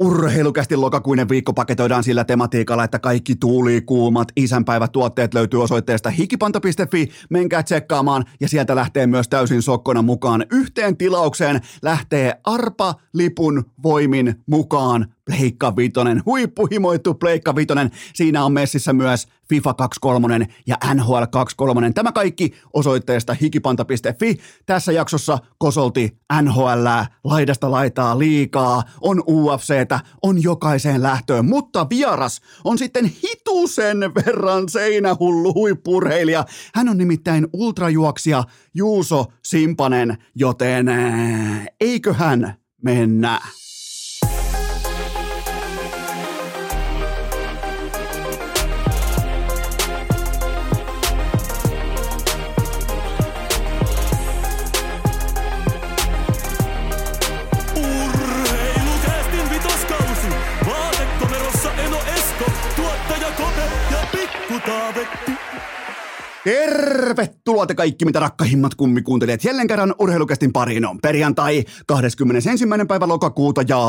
Urheilukästi lokakuinen viikko paketoidaan sillä tematiikalla, että kaikki tuulikuumat isänpäivätuotteet löytyy osoitteesta hikipanta.fi. Menkää tsekkaamaan ja sieltä lähtee myös täysin sokkona mukaan. Yhteen tilaukseen lähtee Arpa-lipun voimin mukaan Pleikka Vitonen, huippuhimoittu Pleikka Vitonen. Siinä on messissä myös FIFA 23 ja NHL 23. Tämä kaikki osoitteesta hikipanta.fi. Tässä jaksossa kosolti NHL laidasta laitaa liikaa, on UFCtä, on jokaiseen lähtöön, mutta vieras on sitten hitusen verran seinähullu huippu-urheilija. Hän on nimittäin ultrajuoksija Juuso Simpanen, joten eiköhän mennä. Tervetuloa te kaikki, mitä rakkahimmat kummikuuntelijat. Jälleen kerran Urheilukästin pariin on perjantai 21. päivä lokakuuta ja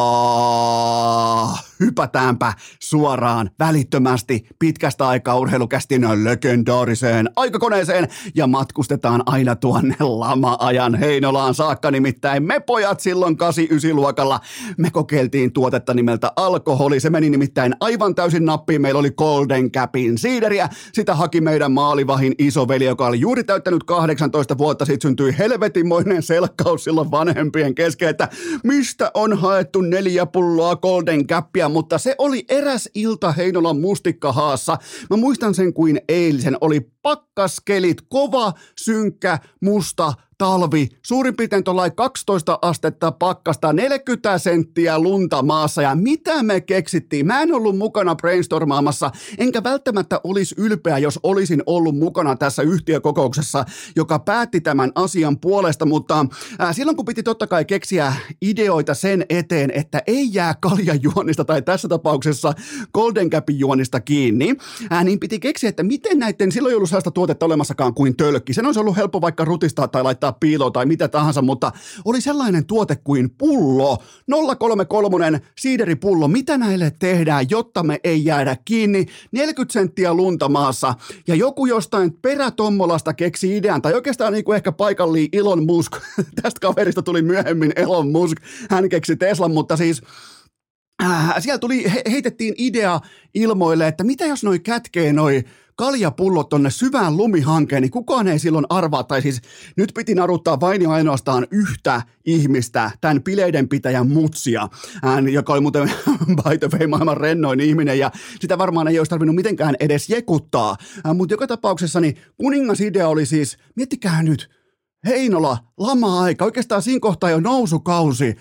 hypätäänpä suoraan välittömästi pitkästä aikaa Urheilukästin legendaariseen aikakoneeseen ja matkustetaan aina tuonne lama-ajan Heinolaan saakka. Nimittäin me pojat silloin 8-9-luokalla me kokeiltiin tuotetta nimeltä alkoholi. Se meni nimittäin aivan täysin nappiin. Meillä oli Golden Capin siideriä. Sitä haki meidän maalivahin isoveli, joka oli juuri täyttänyt 18 vuotta. Sitten syntyi helvetinmoinen selkkaus silloin vanhempien kesken, että mistä on haettu 4 pulloa Golden Capia, mutta se oli eräs ilta Heinolan mustikkahaassa. Mä muistan sen kuin eilisen. Oli pakkaskelit, kova, synkkä, musta talvi, suurin piirtein tuollain 12 astetta pakkasta, 40 senttiä lunta maassa ja mitä me keksittiin? Mä en ollut mukana brainstormaamassa, enkä välttämättä olisi ylpeä, jos olisin ollut mukana tässä yhtiökokouksessa, joka päätti tämän asian puolesta, mutta silloin kun piti totta kai keksiä ideoita sen eteen, että ei jää kaljajuonista tai tässä tapauksessa Golden Capin juonista kiinni, niin piti keksiä, että miten näiden, silloin ei ollut sellaista tuotetta olemassakaan kuin tölkki. Sen olisi ollut helppo vaikka rutistaa tai laittaa piiloon tai mitä tahansa, mutta oli sellainen tuote kuin pullo, 033 siideripullo. Mitä näille tehdään, jotta me ei jäädä kiinni? 40 senttiä lunta maassa ja joku jostain perätommolasta keksi idean, tai oikeastaan niin kuin ehkä paikalliin Elon Musk. Tästä kaverista tuli myöhemmin Elon Musk. Hän keksi Teslan, mutta siis siellä heitettiin idea ilmoille, että mitä jos noi kätkee noi kaljapullot tonne syvään lumihankeen, niin kukaan ei silloin arvaa, tai siis nyt piti naruttaa vain ja ainoastaan yhtä ihmistä, tämän bileidenpitäjän mutsia, joka oli muuten by the way maailman rennoin ihminen, ja sitä varmaan ei olisi tarvinnut mitenkään edes jekuttaa, mutta joka tapauksessa niin kuningasidea oli siis, miettikää nyt, Heinola, lama-aika, oikeastaan siinä kohtaa jo nousukausi,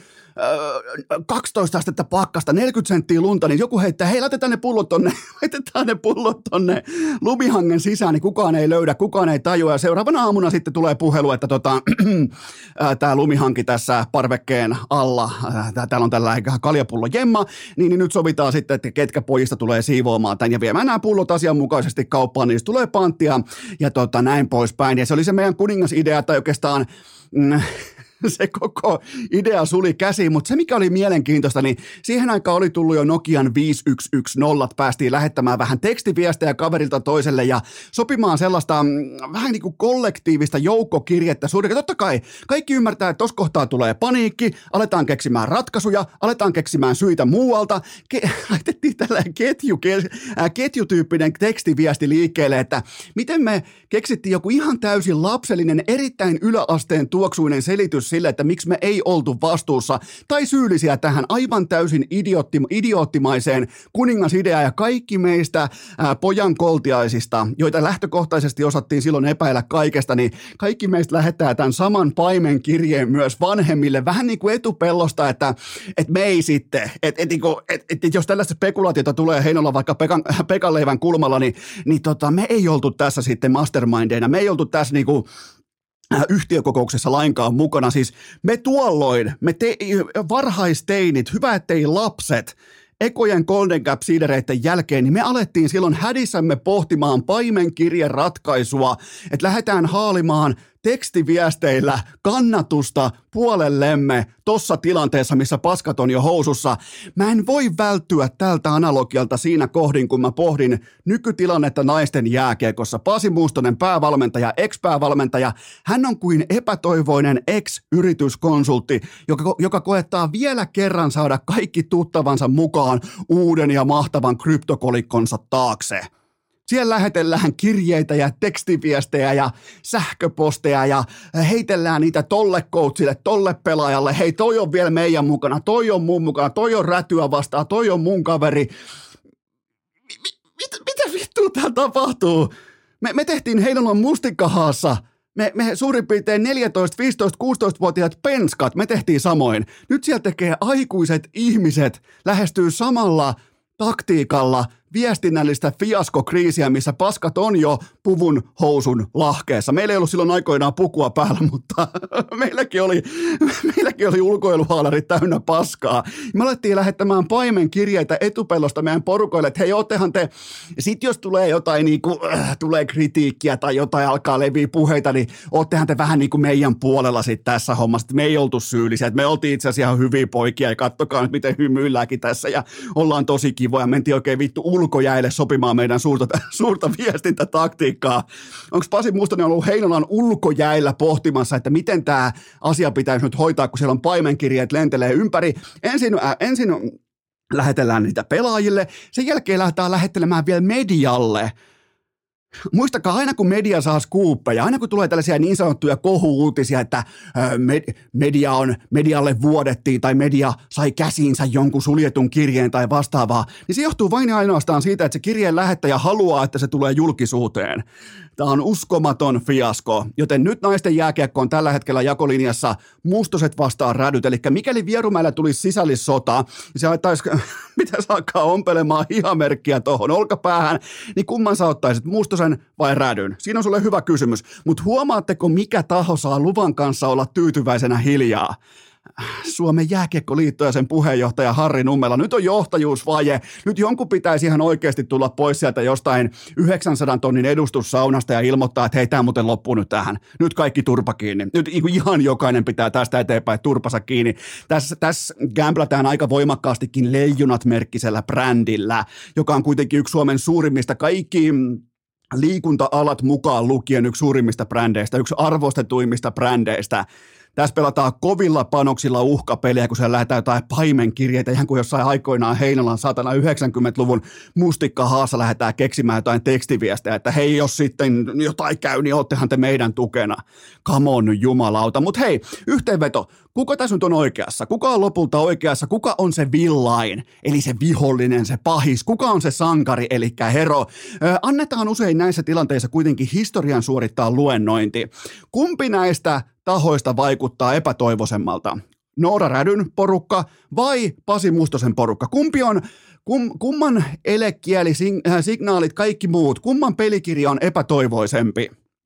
12 astetta pakkasta, 40 senttiä lunta, niin joku heittää, hei laitetaan ne pullot tonne lumihangen sisään, niin kukaan ei löydä, kukaan ei tajua, ja seuraavana aamuna sitten tulee puhelu, että tämä lumihanki tässä parvekkeen alla, täällä on tällainen kaljapullo jemma, niin nyt sovitaan sitten, että ketkä pojista tulee siivoamaan tämän ja viemään nämä pullot asianmukaisesti kauppaan, niin tulee panttia ja näin poispäin, ja se oli se meidän kuningasidea, tai oikeastaan se koko idea suli käsiin, mutta se mikä oli mielenkiintoista, niin siihen aikaan oli tullut jo Nokian 5110, päästiin lähettämään vähän tekstiviestejä kaverilta toiselle ja sopimaan sellaista vähän niin kuin kollektiivista joukkokirjettä suurin. Totta kai kaikki ymmärtää, että tuossa kohtaa tulee paniikki, aletaan keksimään ratkaisuja, aletaan keksimään syitä muualta, laitettiin tällainen ketjutyyppinen tekstiviesti liikkeelle, että miten me keksittiin joku ihan täysin lapsellinen, erittäin yläasteen tuoksuinen selitys sille, että miksi me ei oltu vastuussa tai syyllisiä tähän aivan täysin idioottimaiseen kuningasideaan ja kaikki meistä pojan koltiaisista, joita lähtökohtaisesti osattiin silloin epäillä kaikesta, niin kaikki meistä lähettää tämän saman paimenkirjeen myös vanhemmille vähän niin kuin etupellosta, että me ei sitten, että jos tällaista spekulaatiota tulee Heinolla vaikka Pekan leivän kulmalla, niin me ei oltu tässä sitten mastermindeina, me ei oltu tässä niinku yhtiökokouksessa lainkaan mukana. Siis me tuolloin, varhaisteinit, hyvä ettei lapset, ekojen Golden Cap-siidereiden jälkeen, niin me alettiin silloin hädissämme pohtimaan paimenkirjan ratkaisua, että lähdetään haalimaan tekstiviesteillä kannatusta puolellemme tossa tilanteessa, missä paskat on jo housussa. Mä en voi välttyä tältä analogialta siinä kohdin, kun mä pohdin nykytilannetta naisten jääkiekossa. Pasi Mustonen, päävalmentaja, ex-päävalmentaja, hän on kuin epätoivoinen ex-yrityskonsultti, joka koettaa vielä kerran saada kaikki tuttavansa mukaan uuden ja mahtavan kryptokolikkonsa taakse. Siellä lähetellään kirjeitä ja tekstiviestejä ja sähköposteja ja heitellään niitä tolle coachille, tolle pelaajalle. Hei, toi on vielä meidän mukana, toi on mun mukana, toi on rätyä vastaan, toi on mun kaveri. Mitä vittua täällä tapahtuu? Me tehtiin Heinolan Mustikkahaassa. Me suurin piirtein 14, 15, 16-vuotiaat penskat, me tehtiin samoin. Nyt siellä tekee aikuiset ihmiset, lähestyy samalla taktiikalla viestinnällistä fiaskokriisiä, missä paskat on jo puvun housun lahkeessa. Meillä ei ollut silloin aikoinaan pukua päällä, mutta meilläkin oli ulkoiluhaalarit täynnä paskaa. Me alettiin lähettämään paimenkirjeitä etupellosta meidän porukoille, että hei, oottehan te, sit jos tulee jotain tulee kritiikkiä tai jotain alkaa leviä puheita, niin oottehan te vähän niin kuin meidän puolella sit tässä hommassa, että me ei oltu syyllisiä, että me oltiin itse asiassa ihan hyviä poikia ja kattokaa nyt miten hymyilläänkin tässä ja ollaan tosi kivoja, mentiin oikein vittu ulkojäille sopimaan meidän suurta viestintätaktiikkaa. Onko Pasi Mustonen ollut Heinolan ulkojäillä pohtimassa, että miten tämä asia pitäisi nyt hoitaa, kun siellä on paimenkirjeet lentelee ympäri. Ensin lähetellään niitä pelaajille, sen jälkeen lähdetään lähettelemään vielä medialle. Muistakaa, aina kun media saa skuuppeja, aina kun tulee tällaisia niin sanottuja kohu-uutisia, että medialle vuodettiin tai media sai käsiinsä jonkun suljetun kirjeen tai vastaavaa, niin se johtuu vain ja ainoastaan siitä, että se kirjeen lähettäjä haluaa, että se tulee julkisuuteen. Tämä on uskomaton fiasko, joten nyt naisten jääkiekko on tällä hetkellä jakolinjassa Mustoset vastaan rädyt, eli mikäli Vierumäellä tulisi sisällissota, niin se laittaisi, mitä saakaan ompelemaan hihamerkkiä tuohon olkapäähän, niin kumman sä ottaisit, Mustosen vai rädyn? Siinä on sulle hyvä kysymys, mutta huomaatteko, mikä taho saa luvan kanssa olla tyytyväisenä hiljaa? Suomen jääkiekkoliitto ja sen puheenjohtaja Harri Nummela. Nyt on johtajuusvaje. Nyt jonkun pitäisi ihan oikeasti tulla pois sieltä jostain 900 tonnin edustussaunasta ja ilmoittaa, että hei, tämä muuten loppuu nyt tähän. Nyt kaikki turpa kiinni. Nyt ihan jokainen pitää tästä eteenpäin turpansa kiinni. Tässä gamblataan aika voimakkaastikin leijonat-merkkisellä brändillä, joka on kuitenkin yksi Suomen suurimmista kaikki liikunta-alat mukaan lukien yksi suurimmista brändeistä, yksi arvostetuimmista brändeistä. Tässä pelataan kovilla panoksilla uhkapeliä, kun siellä lähdetään jotain paimenkirjeitä, ihan kuin jossain aikoinaan Heinolan 90-luvun Mustikkahaassa lähdetään keksimään jotain tekstiviestejä, että hei, jos sitten jotain käy, niin oottehan te meidän tukena. Come on, jumalauta. Mutta hei, yhteenveto. Kuka tässä nyt on oikeassa? Kuka on lopulta oikeassa? Kuka on se villain, eli se vihollinen, se pahis? Kuka on se sankari, eli hero? Annetaan usein näissä tilanteissa kuitenkin historian suorittaa luennointi. Kumpi näistä tahoista vaikuttaa epätoivoisemmalta? Noora Rädyn porukka vai Pasi Mustosen porukka? Kumpi on, kumman elekieli, signaalit, kaikki muut, kumman pelikirja on epätoivoisempi?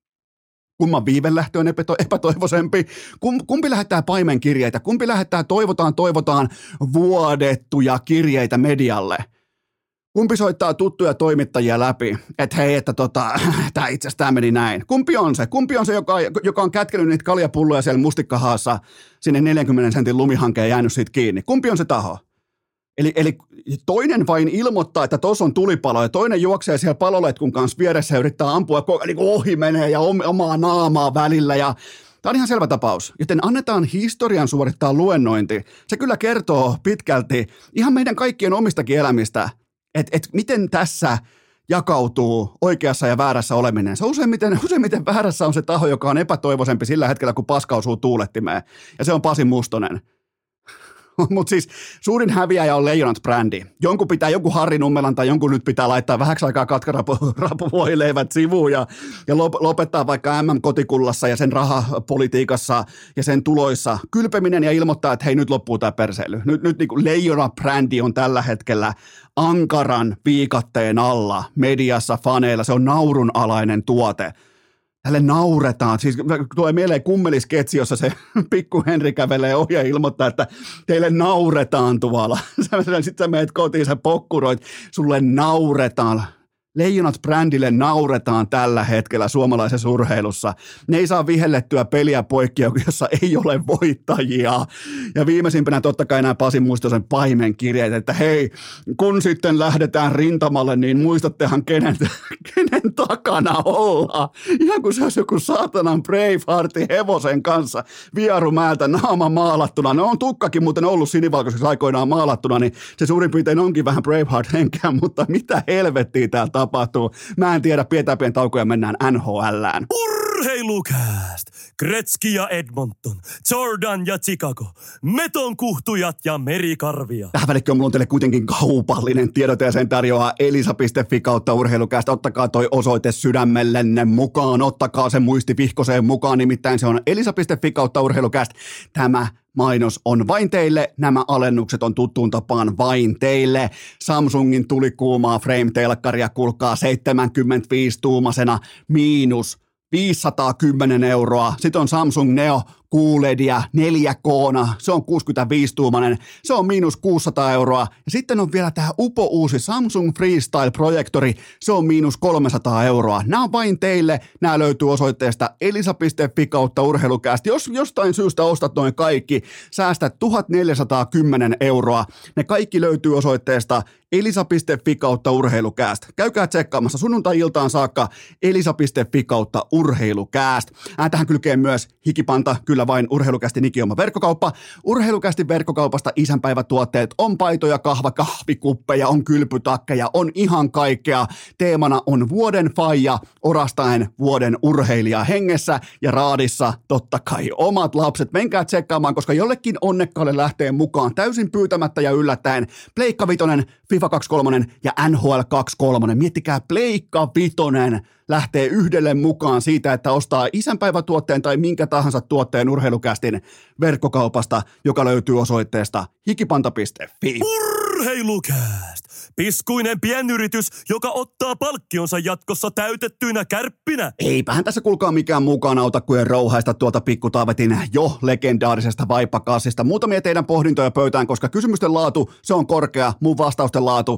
Kumman viivelähtö on epätoivoisempi? Kumpi lähettää paimenkirjeitä? Kumpi lähettää toivotaan vuodettuja kirjeitä medialle? Kumpi soittaa tuttuja toimittajia läpi, että hei, että tämä itse asiassa meni näin. Kumpi on se? Kumpi on se, joka on kätkenyt niitä kaljapulloja siellä Mustikkahaassa sinne 40 sentin lumihankeen jäänyt siitä kiinni? Kumpi on se taho? Eli toinen vain ilmoittaa, että tuossa on tulipalo ja toinen juoksee siellä paloletkun kanssa vieressä ja yrittää ampua, niin ohi menee ja omaa naamaa välillä ja tämä on ihan selvä tapaus, joten annetaan historian suorittaa luennointi. Se kyllä kertoo pitkälti ihan meidän kaikkien omistakin elämistä, että miten tässä jakautuu oikeassa ja väärässä oleminen. Se useimmiten väärässä on se taho, joka on epätoivoisempi sillä hetkellä, kun paska osuu tuulettimeen, ja se on Pasi Mustonen. Mutta siis suurin häviäjä on Leijonat-brändi. Jonkun Harri Nummelan tai jonkun nyt pitää laittaa vähäksi aikaa katkarapuvoileivät sivuun ja lopettaa vaikka MM-kotikullassa ja sen rahapolitiikassa ja sen tuloissa kylpeminen ja ilmoittaa, että hei, nyt loppuu tämä perseily. Nyt niin kuin Leijona-brändi on tällä hetkellä ankaran viikatteen alla mediassa, faneilla. Se on naurunalainen tuote. Tälle nauretaan. Siis tulee mieleen kummelisketsi, jossa se pikku Henri kävelee ohi ja ilmoittaa, että teille nauretaan tuolla. Sitten sä meet kotiin, sä pokkuroit, sulle nauretaan. Leijonat-brändille nauretaan tällä hetkellä suomalaisessa urheilussa. Ne ei saa vihellettyä peliä poikki, jossa ei ole voittajia. Ja viimeisimpänä totta kai nämä Pasi Muistosen paimenkirjeet, että hei, kun sitten lähdetään rintamalle, niin muistattehan kenen takana ollaan. Ihan kuin se olisi joku saatanan Braveheartin hevosen kanssa Vierumäeltä naama maalattuna. No on tukkakin muuten ollut sinivalkoiseksi aikoinaan maalattuna, niin se suurin piirtein onkin vähän Braveheart-henkeä, mutta mitä helvettiä täällä tapahtuu? Mä en tiedä, pidetään pieni tauko ja mennään NHLään. Urheilukääst! Gretzky ja Edmonton, Jordan ja Chicago, metonkuhtujat ja merikarvia. Tähän välikköön mulla on teille kuitenkin kaupallinen tiedote ja sen tarjoaa elisa.fi kautta urheilukääst. Ottakaa toi osoite sydämellenne mukaan, ottakaa se muisti vihkoseen mukaan, nimittäin se on elisa.fi kautta urheilukääst. Tämä mainos on vain teille, nämä alennukset on tuttuun tapaan vain teille. Samsungin tuli kuumaa frame-telkkaria, kuulkaa 75-tuumasena miinus 510 €. Sitten on Samsung Neo QLEDia 4K:na, se on 65-tuumainen, se on miinus 600 €. Ja sitten on vielä tämä upouusi Samsung Freestyle-projektori, se on miinus 300 €. Nämä on vain teille, nämä löytyy osoitteesta elisa.fi kautta urheilukääst. Jos jostain syystä ostat noin kaikki, säästät 1410 €. Ne kaikki löytyy osoitteesta elisa.fi kautta urheilukääst. Käykää tsekkaamassa sunnuntai-iltaan saakka elisa.fi kautta urheilukääst. Tähän kylkee myös hikipanta, kyllä vain urheilukästin ikioma verkkokauppa. Urheilukästin verkkokaupasta isänpäivätuotteet on paitoja, kahvikuppeja, on kylpytakkeja, on ihan kaikkea. Teemana on vuoden faija, orastaen vuoden urheilija hengessä ja raadissa totta kai omat lapset. Menkää tsekkaamaan, koska jollekin onnekkaalle lähtee mukaan täysin pyytämättä ja yllättäen Pleikka Vitonen, FIFA 23 ja NHL 23. Miettikää, Pleikka Vitonen lähtee yhdelle mukaan siitä, että ostaa isänpäivätuotteen tai minkä tahansa tuotteen urheilukästin verkkokaupasta, joka löytyy osoitteesta hikipanta.fi. Urheilukääst! Piskuinen pienyritys, joka ottaa palkkionsa jatkossa täytettyinä kärppinä. Eipähän tässä kuulkaa mikään mukaan auta kuin rouhaista tuolta pikkutaavetin jo legendaarisesta vaippakassista. Muutamia teidän pohdintoja pöytään, koska kysymysten laatu, se on korkea, mun vastausten laatu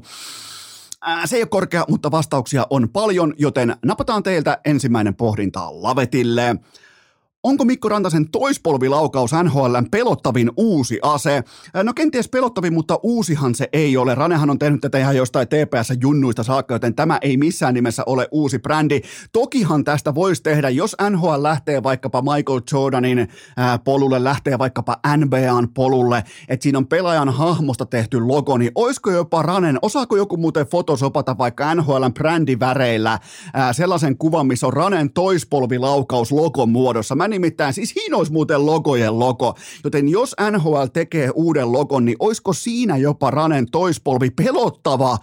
se ei ole korkea, mutta vastauksia on paljon, joten napataan teiltä ensimmäinen pohdinta lavetille. Onko Mikko Rantasen toispolvilaukaus NHL:n pelottavin uusi ase? No kenties pelottavin, mutta uusihan se ei ole. Ranehan on tehnyt tätä ihan jostain TPS-junnuista saakka, joten tämä ei missään nimessä ole uusi brändi. Tokihan tästä voisi tehdä, jos NHL lähtee vaikkapa Michael Jordanin polulle, lähtee vaikkapa NBAn polulle, että siinä on pelaajan hahmosta tehty logo, niin olisiko jopa Ranen, osaako joku muuten fotosopata vaikka NHL:n brändiväreillä sellaisen kuvan, missä on Ranen toispolvilaukaus logon muodossa? Mä nimittäin, siis siinä olisi muuten logojen logo, joten jos NHL tekee uuden logon, niin olisiko siinä jopa Ranen toispolvi pelottava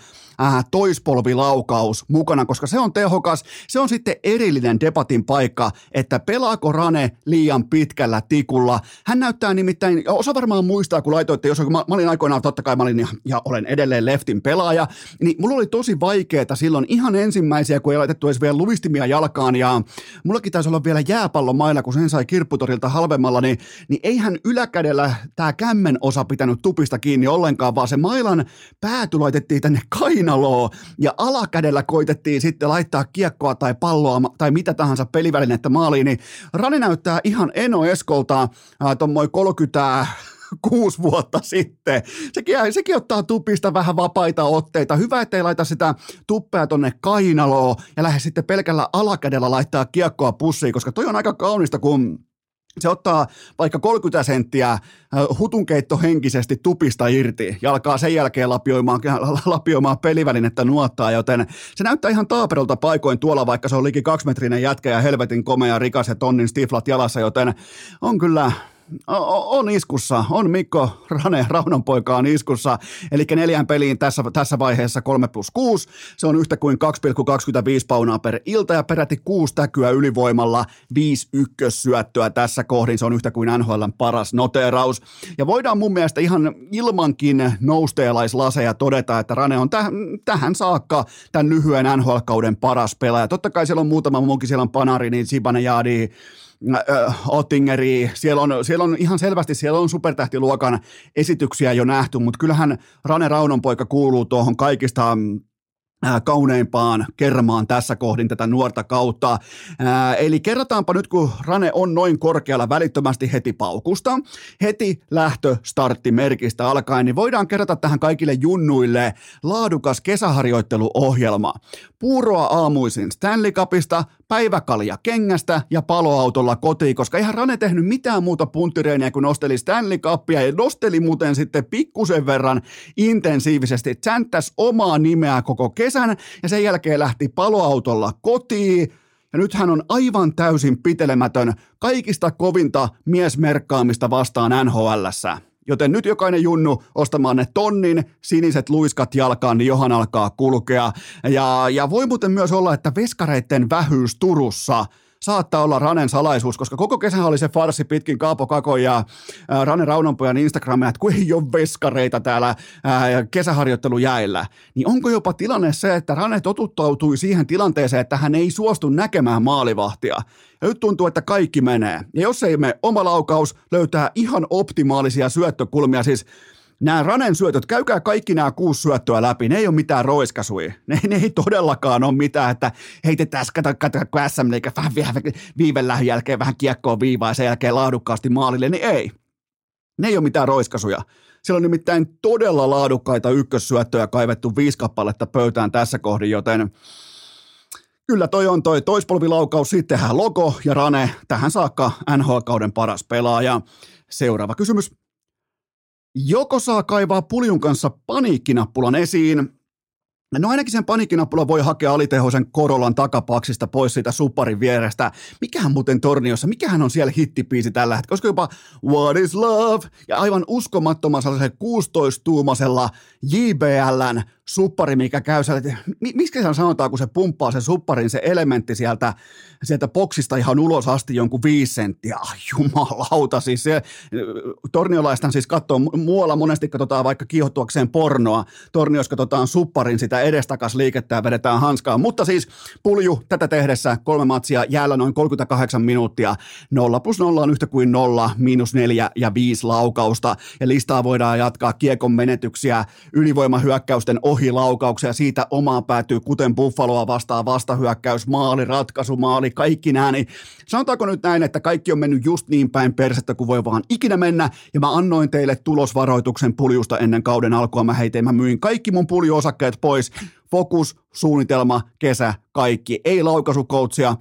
toispolvilaukaus mukana, koska se on tehokas, se on sitten erillinen debatin paikka, että pelaako Rane liian pitkällä tikulla. Hän näyttää nimittäin, osa varmaan muistaa, kun laitoitte, jos mä olin aikoinaan, totta kai mä olin ja olen edelleen leftin pelaaja, niin mulla oli tosi vaikeeta silloin ihan ensimmäisiä, kun ei laitettu edes vielä luistimia jalkaan, ja mullakin taisi olla vielä jääpallomailla, kun sen sai Kirpputorilta halvemmalla, niin eihän yläkädellä tämä kämmen osa pitänyt tupista kiinni ollenkaan, vaan se mailan pääty laitettiin tänne kainaloon, ja alakädellä koitettiin sitten laittaa kiekkoa tai palloa tai mitä tahansa pelivälinettä maaliin, niin Rane näyttää ihan Eno Eskolta tuommoin 36 vuotta sitten. Sekin ottaa tupista vähän vapaita otteita. Hyvä, ettei laita sitä tuppea tonne kainaloon ja lähde sitten pelkällä alakädellä laittaa kiekkoa pussiin, koska toi on aika kaunista, kun se ottaa vaikka 30 senttiä hutunkeitto henkisesti tupista irti ja alkaa sen jälkeen lapioimaan pelivälinettä nuottaa, joten se näyttää ihan taaperolta paikoin tuolla, vaikka se on liki 2-metrinen jätkä ja helvetin komea, rikas ja tonnin stiflat jalassa, joten on kyllä... On iskussa, on Mikko Raunonpoika on iskussa, eli 4 peliin tässä vaiheessa 3+6, se on yhtä kuin 2,25 paunaa per ilta ja peräti 6 täkyä ylivoimalla, 5 ykkössyöttöä tässä kohdin, se on yhtä kuin NHL:n paras noteeraus, ja voidaan mun mielestä ihan ilmankin nousteelaislaseja todeta, että Rane on tähän saakka tämän lyhyen NHL-kauden paras pelaaja, totta kai siellä on muutama muukin, siellä on Panarin, Zibanejadi, Ottingeri, siellä on ihan selvästi, siellä on supertähtiluokan esityksiä jo nähty, mutta kyllähän Rane Raunonpoika kuuluu tuohon kaikista kauneimpaan kermaan tässä kohdin tätä nuorta kautta. Eli kerrataanpa nyt, kun Rane on noin korkealla välittömästi heti paukusta, heti lähtö-starttimerkistä alkaen, niin voidaan kerrata tähän kaikille junnuille laadukas kesäharjoitteluohjelma. Puuroa aamuisin Stanley Cupista, päiväkalja kengästä ja paloautolla kotiin, koska eihän Rane tehnyt mitään muuta punttireeniä kuin nosteli Stanley Cupia ja nosteli muuten sitten pikkusen verran intensiivisesti, chanttäsi omaa nimeä koko kesän ja sen jälkeen lähti paloautolla kotiin. Ja nyt hän on aivan täysin pitelemätön kaikista kovinta miesmerkkaamista vastaan NHL:ssä. Joten nyt jokainen junnu ostamaan ne tonnin siniset luiskat jalkaan, niin johan alkaa kulkea. Ja voi muuten myös olla, että veskareitten vähyys Turussa saattaa olla Ranen salaisuus, koska koko kesä oli se farssi pitkin Kaapo Kakon ja Rane Raunonpojan Instagramia, että kun ei ole veskareita täällä kesäharjoittelujäillä, niin onko jopa tilanne se, että Rane totuttautui siihen tilanteeseen, että hän ei suostu näkemään maalivahtia. Ja nyt tuntuu, että kaikki menee. Ja jos ei mene, oma laukaus löytää ihan optimaalisia syöttökulmia, siis nämä Ranen syötöt, käykää kaikki nämä 6 syöttöä läpi, ne ei ole mitään roiskasuja. Ne ei todellakaan ole mitään, että heitetään kun SM eikä vähän viiven jälkeen vähän kiekkoa viivaa ja sen jälkeen laadukkaasti maalille, niin ei. Ne ei ole mitään roiskasuja. Siellä on nimittäin todella laadukkaita ykkössyöttöjä kaivettu 5 kappaletta pöytään tässä kohdin, joten kyllä toi on toi toispolvilaukaus, sittenhän Logo ja Rane, tähän saakka NHL-kauden paras pelaaja. Seuraava kysymys. Joko saa kaivaa puljun kanssa paniikkinappulan esiin? No ainakin sen paniikkinappulan voi hakea alitehoisen Korolan takapaksista pois siitä supparin vierestä. Mikähän muuten Torniossa, mikähän on siellä hittipiisi tällä hetkellä? Koska jopa What is Love? Ja aivan uskomattomassa 16-tuumaisella JBL:n suppari, mikä käy siellä. Miksi se sanotaan, kun se pumppaa sen supparin, se elementti sieltä boksista ihan ulos asti jonkun 5 senttiä. Ai jumalauta, siis se torniolaista siis katsoo, muualla monesti katsotaan vaikka kiihottuakseen pornoa. Torniossa katsotaan supparin sitä edestakas liikettä ja vedetään hanskaan. Mutta siis pulju tätä tehdessä 3 matsia, jäällä noin 38 minuuttia. 0+0 on yhtä kuin 0, -4 ja 5 laukausta. Ja listaa voidaan jatkaa kiekon menetyksiä, ylivoimahyökkäysten ohilaukauksia, siitä omaan päätyy kuten Buffaloa vastaan vastahyökkäys, maali, ratkaisu, maali, kaikki nämä. Niin sanotaanko nyt näin, että kaikki on mennyt just niin päin persettä kuin voi vaan ikinä mennä. Ja mä annoin teille tulosvaroituksen puljusta ennen kauden alkua. Mä myin kaikki mun puljuosakkeet pois. Fokus, suunnitelma, kesä, kaikki. Ei laukaisukoutsia.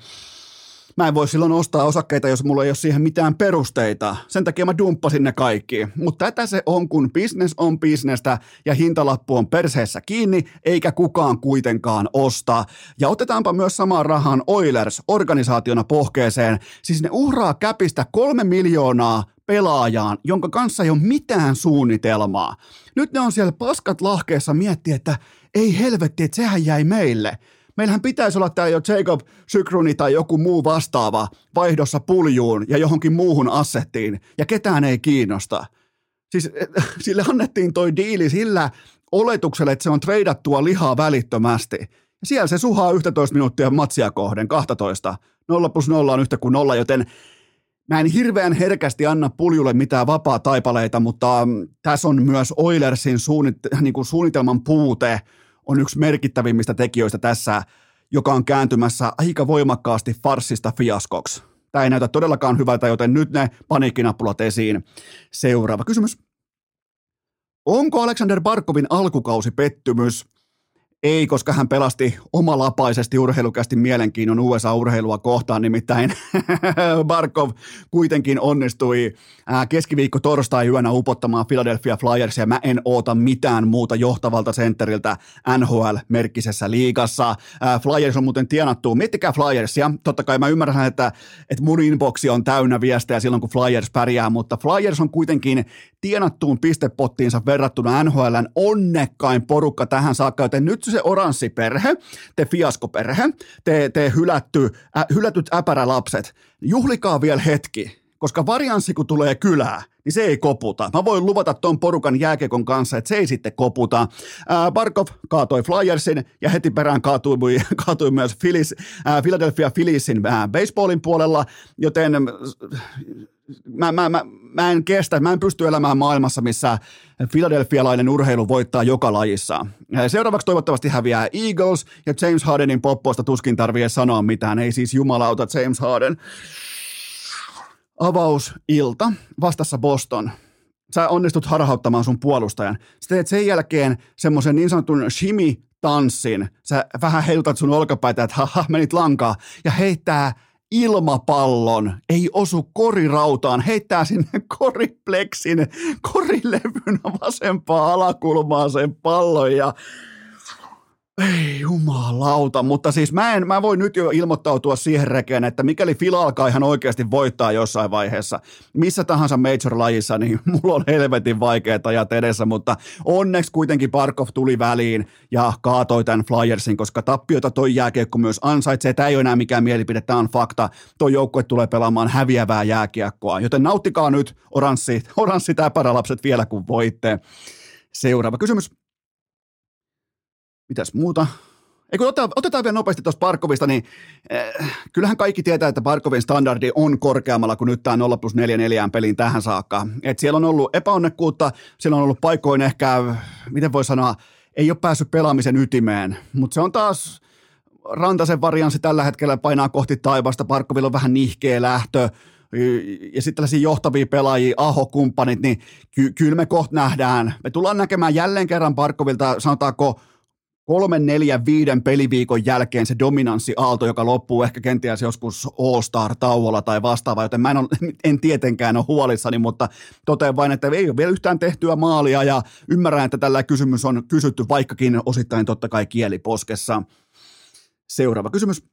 Mä en voi silloin ostaa osakkeita, jos mulla ei ole siihen mitään perusteita. Sen takia mä dumppasin ne kaikki. Mutta tätä se on, kun business on bisnestä ja hintalappu on perseessä kiinni, eikä kukaan kuitenkaan osta. Ja otetaanpa myös samaan rahaan Oilers organisaationa pohkeeseen. Siis ne uhraa käpistä 3 miljoonaa pelaajaan, jonka kanssa ei ole mitään suunnitelmaa. Nyt ne on siellä paskat lahkeessa miettiä, että ei helvetti, että sehän jäi meille. Meillähän pitäisi olla täällä jo Jacob Sykruni tai joku muu vastaava vaihdossa puljuun ja johonkin muuhun assettiin, ja ketään ei kiinnosta. Siis sille annettiin toi diili sillä oletuksella, että se on treidattua lihaa välittömästi. Ja siellä se suhaa 11 minuuttia matsia kohden, 12. 0+0 on yhtä kuin 0, joten mä en hirveän herkästi anna puljulle mitään vapaa taipaleita, mutta tässä on myös Oilersin suunnitelman puute on yksi merkittävimmistä tekijöistä tässä, joka on kääntymässä aika voimakkaasti farssista fiaskoksi. Tämä ei näytä todellakaan hyvältä, joten nyt ne paniikkinappulat esiin. Seuraava kysymys. Onko Alexander Barkovin alkukausi pettymys? Ei, koska hän pelasti omalapaisesti urheilukästi mielenkiinnon USA-urheilua kohtaan, nimittäin Barkov kuitenkin onnistui keskiviikko-torstai-yönä upottamaan Philadelphia Flyersia. Mä en oota mitään muuta johtavalta sentteriltä NHL-merkkisessä liigassa. Flyers on muuten tienattu, miettikää Flyersia, totta kai mä ymmärrän, että mun inboxi on täynnä viestejä silloin, kun Flyers pärjää, mutta Flyers on kuitenkin tienattuun pistepottiinsa verrattuna NHL:n onnekkain porukka tähän saakka, joten nyt se oranssiperhe, te fiaskoperhe, te hylätyt äpärälapset, juhlikaa vielä hetki, koska varianssi kun tulee kylään, niin se ei koputa. Mä voin luvata ton porukan jääkiekon kanssa, että se ei sitten koputa. Barkov kaatoi Flyersin ja heti perään kaatui myös Philadelphia Philliesin baseballin puolella, joten mä en kestä, mä en pysty elämään maailmassa, missä philadelphialainen urheilu voittaa joka lajissa. Seuraavaksi toivottavasti häviää Eagles ja James Hardenin poppoista tuskin tarvii sanoa mitään, ei siis jumalauta James Harden. Avausilta, vastassa Boston. Sä onnistut harhauttamaan sun puolustajan. Sä teet sen jälkeen semmoisen niin sanotun shimmy-tanssin. Sä vähän heilutat sun olkapäitä, että haha, menit lankaa. Ja heittää ilmapallon, ei osu korirautaan, heittää sinne koripleksin, korilevyn vasempaa alakulmaa sen pallon ja ei jumalauta, mutta siis mä voin nyt jo ilmoittautua siihen rekeen, että mikäli Phil alkaa ihan oikeasti voittaa jossain vaiheessa, missä tahansa major-lajissa, niin mulla on helvetin vaikeat ajat edessä, mutta onneksi kuitenkin Barkov tuli väliin ja kaatoi tämän Flyersin, koska tappiota toi jääkiekko myös ansaitsee. Tämä ei ole enää mikään mielipide, tämä on fakta. Toi joukkue tulee pelaamaan häviävää jääkiekkoa, joten nauttikaa nyt oranssit äpärälapset vielä kun voitte. Seuraava kysymys. Mitäs muuta? Otetaan vielä nopeasti tuosta Barkovista, niin kyllähän kaikki tietää, että Barkovin standardi on korkeammalla kuin nyt tämä 0+4 peliin tähän saakka. Et siellä on ollut epäonnekkuutta, siellä on ollut paikoin ehkä, miten voi sanoa, ei ole päässyt pelaamisen ytimeen, mutta se on taas Rantasen varianssi tällä hetkellä painaa kohti taivasta, Barkovilla on vähän nihkeä lähtö, ja sitten tällaisia johtavia pelaajia, Aho-kumppanit, niin kyllä me kohta nähdään. Me tullaan näkemään jälleen kerran Barkovilta, sanotaanko 3, 4, 5 peliviikon jälkeen se dominanssi-aalto, joka loppuu ehkä kenties joskus All-Star-tauolla tai vastaava, joten mä en tietenkään ole huolissani, mutta totean vain, että ei ole vielä yhtään tehtyä maalia ja ymmärrän, että tällä kysymys on kysytty vaikkakin osittain totta kai kieliposkessa. Seuraava kysymys.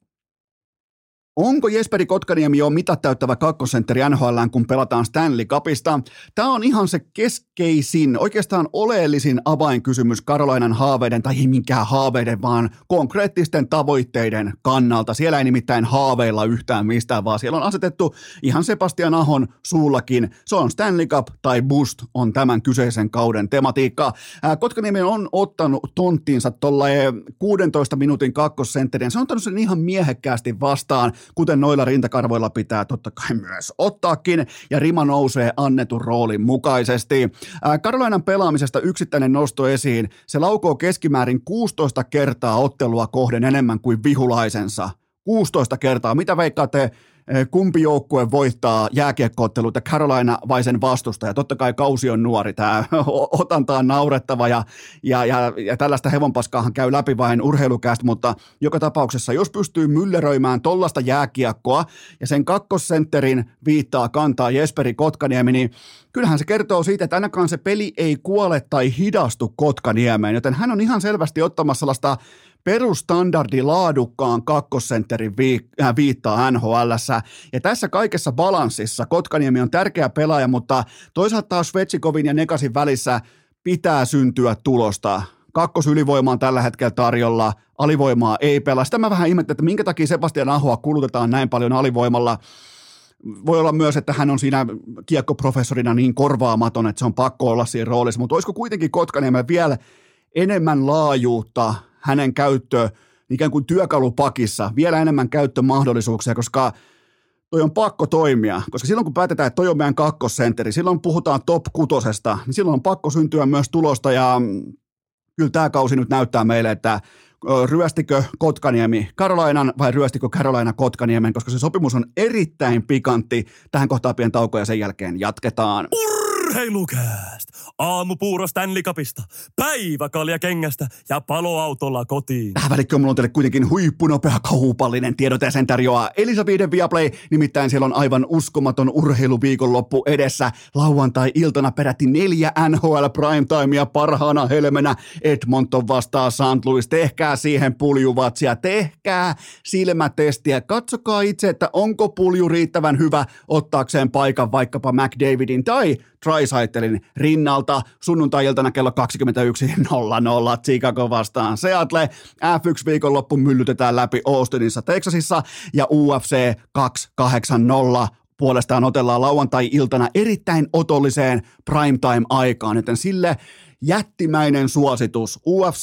Onko Jesperi Kotkaniemi jo mitat täyttävä kakkosentteri NHL:ään, kun pelataan Stanley Cupista? Tämä on ihan se keskeisin, oikeastaan oleellisin avainkysymys Carolinan haaveiden, tai ei minkään haaveiden, vaan konkreettisten tavoitteiden kannalta. Siellä ei nimittäin haaveilla yhtään mistään, vaan siellä on asetettu ihan Sebastian Ahon suullakin. Se on Stanley Cup tai Bust on tämän kyseisen kauden tematiikka. Kotkaniemi on ottanut tonttiinsa tuolla 16 minuutin kakkosentteriä. Se on ottanut sen ihan miehekkäästi vastaan, kuten noilla rintakarvoilla pitää totta kai myös ottaakin, ja rima nousee annetun roolin mukaisesti. Carolinan pelaamisesta yksittäinen nosto esiin. Se laukoo keskimäärin 16 kertaa ottelua kohden enemmän kuin vihulaisensa. 16 kertaa. Mitä veikkaatte, kumpi joukkue voittaa jääkiekko-otteluita, Carolina vai sen vastustaja? Totta kai kausi on nuori, tämä otanta on naurettava ja tällaista hevonpaskaahan käy läpi vain urheilukästä, mutta joka tapauksessa, jos pystyy mylleröimään tollaista jääkiekkoa ja sen kakkosentterin viittaa kantaa Jesperi Kotkaniemi, niin kyllähän se kertoo siitä, että ainakaan se peli ei kuole tai hidastu Kotkaniemeen, joten hän on ihan selvästi ottamassa sellaista perustandardi laadukkaan kakkosentterin viittaa NHL:ssä. Ja tässä kaikessa balanssissa Kotkaniemi on tärkeä pelaaja, mutta toisaalta taas Svechnikovin ja Nekasin välissä pitää syntyä tulosta. Kakkosylivoima on tällä hetkellä tarjolla, alivoimaa ei pelaa. Sitä mä vähän ihmettelen, että minkä takia Sebastian Ahoa kulutetaan näin paljon alivoimalla. Voi olla myös, että hän on siinä kiekkoprofessorina niin korvaamaton, että se on pakko olla siinä roolissa, mutta olisiko kuitenkin Kotkaniemellä vielä enemmän laajuutta hänen käyttö ikään kuin työkalupakissa, vielä enemmän käyttömahdollisuuksia, koska toi on pakko toimia, koska silloin kun päätetään, että toi on meidän kakkosentteri, silloin puhutaan top 6, niin silloin on pakko syntyä myös tulosta, ja kyllä tämä kausi nyt näyttää meille, että ryöstikö Kotkaniemi Carolinan vai ryöstikö Carolina Kotkaniemen, koska se sopimus on erittäin pikantti. Tähän kohtaan pieni tauko ja sen jälkeen jatketaan. Urheilukääst! Aamupuuro Stanley Cupista, päiväkalja kengästä ja paloautolla kotiin. Tähän välikköön mulla on teille kuitenkin huippunopea kaupallinen tiedote ja sen tarjoaa Elisa Viihde Viaplay. Nimittäin siellä on aivan uskomaton urheiluviikonloppu edessä. Lauantai-iltana peräti 4 NHL primetimea parhaana helmenä. Edmonton vastaa St. Louis. Tehkää siihen puljuvatsia, tehkää silmätestiä. Katsokaa itse, että onko pulju riittävän hyvä ottaakseen paikan vaikkapa McDavidin tai Draisaitlin rinnalta sunnuntai-iltana kello 21.00 Chicago vastaan Seattle. F1-viikonloppu myllytetään läpi Austinissa, Texasissa ja UFC 280 puolestaan otellaan lauantai-iltana erittäin otolliseen primetime-aikaan, joten sille jättimäinen suositus. UFC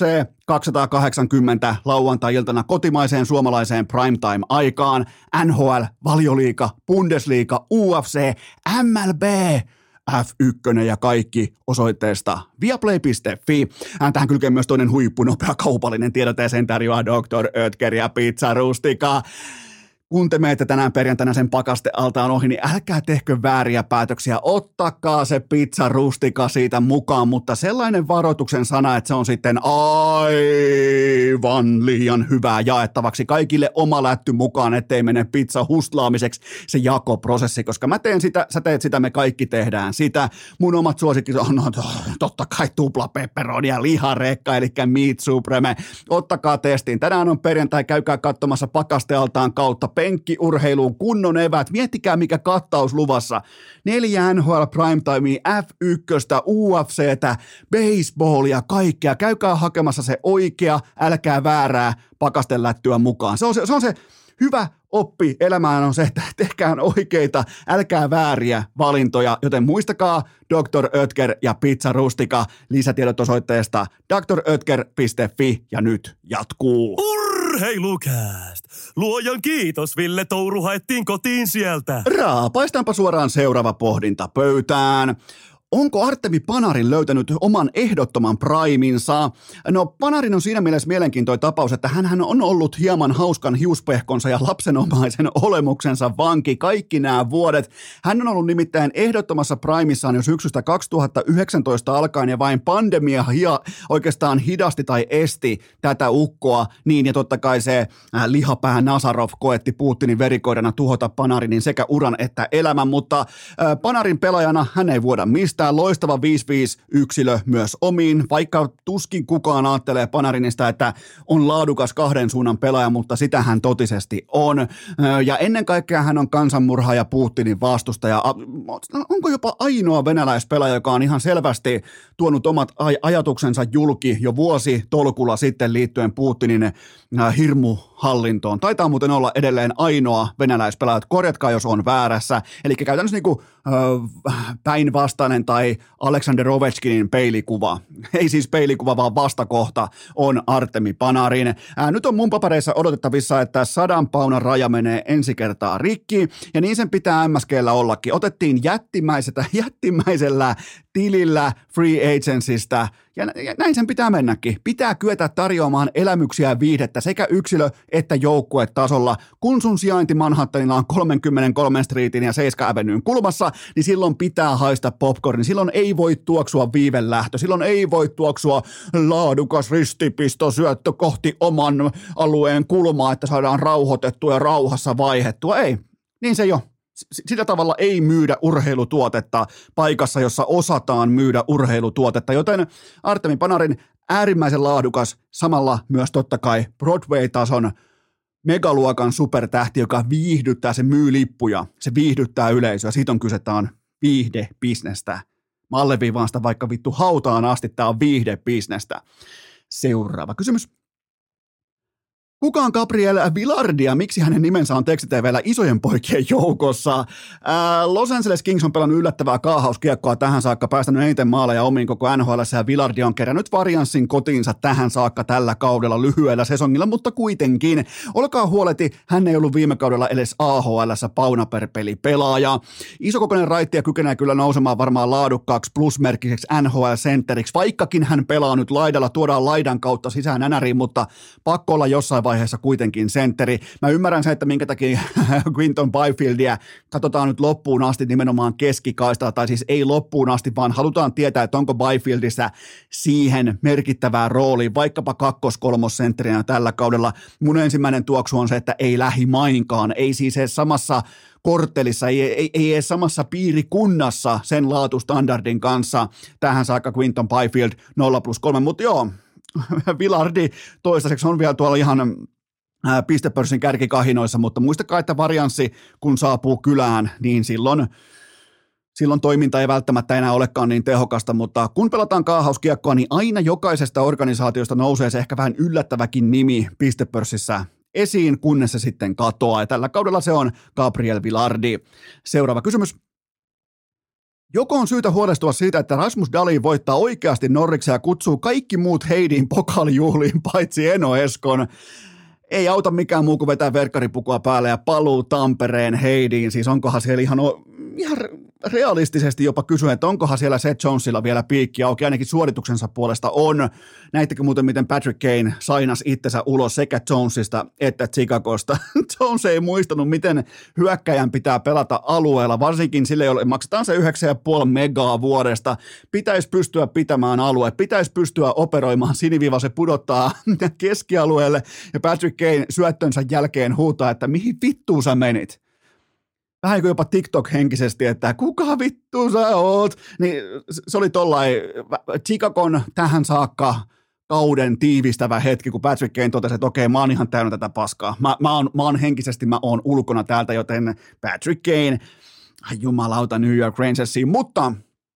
280 lauantai-iltana kotimaiseen suomalaiseen primetime-aikaan. NHL, Valioliiga, Bundesliga, UFC, MLB, F1 ja kaikki osoitteesta viaplay.fi. Tähän kylkee myös toinen huippunopea kaupallinen tiedote ja sen tarjoaa Dr. Oetker ja Pizza Rustica. Kun te menette tänään perjantaina sen pakastealtaan ohi, niin älkää tehkö vääriä päätöksiä. Ottakaa se Pizza Rustica siitä mukaan, mutta sellainen varoituksen sana, että se on sitten aivan liian hyvää jaettavaksi kaikille oma lätty mukaan, ettei mene pizza hustlaamiseksi se jakoprosessi, koska mä teen sitä, sä teet sitä, me kaikki tehdään sitä. Mun omat suosikkit on totta kai tupla pepperoni ja liharekka, eli meat supreme. Ottakaa testiin. Tänään on perjantai, käykää katsomassa pakastealtaan kautta. Penkkiurheiluun kunnon evät. Miettikää mikä kattaus luvassa. 4 NHL Primetimea, F1, UFCtä, baseballia, kaikkea. Käykää hakemassa se oikea, älkää väärää pakastelättyä mukaan. Se on se hyvä oppi elämään on se, että tehkää oikeita, älkää vääriä valintoja, joten muistakaa Dr. Oetker ja Pizza Rustica. Lisätiedot osoitteesta drötker.fi ja nyt jatkuu. Urheilukääst! Luojan kiitos, Ville Touru haettiin kotiin sieltä. Raapaistaanpa suoraan seuraava pohdinta pöytään. Onko Artemi Panarin löytänyt oman ehdottoman priminsa? No Panarin on siinä mielessä mielenkiintoinen tapaus, että hän on ollut hieman hauskan hiuspehkonsa ja lapsenomaisen olemuksensa vanki kaikki nämä vuodet. Hän on ollut nimittäin ehdottomassa primissaan jo syksystä 2019 alkaen ja vain pandemia oikeastaan hidasti tai esti tätä ukkoa. Niin ja totta kai se lihapää Nazarov koetti Putinin verikoirana tuhota Panarinin sekä uran että elämän, mutta Panarin pelaajana hän ei vuoda mistään. Loistava 5-5 yksilö myös omiin, vaikka tuskin kukaan ajattelee Panarinista, että on laadukas kahden suunnan pelaaja, mutta sitä hän totisesti on. Ja ennen kaikkea hän on kansanmurha ja Putinin vastustaja. Onko jopa ainoa venäläispelaaja, joka on ihan selvästi tuonut omat ajatuksensa julki jo vuosi tolkulla sitten liittyen Putinin hirmuhallintoon. Taitaa muuten olla edelleen ainoa venäläispelaaja, korjatkaa jos on väärässä. Eli käytännössä niinku päinvastainen tai Aleksander Ovechkinin peilikuva. Ei siis peilikuva, vaan vastakohta on Artemi Panarin. Nyt on mun papereissa odotettavissa, että 100 paunan raja menee ensi kertaa rikki, ja niin sen pitää MSG:llä ollakin. Otettiin jättimäisellä tilillä free agencystä, ja näin sen pitää mennäkin. Pitää kyetä tarjoamaan elämyksiä ja viihdettä sekä yksilö- että joukkuetasolla. Kun sun sijainti Manhattanilla on 33 Streetin ja 7 Avenuen kulmassa, niin silloin pitää haista popcorn. Silloin ei voi tuoksua viivelähtö. Silloin ei voi tuoksua laadukas ristipistosyöttö kohti oman alueen kulmaa, että saadaan rauhoitettua ja rauhassa vaihettua. Ei, niin se ei ole. Sillä tavalla ei myydä urheilutuotetta paikassa, jossa osataan myydä urheilutuotetta, joten Artemi Panarin äärimmäisen laadukas, samalla myös totta kai Broadway-tason megaluokan supertähti, joka viihdyttää, se myy lippuja, se viihdyttää yleisöä, siitä on kyse, tämä on viihdebisnestä. Mä alleviivaan sitä vaikka vittu hautaan asti, tämä on viihdebisnestä. Seuraava kysymys. Kuka on Gabriel Vilardi ja miksi hänen nimensä on tekstitv:llä isojen poikien joukossa? Los Angeles Kings on pelannut yllättävää kaahauskiekkoa tähän saakka, päästänyt eniten maaleja omiin koko NHL:ssä ja Vilardi on kerännyt varianssin kotiinsa tähän saakka tällä kaudella lyhyellä sesongilla, mutta kuitenkin. Olkaa huoleti, hän ei ollut viime kaudella edes AHL:ssä pauna per peli pelaaja. Isokokoinen raitti ja kykenee kyllä nousemaan varmaan laadukkaaksi plusmerkkiseksi NHL-sentteriksi, vaikkakin hän pelaa nyt laidalla, tuodaan laidan kautta sisään NRiin, mutta pakko olla jossain vaiheessa kuitenkin sentteri. Mä ymmärrän sen, että minkä takia Quinton Byfieldia katsotaan nyt loppuun asti nimenomaan keskikaistalla, tai siis ei loppuun asti, vaan halutaan tietää, että onko Byfieldissä siihen merkittävää roolia, vaikkapa kakkos-kolmossentterinä tällä kaudella. Mun ensimmäinen tuoksu on se, että ei lähimainkaan, ei siis edes samassa korttelissa, ei edes samassa piirikunnassa sen laatustandardin kanssa. Tähän saakka Quinton Byfield 0+3, mutta joo, Vilardi toistaiseksi on vielä tuolla ihan pistepörssin kärkikahinoissa, mutta muistakaa, että varianssi, kun saapuu kylään, niin silloin toiminta ei välttämättä enää olekaan niin tehokasta, mutta kun pelataan kaahauskiekkoa, niin aina jokaisesta organisaatiosta nousee se ehkä vähän yllättäväkin nimi pistepörssissä esiin, kunnes se sitten katoaa. Ja tällä kaudella se on Gabriel Vilardi. Seuraava kysymys. Joko on syytä huolestua siitä, että Rasmus Dahlin voittaa oikeasti Norriksen ja kutsuu kaikki muut Heidin pokaalijuhliin paitsi Eno Eskon? Ei auta mikään muu kuin vetää verkkaripukua päälle ja paluu Tampereen Heidiin. Siis onkohan siellä ihan realistisesti jopa kysyä, että onkohan siellä Seth Jonesilla vielä piikki auki, ainakin suorituksensa puolesta on. Näittekö muuten, miten Patrick Kane sainas itsensä ulos sekä Jonesista että Chicagosta? Jones ei muistanut, miten hyökkäjän pitää pelata alueella, varsinkin sille, jolle maksetaan se 9,5 megaa vuodesta. Pitäisi pystyä pitämään alue, pitäisi pystyä operoimaan siniviiva, se pudottaa keskialueelle ja Patrick Kane syöttönsä jälkeen huutaa, että mihin vittuun sä menit? Vähän kuin jopa TikTok-henkisesti, että kuka vittu sä oot? Niin se oli tollain Chicagon tähän saakka kauden tiivistävä hetki, kun Patrick Kane totesi, että okei, mä oon ihan täynnä tätä paskaa. Mä oon henkisesti, mä oon ulkona täältä, joten Patrick Kane, jumalauta New York Rangersiin, mutta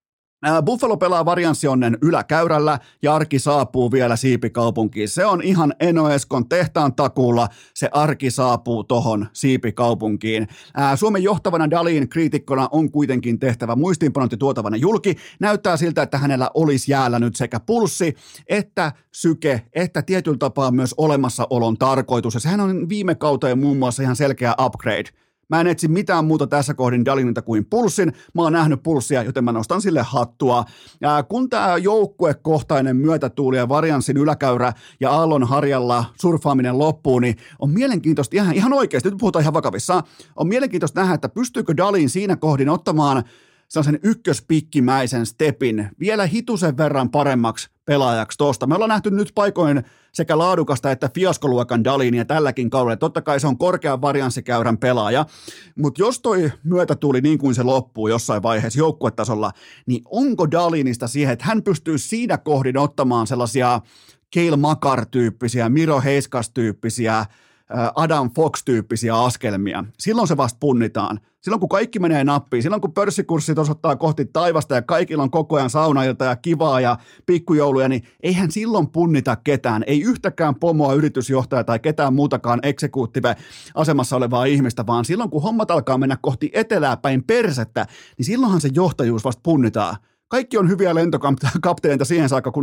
Buffalo pelaa varianssionnen yläkäyrällä ja arki saapuu vielä Siipikaupunkiin. Se on ihan Eno Eskon tehtaan takuulla. Se arki saapuu tohon Siipikaupunkiin. Suomen johtavana Dahlin kriitikkona on kuitenkin tehtävä muistiinpanointi tuotavana julki. Näyttää siltä, että hänellä olisi jäällä nyt sekä pulssi että syke, että tietyllä tapaa myös olemassaolon tarkoitus. Ja sehän on viime kauteen muun muassa ihan selkeä upgrade. Mä en etsi mitään muuta tässä kohdin Dahlinilta kuin pulssin. Mä oon nähnyt pulssia, joten mä nostan sille hattua. Ja kun tää joukkuekohtainen myötätuuli ja varianssin yläkäyrä ja aallon harjalla surffaaminen loppuu, niin on mielenkiintoista, ihan oikeasti, nyt puhutaan ihan vakavissaan, on mielenkiintoista nähdä, että pystyykö Dahlin siinä kohdin ottamaan sellaisen ykköspikkimäisen stepin vielä hitusen verran paremmaksi pelaajaksi tosta. Me ollaan nähty nyt paikoin sekä laadukasta että fiaskoluokan Dahlinia tälläkin kaudella. Totta kai se on korkean varianssikäyrän pelaaja, mutta jos toi myötätuuli niin kuin se loppuu jossain vaiheessa joukkuetasolla, niin onko Dahlinista siihen, että hän pystyy siinä kohdin ottamaan sellaisia Cale Makar-tyyppisiä, Miro Heiskas-tyyppisiä, Adam Fox-tyyppisiä askelmia. Silloin se vasta punnitaan. Silloin kun kaikki menee nappiin, silloin kun pörssikurssit osoittaa kohti taivasta ja kaikilla on koko ajan saunailta ja kivaa ja pikkujouluja, niin eihän silloin punnita ketään. Ei yhtäkään pomoa, yritysjohtaja tai ketään muutakaan executive-asemassa olevaa ihmistä, vaan silloin kun hommat alkaa mennä kohti etelää päin persettä, niin silloinhan se johtajuus vasta punnitaan. Kaikki on hyviä lentokapteenita siihen saakka,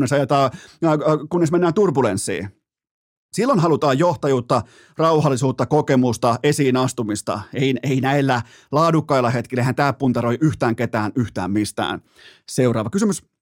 kunnes mennään turbulenssiin. Silloin halutaan johtajuutta, rauhallisuutta, kokemusta, esiin astumista. Ei näillä laadukkailla hetkillä, eihän tämä puntaroi yhtään ketään yhtään mistään. Seuraava kysymys.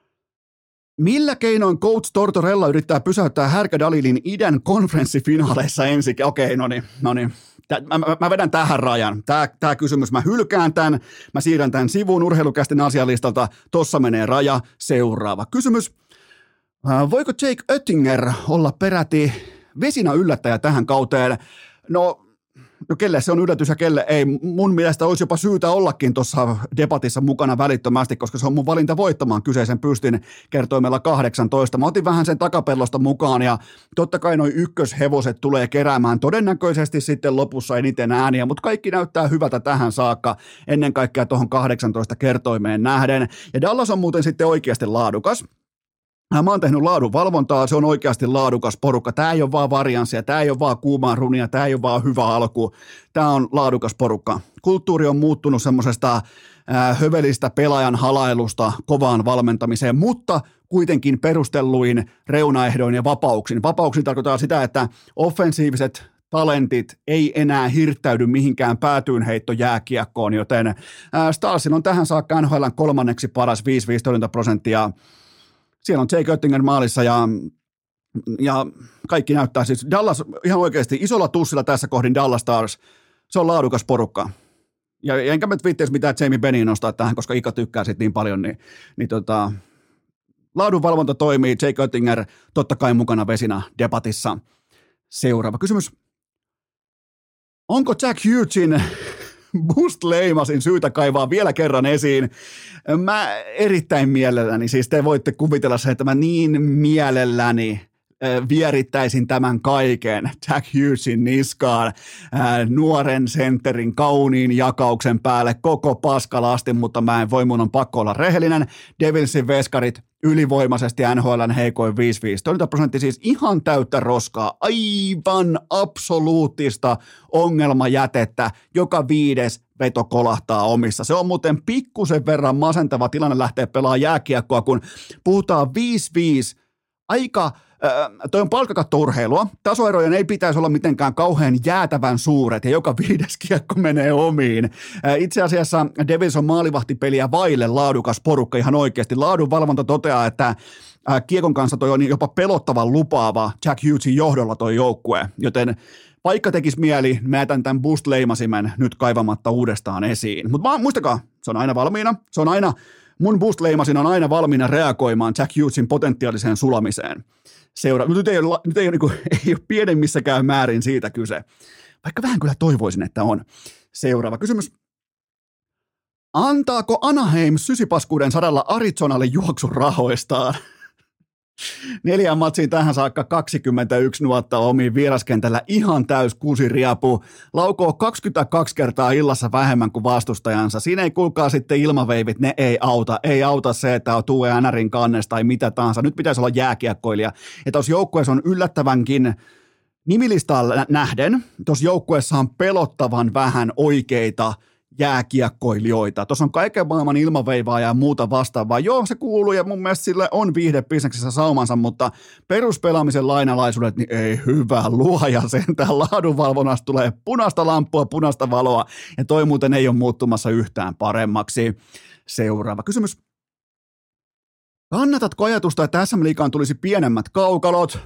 Millä keinoin coach Tortorella yrittää pysäyttää Härkä Dahlinin idän konferenssifinaaleissa ensin? Okei, no niin. Mä vedän tähän rajan. Tämä kysymys, mä hylkään tämän, mä siirrän tämän sivuun urheilukästin asialistalta. Tossa menee raja. Seuraava kysymys. Voiko Jake Oettinger olla peräti vesinä yllättäjä tähän kauteen? No kelle se on yllätys ja kelle ei. Mun mielestä olisi jopa syytä ollakin tuossa debatissa mukana välittömästi, koska se on mun valinta voittamaan kyseisen pystin kertoimella 18. Mä otin vähän sen takapellosta mukaan ja totta kai noi ykköshevoset tulee keräämään todennäköisesti sitten lopussa eniten ääniä, mutta kaikki näyttää hyvältä tähän saakka ennen kaikkea tuohon 18 kertoimeen nähden. Ja Dallas on muuten sitten oikeasti laadukas. Mä oon tehnyt laadunvalvontaa, se on oikeasti laadukas porukka. Tämä ei ole vaan varianssia, tämä ei ole vaan kuumaa runia, tämä ei ole vaan hyvä alku. Tämä on laadukas porukka. Kulttuuri on muuttunut semmoisesta hövelistä pelaajan halailusta kovaan valmentamiseen, mutta kuitenkin perustelluin reunaehdoin ja vapauksin. Vapauksin tarkoittaa sitä, että offensiiviset talentit ei enää hirttäydy mihinkään päätyynheittojääkiekkoon, joten Starsin on tähän saakka NHL:n kolmanneksi paras 5-5 torjuntaprosenttia. Siellä on Jake Oettinger maalissa ja kaikki näyttää siis Dallas ihan oikeasti isolla tussilla tässä kohdin Dallas Stars. Se on laadukas porukka. Ja enkä mä viitteisi mitään Jamie Bennin nostaa tähän, koska Ika tykkää siitä niin paljon, niin laadunvalvonta toimii. Jake Oettinger totta kai mukana vesinä debatissa. Seuraava kysymys. Onko Jack Hughesin Bust-leimasin syytä kaivaa vielä kerran esiin? Mä erittäin mielelläni, siis te voitte kuvitella se, että mä niin mielelläni vierittäisin tämän kaiken Jack Hughesin niskaan, nuoren sentterin kauniin jakauksen päälle koko paskalasti, mutta mä en voi, mun on pakko olla rehellinen. Devilsin veskarit ylivoimaisesti NHL:n heikoin 5-5. Torjuntaprosentti siis ihan täyttä roskaa, aivan absoluuttista ongelmajätettä, joka 5. veto kolahtaa omissa. Se on muuten pikkusen verran masentava tilanne lähteä pelaamaan jääkiekkoa, kun puhutaan 5-5, aika, toi on palkkakattourheilua, tasoerojen ei pitäisi olla mitenkään kauhean jäätävän suuret ja joka 5. kiekko menee omiin. Itse asiassa Devils on maalivahtipeliä vaille laadukas porukka ihan oikeasti. Laadunvalvonta toteaa, että kiekon kanssa toi on jopa pelottavan lupaava Jack Hughesin johdolla toi joukkue, joten vaikka tekisi mieli, mä jätän tämän boost-leimasimen nyt kaivamatta uudestaan esiin. Mutta muistakaa, se on aina valmiina, mun boost-leimasin on aina valmiina reagoimaan Jack Hughesin potentiaaliseen sulamiseen. Nyt ei ole pienemmissäkään määrin siitä kyse, vaikka vähän kyllä toivoisin, että on. Seuraava kysymys. Antaako Anaheim sysipaskuuden 100 Arizonalle juoksun rahoistaan? 4 matsiin tähän saakka 21 nuottaa omiin vieraskentällä ihan täys kusiriapu. Laukoo 22 kertaa illassa vähemmän kuin vastustajansa. Siinä ei kuulkaa sitten ilmaveivit, ne ei auta. Ei auta se, että on Tue NRin kannesta tai mitä tahansa. Nyt pitäisi olla jääkiekkoilija. Ja tuossa joukkueessa on yllättävänkin nimilistaan nähden. Tuossa joukkueessa on pelottavan vähän oikeita jääkiekkoilijoita. Tuossa on kaiken maailman ilmaveivaa ja muuta vastaavaa. Joo, se kuuluu ja mun mielestä sille on viihdebisneksessä saumansa, mutta peruspelaamisen lainalaisuudet, niin ei hyvä luoja sentään. Laadunvalvonnasta tulee punaista lamppua, punaista valoa ja toi muuten ei ole muuttumassa yhtään paremmaksi. Seuraava kysymys. Kannatatko ajatusta, että SM-liigaan tulisi pienemmät kaukalot?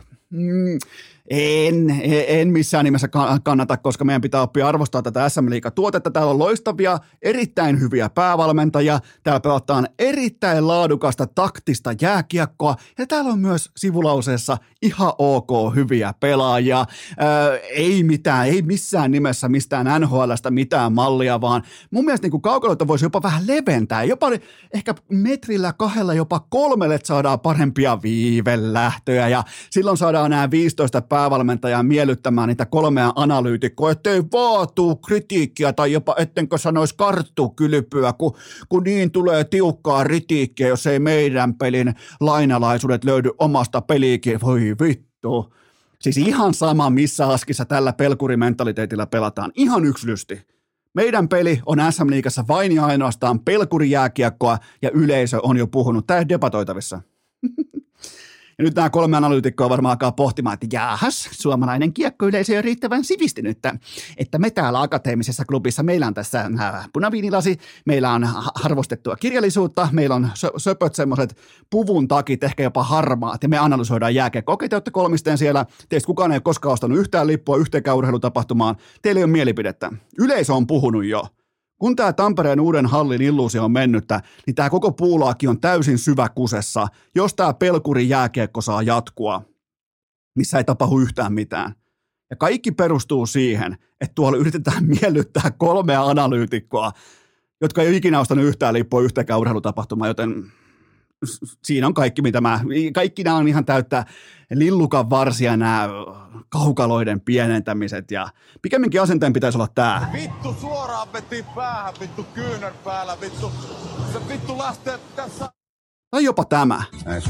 En missään nimessä kannata, koska meidän pitää oppia arvostaa tätä SM-liigatuotetta. Täällä on loistavia, erittäin hyviä päävalmentajia. Täällä pelataan erittäin laadukasta taktista jääkiekkoa. Ja täällä on myös sivulauseessa ihan ok hyviä pelaajia. Ei missään nimessä mistään NHL:stä mitään mallia, vaan mun mielestä niin kaukaloita voisi jopa vähän leventää. Jopa ehkä metrillä 2, jopa 3, että saadaan parempia viivelähtöjä. Ja silloin saadaan nämä 15 päävalmentajaa miellyttämään niitä 3 analyytikkoa, ettei vaatuu kritiikkiä tai jopa ettenkö sanoisi karttukylpyä, kun niin tulee tiukkaa kritiikkiä, jos ei meidän pelin lainalaisuudet löydy omasta peliikin. Voi vittu. Siis ihan sama, missä askissa tällä pelkurimentaliteetillä pelataan. Ihan yksilysti. Meidän peli on SM-liigassa vain ja ainoastaan pelkurijääkiekkoa ja yleisö on jo puhunut. Tämä ei debatoitavissa. Ja nyt nämä 3 analyytikkoa varmaan alkaa pohtimaan, että jaahas, suomalainen kiekkoyleisö on riittävän sivistynyttä, että me täällä akateemisessa klubissa, meillä on tässä punaviinilasi, meillä on arvostettua kirjallisuutta, meillä on söpöt semmoiset puvun takit, ehkä jopa harmaat, ja me analysoidaan jääkiekkoa. Okei, te olette 3 siellä, teistä kukaan ei ole koskaan ostanut yhtään lippua yhteenkään urheilutapahtumaan, teillä ei ole mielipidettä. Yleisö on puhunut jo. Kun tämä Tampereen uuden hallin illuusio on mennyttä, niin tämä koko puulaaki on täysin syväkusessa, jos tämä pelkuri jääkiekko saa jatkua, missä ei tapahdu yhtään mitään. Ja kaikki perustuu siihen, että tuolla yritetään miellyttää 3 analyytikkoa, jotka ei ole ikinä ostanut yhtään lippua yhteenkään urheilutapahtumaan, joten siinä on kaikki nämä on ihan täyttä lillukan varsia nämä kaukaloiden pienentämiset ja pikemminkin asenteen pitäisi olla tämä. Vittu suoraan veti päähän, vittu kyynärpäällä, vittu. Se vittu lähtee tässä. Tai jopa tämä.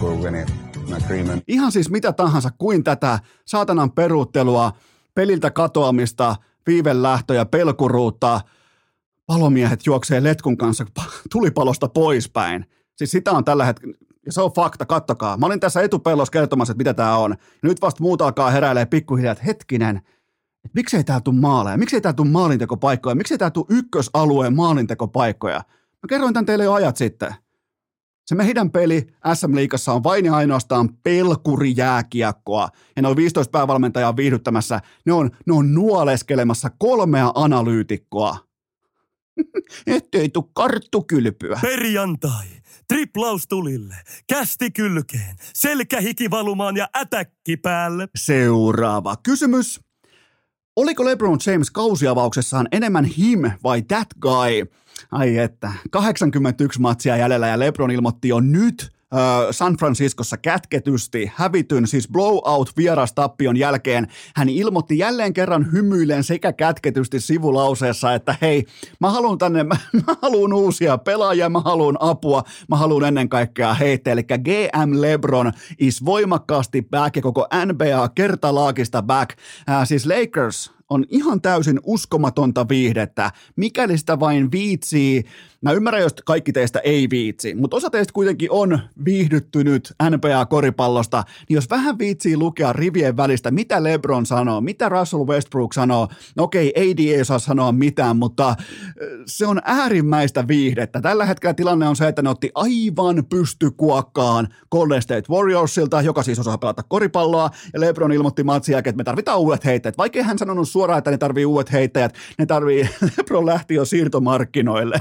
Ihan siis mitä tahansa kuin tätä saatanan peruuttelua, peliltä katoamista, viivelähtöjä, pelkuruutta, palomiehet juoksee letkun kanssa tulipalosta poispäin. Siis sitä on tällä hetkellä, ja se on fakta, kattokaa. Mä olin tässä etupellossa kertomassa, että mitä tää on. Ja nyt vasta muut alkaa heräilee pikkuhiljaa, että hetkinen, että miksei tää tuu maaleja, miksei tää tuu maalintekopaikkoja, miksei tää tuu ykkösalueen maalintekopaikkoja. Mä kerroin tän teille jo ajat sitten. Se meidän peli SM-liigassa on vain ja ainoastaan pelkurijääkiekkoa. Ja ne on 15 päävalmentajaa viihdyttämässä. Ne on nuoleskelemassa 3 analyytikkoa. Ettei tuu karttukylpyä. Perjantai. Triplaus tulille, kästi kylkeen, selkähiki valumaan ja ätäkki päälle. Seuraava kysymys. Oliko LeBron James kausiavauksessaan enemmän him vai that guy? Ai että, 81 matsia jäljellä ja LeBron ilmoitti jo nyt San Franciscossa kätketysti, hävityn, siis blowout vierastappion jälkeen. Hän ilmoitti jälleen kerran hymyilleen sekä kätketysti sivulauseessa, että hei, mä haluan tänne, mä haluan uusia pelaajia, mä haluan apua, mä haluan ennen kaikkea heitä. Eli GM LeBron is voimakkaasti back ja koko NBA kertalaakista back. Siis Lakers on ihan täysin uskomatonta viihdettä, mikäli sitä vain viitsii. Mä ymmärrän, jos kaikki teistä ei viitsi, mutta osa teistä kuitenkin on viihdyttynyt NBA-koripallosta, niin jos vähän viitsii lukea rivien välistä, mitä LeBron sanoo, mitä Russell Westbrook sanoo, no okei, AD ei saa sanoa mitään, mutta se on äärimmäistä viihdettä. Tällä hetkellä tilanne on se, että ne otti aivan pystykuokkaan Golden State Warriorsilta, joka siis osaa pelata koripalloa, ja LeBron ilmoitti matsin jälkeen, että me tarvitaan uudet heittäjät. Vaikka hän sanonut suoraan, että ne tarvii uudet heittäjät, LeBron lähti jo siirtomarkkinoille.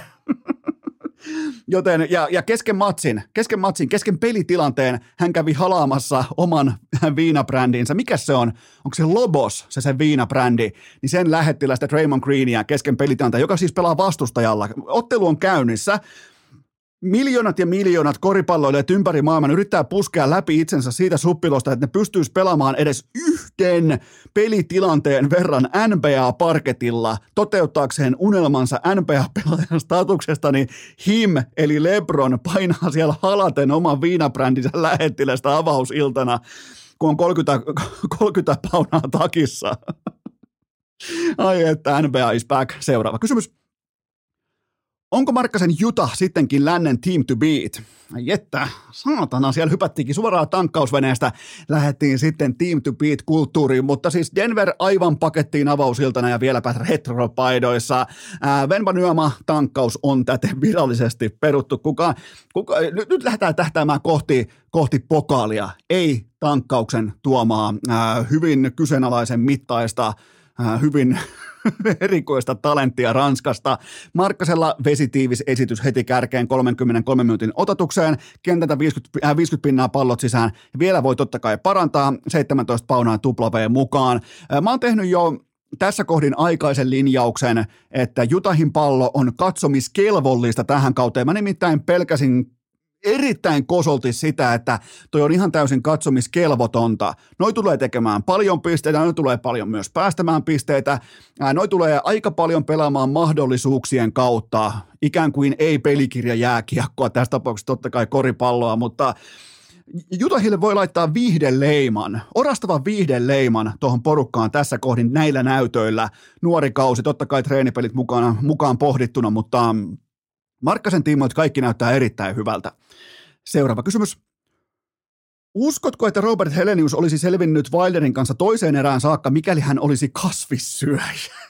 Joten, ja kesken pelitilanteen hän kävi halaamassa oman viinabrändinsä. Mikä se on? Onko se Lobos, se sen viinabrändi? Niin sen lähettilästä Draymond Greenia kesken pelitilanteen, joka siis pelaa vastustajalla. Ottelu on käynnissä. Miljoonat ja miljoonat koripalloilijat ympäri maailman yrittää puskea läpi itsensä siitä suppilosta, että ne pystyisi pelaamaan edes yhden pelitilanteen verran NBA-parketilla toteuttaakseen unelmansa NBA-pelaajan statuksesta, niin him eli LeBron painaa siellä halaten oman viinabrändinsä lähettilästä avausiltana, kun on 30 paunaa takissa. Ai että NBA is back. Seuraava kysymys. Onko Markkasen Utah sittenkin lännen team to beat? Ai että, saatana, siellä hypättiinkin suoraan tankkausveneestä, lähdettiin sitten team to beat -kulttuuriin, mutta siis Denver aivan pakettiin avausiltana ja vieläpä retropaidoissa. Wembanyama tankkaus on täten virallisesti peruttu. Nyt lähdetään tähtäämään kohti pokaalia, ei tankkauksen tuomaa hyvin kyseenalaisen mittaista, hyvin erikoista talenttia Ranskasta. Markkasella vesitiivis esitys heti kärkeen 33 minuutin ototukseen, kentältä 50 pinnaa pallot sisään. Vielä voi totta kai parantaa, 17 paunaa W mukaan. Mä oon tehnyt jo tässä kohdin aikaisen linjauksen, että Utahin pallo on katsomiskelvollista tähän kauteen. Mä nimittäin pelkäsin erittäin kosolti sitä, että toi on ihan täysin katsomiskelvotonta. Noi tulee tekemään paljon pisteitä, noi tulee paljon myös päästämään pisteitä, noi tulee aika paljon pelaamaan mahdollisuuksien kautta, ikään kuin ei pelikirja jääkiekkoa, tässä tapauksessa totta kai koripalloa, mutta Utahille voi laittaa viihdeleiman, orastavan viihdeleiman tuohon porukkaan tässä kohdin näillä näytöillä. Nuori kausi, totta kai treenipelit mukaan pohdittuna, mutta Markkasen tiimoilta kaikki näyttää erittäin hyvältä. Seuraava kysymys. Uskotko, että Robert Helenius olisi selvinnyt Wilderin kanssa toiseen erään saakka, mikäli hän olisi kasvissyöjä?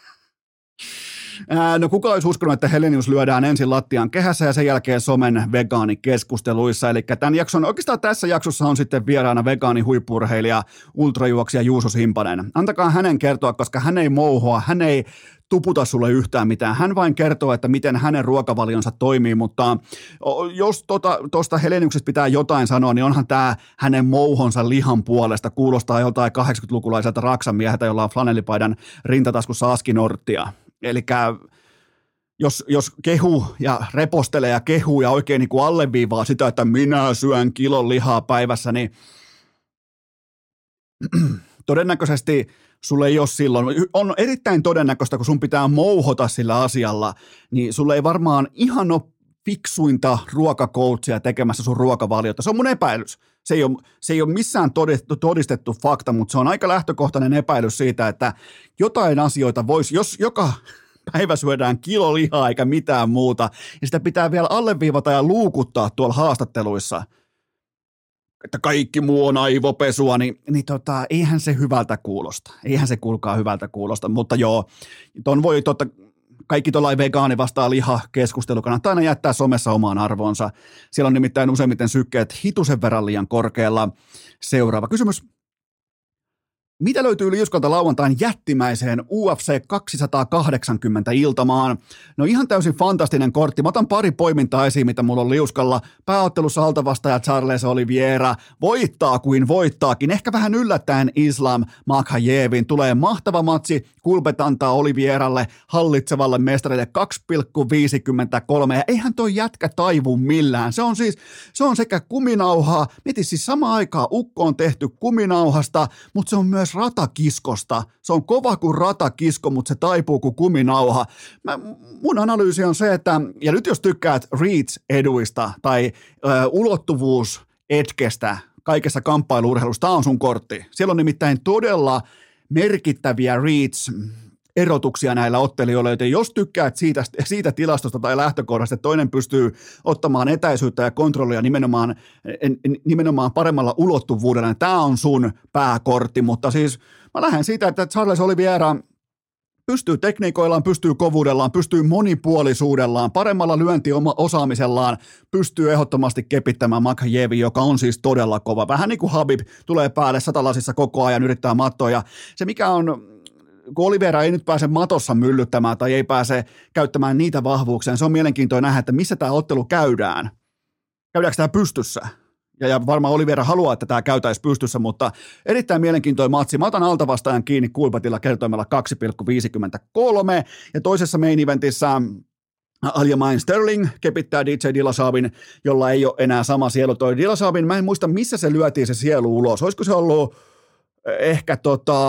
No kuka olisi uskonut, että Helenius lyödään ensin lattian kehässä ja sen jälkeen somen vegaanikeskusteluissa. Eli tämän jakson, oikeastaan tässä jaksossa on sitten vieraana vegaani huippu-urheilija, ultrajuoksija Juuso Simpanen. Antakaa hänen kertoa, koska hän ei mouhoa, hän ei tuputa sulle yhtään mitään. Hän vain kertoo, että miten hänen ruokavalionsa toimii, mutta jos tuosta Heleniuksesta pitää jotain sanoa, niin onhan tämä hänen mouhonsa lihan puolesta. Kuulostaa joltain 80-lukulaiselta Raksan mieheltä, jolla on flanellipaidan rintataskussa askinorttia. Eli jos kehu ja repostelee ja kehuu ja oikein niin kuin alleviivaa sitä, että minä syön kilon lihaa päivässä, niin todennäköisesti sulle ei ole silloin, on erittäin todennäköistä, kun sun pitää mouhota sillä asialla, niin sulle ei varmaan ihan ole fiksuinta ruokakoutsia tekemässä sun ruokavaliota. Se on mun epäilys. Se ei ole missään todistettu fakta, mutta se on aika lähtökohtainen epäilys siitä, että jotain asioita voisi, jos joka päivä syödään kilo lihaa eikä mitään muuta, ja sitä pitää vielä alleviivata ja luukuttaa tuolla haastatteluissa, että kaikki muu on aivopesua, niin eihän se hyvältä kuulosta. Eihän se kuulkaa hyvältä kuulosta, mutta joo, kaikki tuollainen vegaani vastaa liha keskustelu kannattaa aina jättää somessa omaan arvoonsa. Siellä on nimittäin useimmiten sykkeet hitusen verran liian korkealla. Seuraava kysymys. Mitä löytyy liuskalta lauantain jättimäiseen UFC 280 iltamaan? No ihan täysin fantastinen kortti. Mä otan pari poimintaa esiin, mitä mulla on liuskalla. Pääottelussa altavastaaja Charles Oliveira voittaa kuin voittaakin. Ehkä vähän yllättäen Islam Makhajevin. Tulee mahtava matsi. Kulpet antaa Oliveiralle hallitsevalle mestarille 2,53. Ja eihän toi jätkä taivu millään. Se on sekä kuminauhaa. Mieti siis samaan aikaan ukko on tehty kuminauhasta, mutta se on myös ratakiskosta. Se on kova kuin ratakisko, mutta se taipuu kuin kuminauha. Mun analyysi on se, että, ja nyt jos tykkäät reach-eduista tai ulottuvuusetkestä kaikessa kamppailu-urheilussa, tää on sun kortti. Siellä on nimittäin todella merkittäviä reach-erotuksia näillä ottelijoilla, joten jos tykkäät siitä tilastosta tai lähtökohdasta, että toinen pystyy ottamaan etäisyyttä ja kontrollia nimenomaan paremmalla ulottuvuudella, niin tämä on sun pääkortti, mutta siis mä lähden siitä, että Charles Oliveira pystyy tekniikoillaan, pystyy kovuudellaan, pystyy monipuolisuudellaan, paremmalla lyöntiosaamisellaan, pystyy ehdottomasti kepittämään Makhajevin, joka on siis todella kova. Vähän niin kuin Habib tulee päälle satalasissa koko ajan, yrittää mattoa, ja se mikä on, kun Oliveira ei nyt pääse matossa myllyttämään tai ei pääse käyttämään niitä vahvuuksia, niin se on mielenkiintoinen nähdä, että missä tämä ottelu käydään. Käydäänkö tämä pystyssä? Ja varmaan Oliveira haluaa, että tämä käytäisi pystyssä, mutta erittäin mielenkiintoinen matsi. Mä otan altavastaajan kiinni Kulpatilla kertoimella 2,53 ja toisessa main eventissä Aljamain Sterling kepittää DJ Dillashavin, jolla ei ole enää sama sielu. Toi Dillashavin, mä en muista missä se lyötiin se sielu ulos. Olisiko se ollut ehkä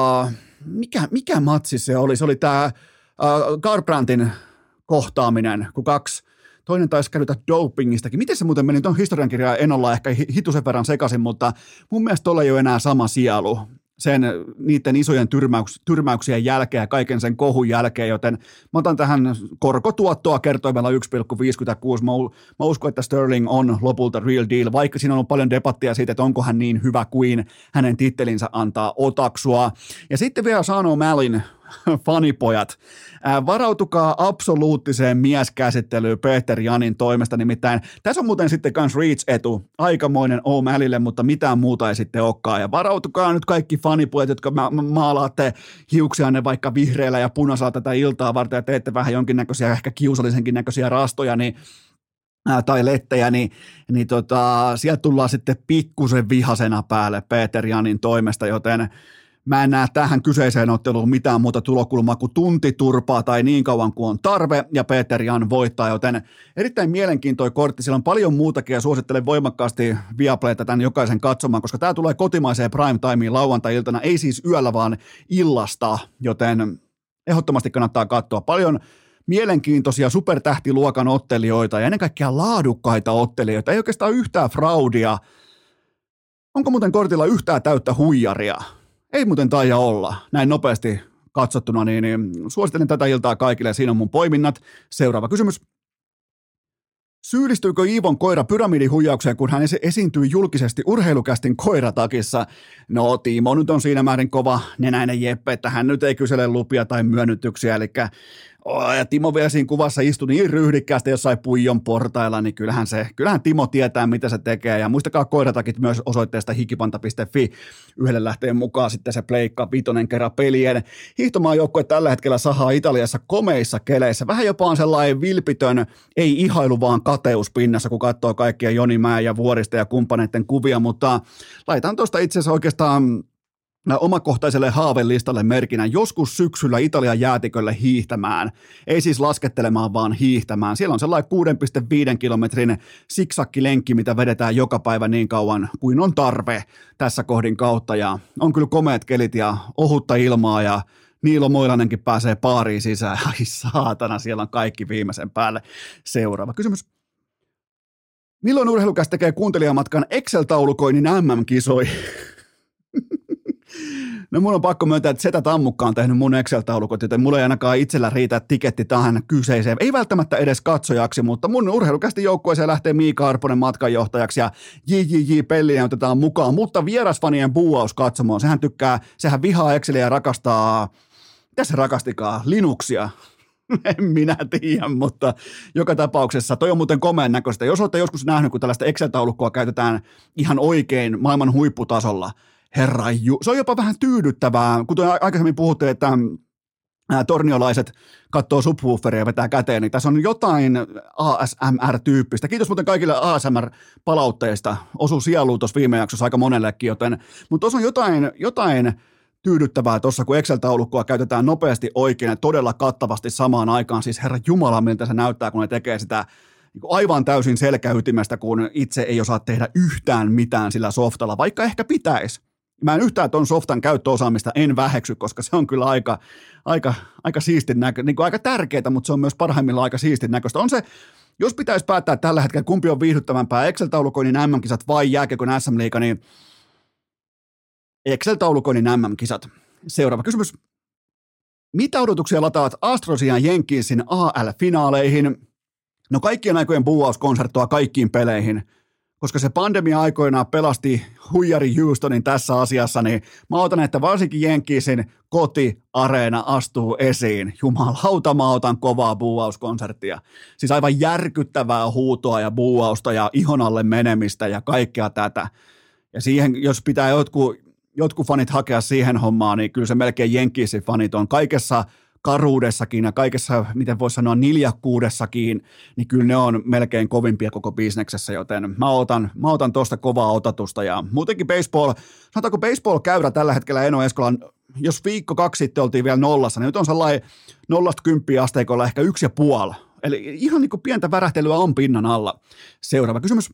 mikä matsi se oli? Se oli tämä Garbrandtin kohtaaminen, kun toinen taisi käydä dopingistakin. Miten se muuten meni? Tuon historiankirjaa en olla ehkä hitusen verran sekaisin, mutta mun mielestä tuolla ei ole enää sama sielu niiden isojen tyrmäyksien jälkeen ja kaiken sen kohun jälkeen, joten mä otan tähän korkotuottoa kertoimella 1,56. Mä uskon, että Sterling on lopulta real deal, vaikka siinä on ollut paljon debattia siitä, että onko hän niin hyvä kuin hänen tittelinsä antaa otaksua. Ja sitten vielä Sean O'Malley, fanipojat, varautukaa absoluuttiseen mieskäsittelyyn Peter Janin toimesta, nimittäin tässä on muuten sitten kans Reach-etu, aikamoinen O'Malleylle, mutta mitään muuta ei sitten olekaan, ja varautukaa nyt kaikki fanipojat, jotka maalaatte hiuksianne vaikka vihreällä ja punaisella tätä iltaa varten, ja teette vähän jonkinnäköisiä, ehkä kiusallisenkin näköisiä rastoja, tai lettejä, niin sieltä tullaan sitten pikkusen vihasena päälle Peter Janin toimesta, joten mä en näe tähän kyseiseen otteluun mitään muuta tulokulmaa kuin tuntiturpaa tai niin kauan kuin on tarve, ja Peter Jan voittaa, joten erittäin mielenkiintoinen kortti. Siellä on paljon muutakin, ja suosittelen voimakkaasti Viaplayta tämän jokaisen katsomaan, koska tämä tulee kotimaiseen prime timeen lauantai-iltana, ei siis yöllä, vaan illasta, joten ehdottomasti kannattaa katsoa. Paljon mielenkiintoisia supertähtiluokan ottelijoita ja ennen kaikkea laadukkaita ottelijoita, ei oikeastaan yhtään fraudia. Onko muuten kortilla yhtään täyttä huijaria? Ei muuten taida olla. Näin nopeasti katsottuna, niin suosittelen tätä iltaa kaikille. Siinä on mun poiminnat. Seuraava kysymys. Syyllistyykö Iivon koira pyramidihuijaukseen, kun hän esiintyy julkisesti urheilukästin koiratakissa? No, Timo nyt on siinä määrin kova nenäinen jeppe, että hän nyt ei kysele lupia tai myönnytyksiä, eli ja Timo vielä siinä kuvassa istui niin ryhdikkäästi jossain puijon portailla, niin kyllähän Timo tietää, mitä se tekee. Ja muistakaa koiratakit myös osoitteesta hikipanta.fi. Yhdelle lähteen mukaan sitten se pleikka 5 kerran pelien. Hiihtomaajoukkue tällä hetkellä sahaa Italiassa komeissa keleissä. Vähän jopa on sellainen vilpitön, ei ihailu vaan kateus pinnassa, kun katsoo kaikkia Jonimäen ja Vuorista ja kumppaneiden kuvia, mutta laitan tuosta itse asiassa oikeastaan omakohtaiselle haavelistalle merkinä joskus syksyllä Italian jäätikölle hiihtämään. Ei siis laskettelemaan, vaan hiihtämään. Siellä on sellainen 6,5 kilometrin siksakkilenkki, mitä vedetään joka päivä niin kauan kuin on tarve tässä kohdin kautta. Ja on kyllä komeat kelit ja ohutta ilmaa ja Niilo Moilanenkin pääsee baariin sisään. Ai saatana, siellä on kaikki viimeisen päälle. Seuraava kysymys. Milloin Urheilukäs tekee kuuntelijamatkan Excel-taulukoinnin MM-kisoihin? No mun on pakko myöntää, että Setä Tammukka on tehnyt mun Excel-taulukot, joten mulla ei ainakaan itsellä riitä tiketti tähän kyseiseen. Ei välttämättä edes katsojaksi, mutta mun Urheilukästin joukkueeseen lähtee Miika Arponen matkanjohtajaksi ja JJJ Pellinen otetaan mukaan, mutta vierasfanien buuaus katsomaan. Sehän vihaa Exceliä ja rakastaa, mitä se rakastikaan, Linuxia. En minä tiedä, mutta joka tapauksessa toi on muuten komeen näköistä. Jos olette joskus nähnyt, kun tällaista Excel-taulukkoa käytetään ihan oikein maailman huipputasolla, se on jopa vähän tyydyttävää, kuten aikaisemmin puhuttiin, että torniolaiset katsoo subwooferia ja vetää käteen, niin tässä on jotain ASMR-tyyppistä. Kiitos muuten kaikille ASMR-palautteista. Osui sieluun tuossa viime jaksossa aika monellekin, mutta tuossa on jotain tyydyttävää tuossa, kun Excel-taulukkoa käytetään nopeasti oikein ja todella kattavasti samaan aikaan. Siis herra jumala, miltä se näyttää, kun ne tekee sitä aivan täysin selkäytimestä, kun itse ei osaa tehdä yhtään mitään sillä softalla, vaikka ehkä pitäisi. Mä en yhtään ton softan käyttöosaamista en väheksy, koska se on kyllä aika siistin näköistä, niin aika tärkeää, mutta se on myös parhaimmillaan aika siistin näköistä. On se, jos pitäisi päättää tällä hetkellä, kumpi on viihdyttävämpää, Excel-taulukoinnin MM-kisat vai jääkiekon SM-liiga, niin Excel-taulukoinnin MM-kisat. Seuraava kysymys. Mitä odotuksia lataat Astrosian Yankeesin AL-finaaleihin? No kaikkien aikojen buuauskonserttoa kaikkiin peleihin. Koska se pandemia aikoinaan pelasti huijari Houstonin tässä asiassa, niin mä otan, että varsinkin Yankeesin kotiareena astuu esiin. Jumalauta, mä otan kovaa buuauskonserttia. Siis aivan järkyttävää huutoa ja buuausta ja ihon alle menemistä ja kaikkea tätä. Ja siihen, jos pitää jotkut fanit hakea siihen hommaan, niin kyllä se melkein Yankeesin fanit on kaikessa karuudessakin ja kaikessa, miten voisi sanoa, niljakkuudessakin, niin kyllä ne on melkein kovimpia koko bisneksessä, joten mä otan tuosta kovaa otatusta. Ja muutenkin sanotaanko baseball-käyrä tällä hetkellä Eno Eskolan, jos viikko 2 sitten oltiin vielä nollassa, niin nyt on sellainen 0-10 asteikolla ehkä 1,5. Eli ihan niin kuin pientä värähtelyä on pinnan alla. Seuraava kysymys.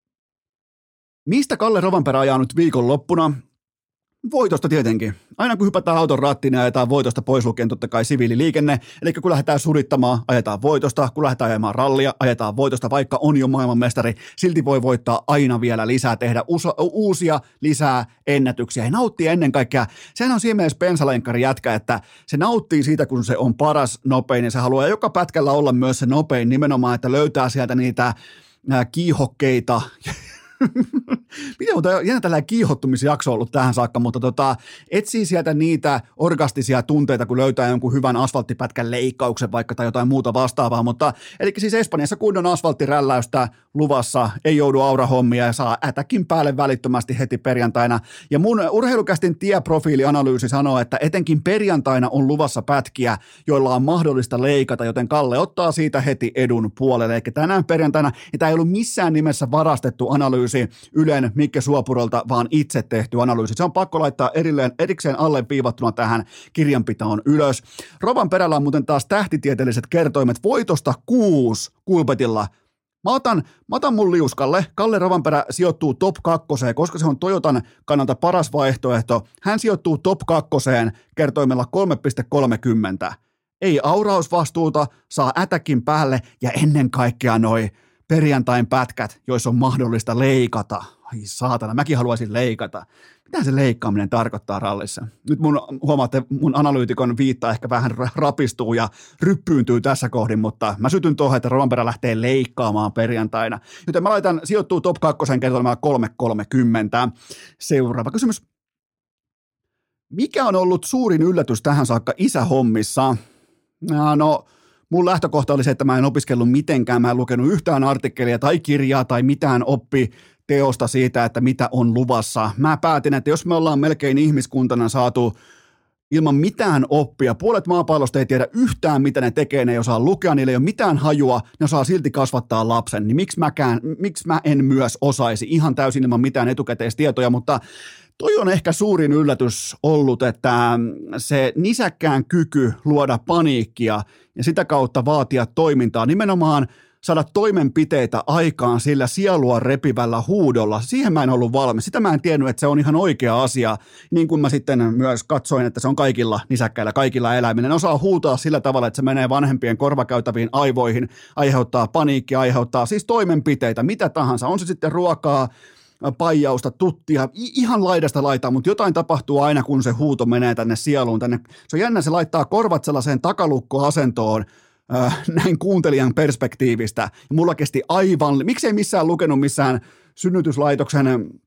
Mistä Kalle Rovanperä ajaa nyt viikonloppuna? Voitosta tietenkin. Aina kun hypätään auton rattiin ja ajetaan voitosta pois lukien totta kai siviililiikenne, eli kun lähdetään surittamaan, ajetaan voitosta, kun lähdetään ajamaan rallia, ajetaan voitosta, vaikka on jo maailmanmestari, silti voi voittaa aina vielä lisää, tehdä uusia lisää ennätyksiä ja nauttia ennen kaikkea. Sehän on siinä mielessä pensalenkari jätkä, että se nauttii siitä, kun se on paras, nopein ja se haluaa joka pätkällä olla myös se nopein nimenomaan, että löytää sieltä niitä kiihokkeita. Miten on jännä tällainen kiihottumisjakso ollut tähän saakka, mutta etsii sieltä niitä orgastisia tunteita, kun löytää jonkun hyvän asfalttipätkän leikkauksen vaikka tai jotain muuta vastaavaa, mutta eli siis Espanjassa kunnon asfalttirälläystä luvassa, ei joudu aurahommia ja saa ätäkin päälle välittömästi heti perjantaina. Ja mun urheilukästin tieprofiilianalyysi sanoo, että etenkin perjantaina on luvassa pätkiä, joilla on mahdollista leikata, joten Kalle ottaa siitä heti edun puolelle. Eli tänään perjantaina, ja tämä ei ollut missään nimessä varastettu analyysi Ylen Mikke Suopurolta, vaan itse tehty analyysi. Se on pakko laittaa erikseen alleviivattuna tähän kirjanpitoon ylös. Rovanperällä on muuten taas tähtitieteelliset kertoimet voitosta 6 Kulpetilla. Mä otan mun liuskalle. Kalle Rovanperä sijoittuu top 2, koska se on Toyotan kannalta paras vaihtoehto. Hän sijoittuu top 2 kertoimella 3,30. Ei aurausvastuuta, saa ätäkin päälle ja ennen kaikkea noi perjantain pätkät, joissa on mahdollista leikata. Ai saatana, mäkin haluaisin leikata. Mitä se leikkaaminen tarkoittaa rallissa? Nyt huomaatte, mun analyytikon viitta ehkä vähän rapistuu ja ryppyyntyy tässä kohdin, mutta mä sytyn tuohon, että Rovanperä lähtee leikkaamaan perjantaina. Joten mä laitan sijoittuu top 2 kertoimella 3,30. Seuraava kysymys. Mikä on ollut suurin yllätys tähän saakka isähommissa? No, mun lähtökohta oli se, että mä en opiskellut mitenkään, mä en lukenut yhtään artikkelia tai kirjaa tai mitään oppiteosta siitä, että mitä on luvassa. Mä päätin, että jos me ollaan melkein ihmiskuntana saatu ilman mitään oppia, puolet maapallosta ei tiedä yhtään, mitä ne tekee, ne ei osaa lukea, niillä ei ole mitään hajua, ne osaa silti kasvattaa lapsen, niin miksi mä en myös osaisi ihan täysin ilman mitään etukäteistietoja, mutta toi on ehkä suurin yllätys ollut, että se nisäkkään kyky luoda paniikkia ja sitä kautta vaatia toimintaa, nimenomaan saada toimenpiteitä aikaan sillä sielua repivällä huudolla. Siihen mä en ollut valmis. Sitä mä en tiennyt, että se on ihan oikea asia. Niin kuin mä sitten myös katsoin, että se on kaikilla nisäkkäillä, kaikilla eläimillä. Ne osaa huutaa sillä tavalla, että se menee vanhempien korvakäytäviin aivoihin, aiheuttaa paniikkia, aiheuttaa siis toimenpiteitä, mitä tahansa. On se sitten ruokaa, paijausta, tuttia, ihan laidasta laitaa, mutta jotain tapahtuu aina, kun se huuto menee tänne sieluun. Se on jännä, se laittaa korvat sellaiseen takalukkoasentoon, näin kuuntelijan perspektiivistä. Ja mulla kesti aivan, miksei missään lukenut missään synnytyslaitoksen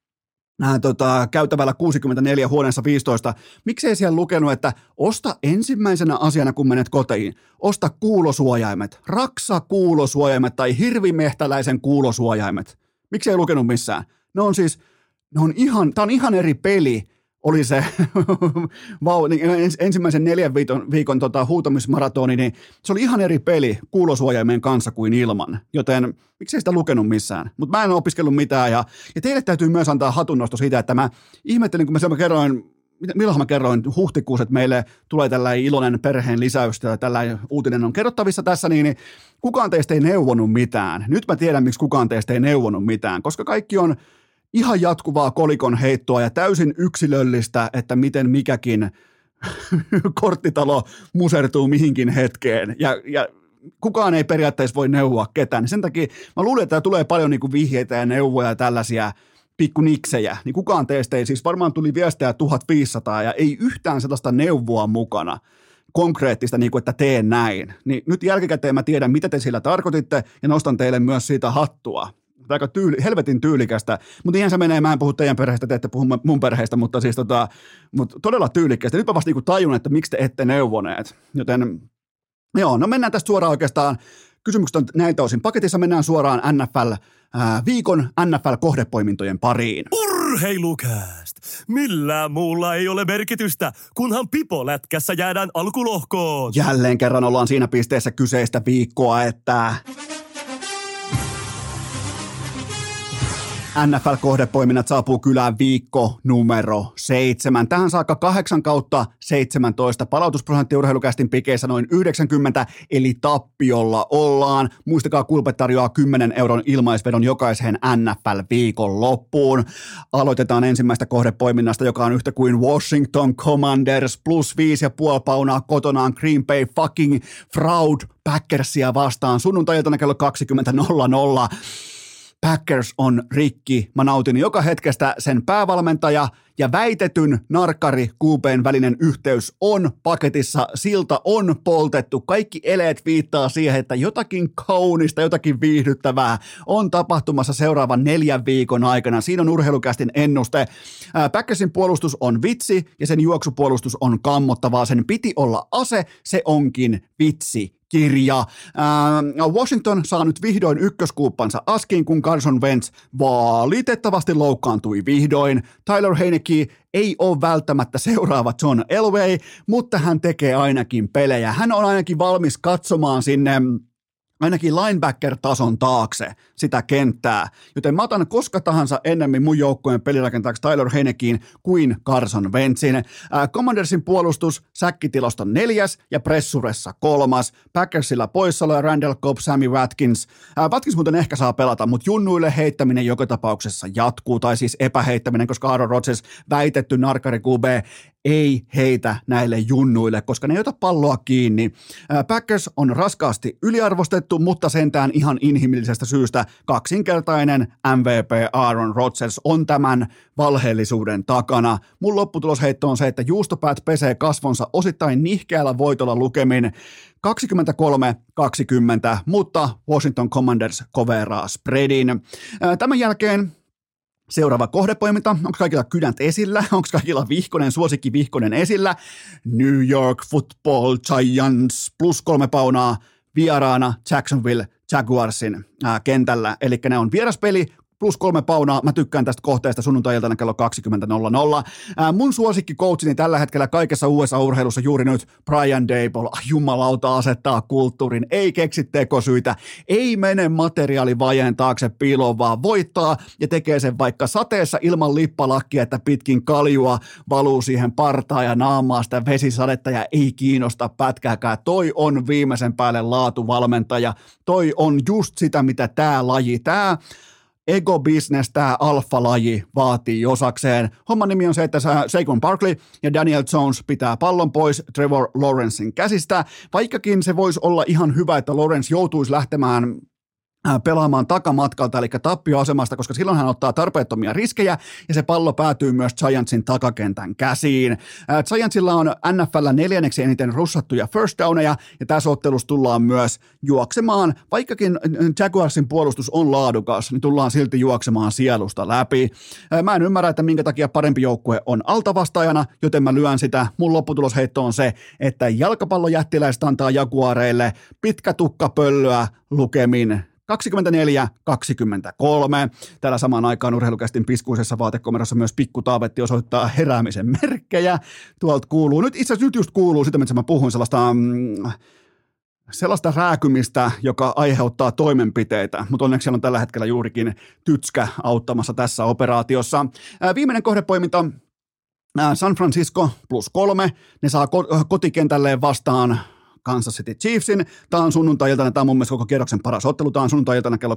käytävällä 64 huoneessa 15, miksei siellä lukenut, että osta ensimmäisenä asiana, kun menet kotiin, osta kuulosuojaimet, raksakuulosuojaimet tai hirvimehtäläisen kuulosuojaimet. Miksei lukenut missään? Tää on ihan eri peli oli se ensimmäisen 4 viikon huutamismaratoni, niin se oli ihan eri peli kuulosuojaimien kanssa kuin ilman, joten miksei sitä lukenut missään. Mutta mä en ole opiskellut mitään, ja teille täytyy myös antaa hatunnosto siitä, että mä ihmettelin, kun milloin mä kerroin huhtikuussa, että meille tulee tällainen iloinen perheen lisäys, ja tällainen uutinen on kerrottavissa tässä, niin kukaan teistä ei neuvonut mitään. Nyt mä tiedän, miksi kukaan teistä ei neuvonut mitään, koska kaikki on ihan jatkuvaa kolikon heittoa ja täysin yksilöllistä, että miten mikäkin korttitalo musertuu mihinkin hetkeen. Ja kukaan ei periaatteessa voi neuvoa ketään. Sen takia mä luulen, että tulee paljon niin kuin vihjeitä ja neuvoja ja tällaisia pikkuniksejä. Niin kukaan teistä ei, siis varmaan tuli viestejä 1500 ja ei yhtään sellaista neuvoa mukana. Konkreettista, niin kuin, että teen näin. Niin nyt jälkikäteen mä tiedän, mitä te sillä tarkoititte ja nostan teille myös siitä hattua. Aika helvetin tyylikästä, mutta ihan se menee, mä en puhu teidän perheestä, te ette puhu mun perheestä, mutta siis mutta todella tyylikästä. Nyt mä vasta niin tajun, että miksi te ette neuvoneet, joten joo, no mennään tästä suoraan oikeastaan, kysymykset on näiltä osin paketissa, mennään suoraan viikon NFL-kohdepoimintojen pariin. Urheilukääst! Millään muulla ei ole merkitystä, kunhan pipolätkässä jäädään alkulohkoon. Jälleen kerran ollaan siinä pisteessä kyseistä viikkoa, että NFL-kohdepoiminnat saapuu kylään viikko numero 7. Tähän saakka 8/17. Palautusprosentti urheilukästin pikeissä noin 90, eli tappiolla ollaan. Muistakaa, Kulpe tarjoaa 10 euron ilmaisvedon jokaiseen NFL-viikon loppuun. Aloitetaan ensimmäistä kohdepoiminnasta, joka on yhtä kuin Washington Commanders plus 5,5 paunaa kotonaan Green Bay fucking fraud Packersia vastaan sunnuntai-iltana kello 20:00. Packers on rikki. Mä nautin joka hetkestä. Sen päävalmentaja ja väitetyn narkkari QB:n välinen yhteys on paketissa. Silta on poltettu. Kaikki eleet viittaa siihen, että jotakin kaunista, jotakin viihdyttävää on tapahtumassa seuraavan 4 viikon aikana. Siinä on urheilukästin ennuste. Packersin puolustus on vitsi ja sen juoksupuolustus on kammottavaa. Sen piti olla ase, se onkin vitsi. Kirja. Washington saa nyt vihdoin ykköskuuppansa askiin, kun Carson Wentz valitettavasti loukkaantui vihdoin. Tyler Heinicke ei ole välttämättä seuraava John Elway, mutta hän tekee ainakin pelejä. Hän on ainakin valmis katsomaan sinne ainakin linebacker-tason taakse sitä kenttää. Joten mä otan koska tahansa ennemmin mun joukkueen pelirakentajaksi Tyler Heineckeen kuin Carson Wentzin. Commandersin puolustus säkkitilosta 4. ja pressuressa 3. Packersilla poissaolo ja Randall Cobb, Sammy Watkins. Watkins muuten ehkä saa pelata, mutta junnuille heittäminen joka tapauksessa jatkuu, tai siis epäheittäminen, koska Aaron Rodgers, väitetty narkkari QB, ei heitä näille junnuille, koska ne ei ota palloa kiinni. Packers on raskaasti yliarvostettu, mutta sentään ihan inhimillisestä syystä kaksinkertainen MVP Aaron Rodgers on tämän valheellisuuden takana. Mun lopputulosheitto on se, että juustopäät pesee kasvonsa osittain nihkeällä voitolla lukemin 23-20, mutta Washington Commanders coveraa spreadin. Tämän jälkeen seuraava kohdepoiminta. Onko kaikilla kydät esillä? Onko kaikilla suosikkivihkonen esillä? New York Football Giants plus 3 paunaa vieraana Jacksonville Jaguarsin kentällä. Eli ne on vieraspeli plus 3 paunaa. Mä tykkään tästä kohteesta sunnuntai-iltana kello 20:00. Mun suosikkikoutsini tällä hetkellä kaikessa USA-urheilussa juuri nyt Brian Daboll. Jumalauta asettaa kulttuurin. Ei keksi tekosyitä. Ei mene materiaalivajeen taakse piiloon, vaan voittaa ja tekee sen vaikka sateessa ilman lippalakkia, että pitkin kaljua valuu siihen partaan ja naamaa sitä vesisadetta ja ei kiinnosta pätkääkään. Toi on viimeisen päälle laatuvalmentaja. Toi on just sitä, mitä tää laji, tää ego-business, tämä alfa-laji vaatii osakseen. Homman nimi on se, että Saquon Barkley ja Daniel Jones pitää pallon pois Trevor Lawrencein käsistä, vaikkakin se voisi olla ihan hyvä, että Lawrence joutuisi lähtemään pelaamaan takamatkalta, eli tappioasemasta, koska silloin hän ottaa tarpeettomia riskejä, ja se pallo päätyy myös Giantsin takakentän käsiin. Giantsilla on NFL 4. eniten russattuja first downeja, ja tässä ottelussa tullaan myös juoksemaan. Vaikkakin Jaguarsin puolustus on laadukas, niin tullaan silti juoksemaan sielusta läpi. Mä en ymmärrä, että minkä takia parempi joukkue on altavastaajana, joten mä lyön sitä. Mun lopputulosheitto on se, että jalkapallojättiläiset antaa Jaguareille pitkä tukkapöllöä lukemin 24-23. Täällä samaan aikaan Urheilukästin piskuisessa vaatekomerossa myös Pikku Taavetti osoittaa heräämisen merkkejä. Tuolta kuuluu, nyt just kuuluu sitä, mitä mä puhuin, sellaista rääkymistä, joka aiheuttaa toimenpiteitä, mutta onneksi siellä on tällä hetkellä juurikin Tytskä auttamassa tässä operaatiossa. Viimeinen kohdepoiminta, San Francisco +3, ne saa kotikentälleen vastaan Kansas City Chiefsin. Tämä on sunnuntai-iltana, tämä on mun mielestä koko kierroksen paras ottelu, tämä on sunnuntai-iltana kello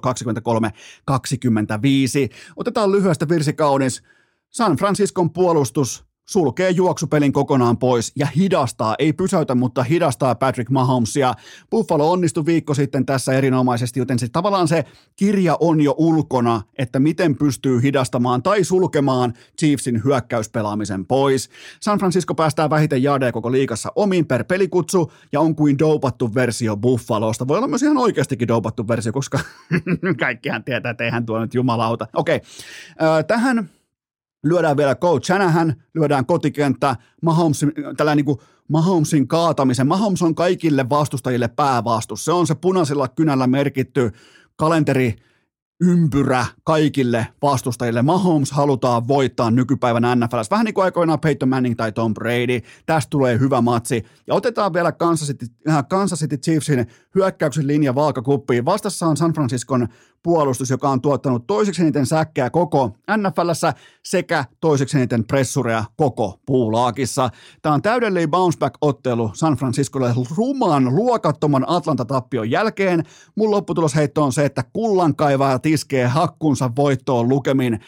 23:25. Otetaan lyhyestä virsi kaunis. San Franciscon puolustus sulkee juoksupelin kokonaan pois ja hidastaa, ei pysäytä, mutta hidastaa Patrick Mahomesia. Buffalo onnistui viikko sitten tässä erinomaisesti, joten se, tavallaan se kirja on jo ulkona, että miten pystyy hidastamaan tai sulkemaan Chiefsin hyökkäyspelaamisen pois. San Francisco päästää vähiten yardeja koko liigassa omiin per pelikutsu ja on kuin dopattu versio Buffalosta. Voi olla myös ihan oikeastikin dopattu versio, koska kaikkihan tietää, että eihän tuo nyt jumalauta. Okei, tähän lyödään vielä Coach Shanahan, lyödään kotikenttä, Mahomesin kaatamisen. Mahomes on kaikille vastustajille päävastus. Se on se punaisella kynällä merkitty kalenteriympyrä kaikille vastustajille. Mahomes halutaan voittaa nykypäivän NFL:ssä. Vähän niin kuin aikoinaan Peyton Manning tai Tom Brady. Tästä tulee hyvä matsi. Ja otetaan vielä Kansas City Chiefsin hyökkäyksen linja vaakakuppiin. Vastassa on San Franciscon puolustus, joka on tuottanut toiseksi eniten säkkää koko NFL:ssä sekä toiseksi eniten pressureja koko puulaakissa. Tämä on täydellinen bounce back-ottelu San Franciscolle ruman, luokattoman Atlanta-tappion jälkeen. Mun lopputulosheitto on se, että kullankaivajat iskee hakkunsa voittoon lukemin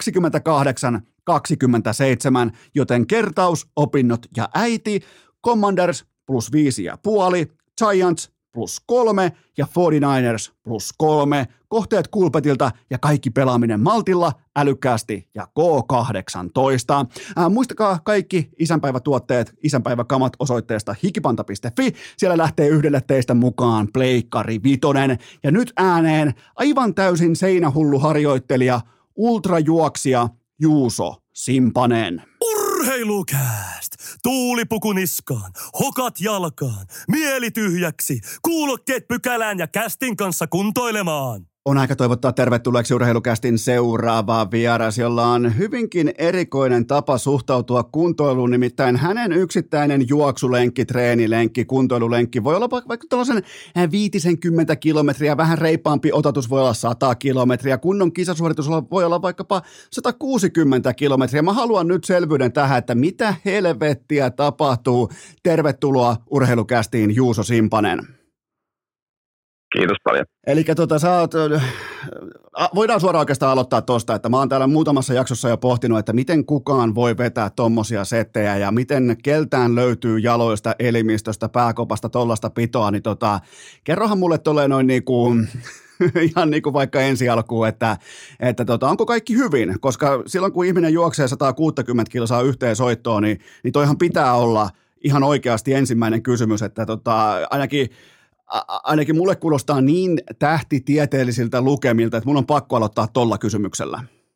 28-27, joten kertaus, opinnot ja äiti, Commanders +5,5, Giants +3 ja 49ers +3. Kohteet Kulpetilta ja kaikki pelaaminen maltilla, älykkäästi ja K18. Muistakaa kaikki isänpäivätuotteet, isänpäiväkamat osoitteesta hikipanta.fi. Siellä lähtee yhdelle teistä mukaan Pleikkari Vitonen. Ja nyt ääneen aivan täysin seinähullu harjoittelija, ultrajuoksija Juuso Simpanen. Urheilukääst! Tuulipuku niskaan, hokat jalkaan, mieli tyhjäksi, kuulokkeet pykälään ja kästin kanssa kuntoilemaan. On aika toivottaa tervetulleeksi Urheilukästin seuraava vieras, jolla on hyvinkin erikoinen tapa suhtautua kuntoiluun, nimittäin hänen yksittäinen juoksulenkki, treenilenkki, kuntoilulenkki voi olla vaikka tällaisen 50 kilometriä, vähän reippaampi otatus voi olla 100 kilometriä, kunnon kisasuoritus voi olla vaikkapa 160 kilometriä. Mä haluan nyt selvyyden tähän, että mitä helvettiä tapahtuu. Tervetuloa Urheilukästiin Juuso Simpanen. Kiitos paljon. Eli voidaan suoraan oikeastaan aloittaa tuosta, että mä oon täällä muutamassa jaksossa jo pohtinut, että miten kukaan voi vetää tommosia settejä ja miten keltään löytyy jaloista, elimistöstä, pääkopasta tollasta pitoa, niin kerrohan mulle tolleen noin niinku ihan niin kuin vaikka ensi alkuun, että onko kaikki hyvin, koska silloin kun ihminen juoksee 160 kilsaa yhteen soittoon, niin toihan pitää olla ihan oikeasti ensimmäinen kysymys, että ainakin mulle kuulostaa niin tähtitieteellisiltä lukemilta, että mun on pakko aloittaa tolla kysymyksellä.